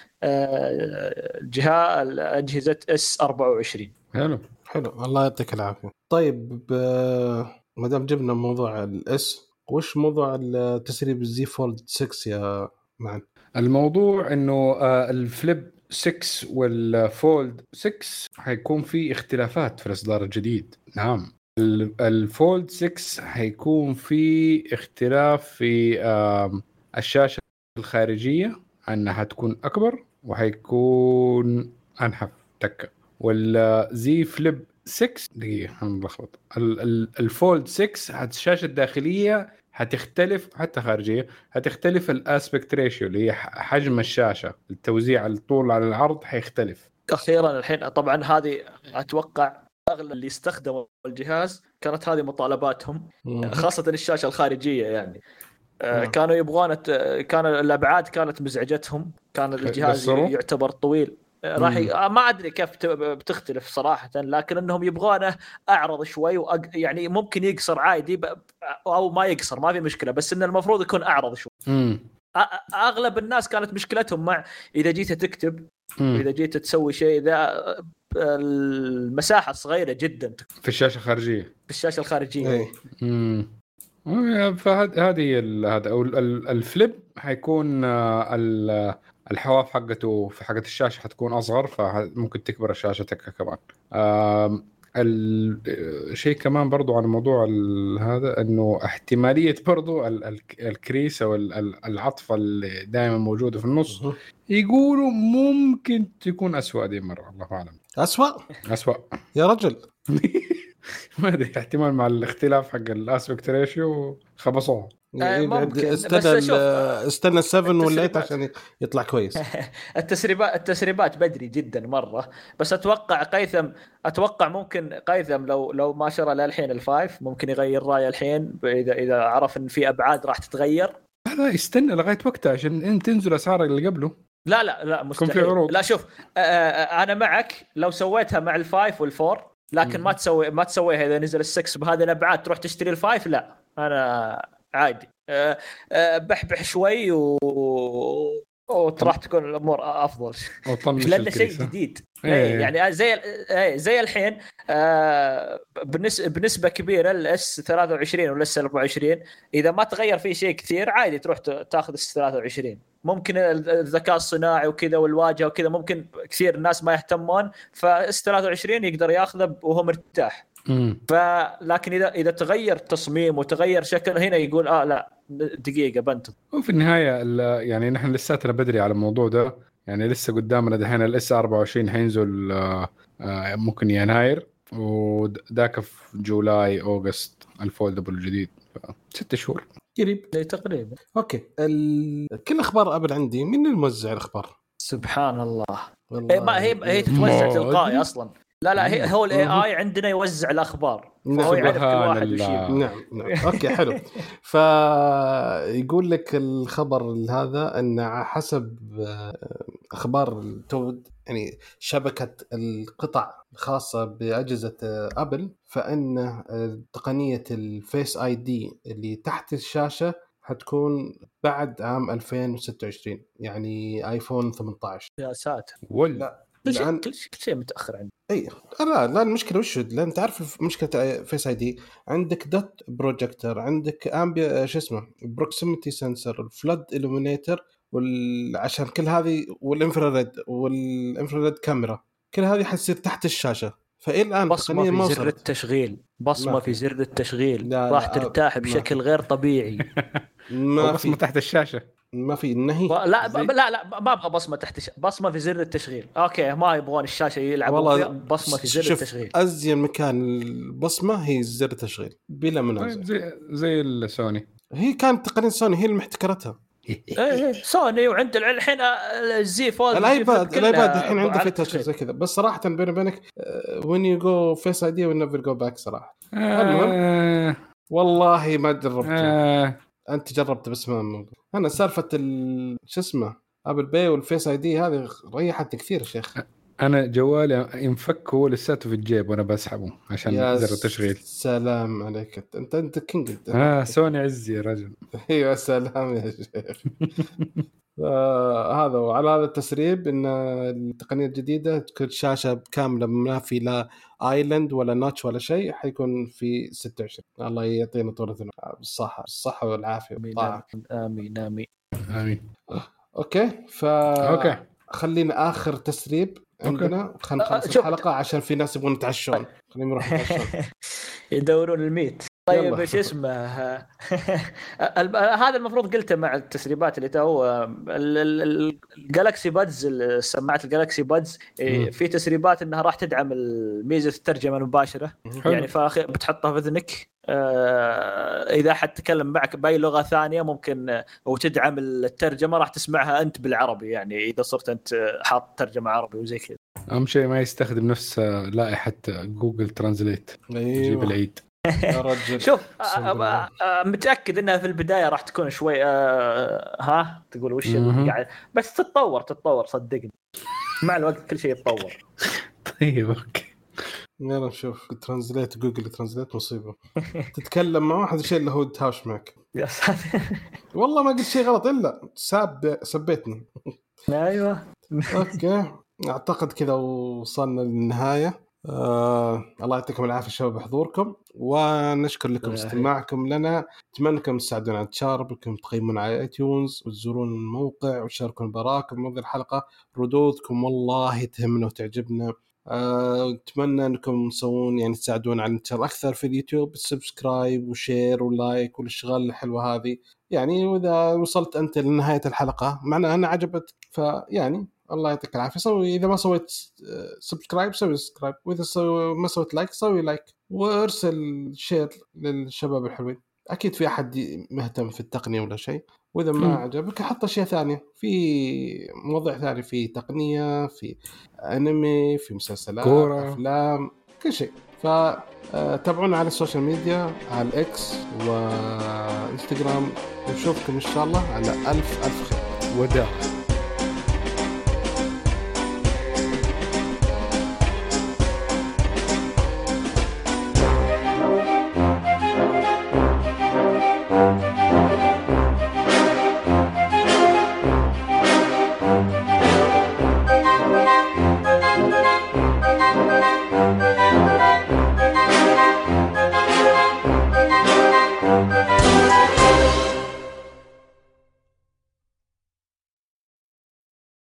أجهزة S24. حلو الله يعطيك العافية. طيب ما دام جبنا موضوع الاس، وش موضوع التسريب الزي فولد 6 يا معن؟ الموضوع انه الفليب 6 والفولد 6 حيكون في اختلافات في الاصدار الجديد. نعم، الفولد 6 حيكون في اختلاف في الشاشة الخارجية، انها حتكون اكبر وحيكون انحف تكة. والزي فليب 6 دقيقة انا ملخبط، الفولد 6 الشاشة الداخلية هتختلف، حتى خارجية هتختلف. الاسبكت ريشيو اللي هي حجم الشاشة، التوزيع الطول على العرض حيختلف أخيرا الحين. طبعا هذه أتوقع أغلب اللي استخدموا الجهاز كانت هذه مطالباتهم، خاصة الشاشة الخارجية يعني. كانوا يبغون كان الأبعاد كانت مزعجتهم، كان الجهاز يعتبر طويل. راح ما أدري كيف بتختلف صراحة، لكن أنهم يبغونه أعرض شوي يعني ممكن يقصر عادي أو ما يقصر ما في مشكلة، بس إن المفروض يكون أعرض شوي. أغلب الناس كانت مشكلتهم مع إذا جيت تكتب إذا جيت تسوي شيء إذا المساحة صغيرة جدا في الشاشة الخارجية، في الشاشة الخارجية. فهذه هذا أو الفليب حيكون الحواف حقته في حقة الشاشة حتكون أصغر، فممكن تكبر الشاشة تكها كمان. الشيء كمان برضو عن موضوع هذا انه احتمالية برضو الكريس او العطفة اللي دائما موجودة في النص يقولوا ممكن تكون أسوأ دي مرة، الله أعلم. أسوأ يا رجل ما أدري، احتمال مع الاختلاف حق الاسبكت ريشيو خبصوها. استنى 7 ولا 8 عشان يطلع كويس. التسريبات بدري جدا مرة، بس اتوقع ممكن قيثم لو ما شرى للحين الفايف ممكن يغير رايه الحين اذا عرف ان في ابعاد راح تتغير. لا يستنى لغاية وقتها عشان انت تنزل اسعار اللي قبله. لا مستحيل. لا شوف انا معك لو سويتها مع الفايف والفور، لكن ما تسويها اذا نزل السكس بهذه الابعاد تروح تشتري الفايف. لا انا عادي بحبح شوي وراح تكون الامور افضل لان شيء جديد. يعني زي الحين بنسبه كبيره الاس 23 ولا اس 24 اذا ما تغير فيه شيء كثير عادي تروح تاخذ اس 23. ممكن الذكاء الصناعي وكذا والواجهه وكذا ممكن كثير الناس ما يهتمون، فاس 23 يقدر ياخذه وهو مرتاح. لكن اذا تغير تصميم وتغير شكل هنا يقول لا دقيقه بنت. وفي النهايه يعني نحن لساتنا بدري على الموضوع ده، يعني لسه قدامنا دحين الاس 24 حينزل ممكن يناير، وذاك في جولاي اوغست الفولدبل الجديد، 6 شهور قريب تقريبا. اوكي كل اخبار ابل عندي. من الموزع الاخبار؟ سبحان الله ما هي تتوزع تلقائي اصلا. لا هو الاي اي عندنا يوزع الاخبار، فهو يعرف كل واحد وش يبغى. نعم اوكي حلو. فيقول لك الخبر هذا ان حسب اخبار التود يعني شبكه القطع الخاصه باجهزه ابل، فان تقنيه الفيس اي دي اللي تحت الشاشه حتكون بعد عام 2026 يعني ايفون 18. يا ساتر ولا كل شيء متاخر عندي. اي لا المشكله وش لان تعرف مشكله فيس اي دي عندك دوت بروجيكتور، عندك امبي شو اسمه بروكسيميتي سنسر، الفلود الومينيتر، عشان كل هذه والانفراريد كاميرا كل هذه حتصير تحت الشاشه. فإلى الان بصمه في زر التشغيل، بصمه في زر التشغيل راح ترتاح بشكل غير طبيعي. ما بصمه تحت الشاشه ما في النهي. لا ما ابغى بصمه تحت بصمه في زر التشغيل. اوكي ما يبغون الشاشه يلعبوا فيها بصمه في زر التشغيل. ازين مكان البصمه هي زر التشغيل بلا منازع. زي السوني، هي كانت تقنيه سوني هي اللي محتكرتها. ايه سوني وعند الحين الزي فولد الايباد الحين عنده في تاتش زي كذا. بس صراحه بيني وبينك when you go face ID we never go back صراحه. والله ما جربته. انت جربت بس ما انا سالفه شو اسمه ابل باي والفيس اي دي هذه ريحت كثير يا شيخ. انا جوالي ينفك هو لساته في الجيب وانا بسحبه عشان زر التشغيل. سلام عليك انت كينج. سوني عزي يا رجل. ايوه سلام يا شيخ. هذا وعلى هذا التسريب ان التقنيه الجديده تكون شاشه كامله ما في لا ايلاند ولا نوتش ولا شيء، حيكون في 26. الله يعطينا طولة بالصحه والعافيه والطاعه. امين. اوكي خلينا اخر تسريب عندنا. خلينا نخلص الحلقه عشان في ناس يبغون يتعشون. خلينا نروح نتعشون. يدورون الميت. طيب ايش اسمه هذا المفروض قلته مع التسريبات اللي تو الجالكسي بادز، السماعات الجالكسي بادز في تسريبات انها راح تدعم ميزه الترجمه المباشره. يعني بتحطها في اذنك اذا حد تكلم معك باي لغه ثانيه ممكن وتدعم الترجمه راح تسمعها انت بالعربي. يعني اذا صرت انت حاط ترجمه عربي وزي كذا. اهم شيء ما يستخدم نفس لائحه جوجل ترانزليت. يجيب العيد. شوف متأكد انها في البداية راح تكون شوي تقول وش قاعد، بس تتطور صدقني مع الوقت كل شيء يتطور. طيب اوكي يلا نشوف ترانزليت جوجل ترانزليت مصيبة. تتكلم مع واحد شيء اللي هو تهاوش معك. يا ساتر والله ما قلت شيء غلط إلا سبيتني. ايوه اوكي اعتقد كذا وصلنا للنهاية. الله يعطيكم العافية شباب بحضوركم، ونشكر لكم استماعكم لنا. أتمنى أنكم تساعدونا على الانتشار بكم تقيمون على ايتونز وتزورون الموقع وتشاركون براكم موضوع الحلقة. ردودكم والله تهمنا وتعجبنا. أتمنى أنكم تسوون يعني تساعدون على الانتشار أكثر في اليوتيوب، سبسكرايب وشير ولايك والاشغال الحلوة هذه. يعني وإذا وصلت أنت لنهاية الحلقة معناها أنا عجبت، فيعني الله يعطيك العافية. سوي إذا ما سويت سبسكرايب سوي سبسكرايب، وإذا ما سويت لايك سوي لايك، وارسل شير للشباب الحلوين. أكيد في أحد مهتم في التقنية ولا شيء، وإذا ما عجبك حط أشياء ثانية في مواضيع ثانية، في تقنية، في أنمي، في مسلسلات، كورة، أفلام، كل شيء. فتابعونا على السوشيال ميديا على الإكس وإنستغرام. نشوفكم إن شاء الله على ألف خير. وداع.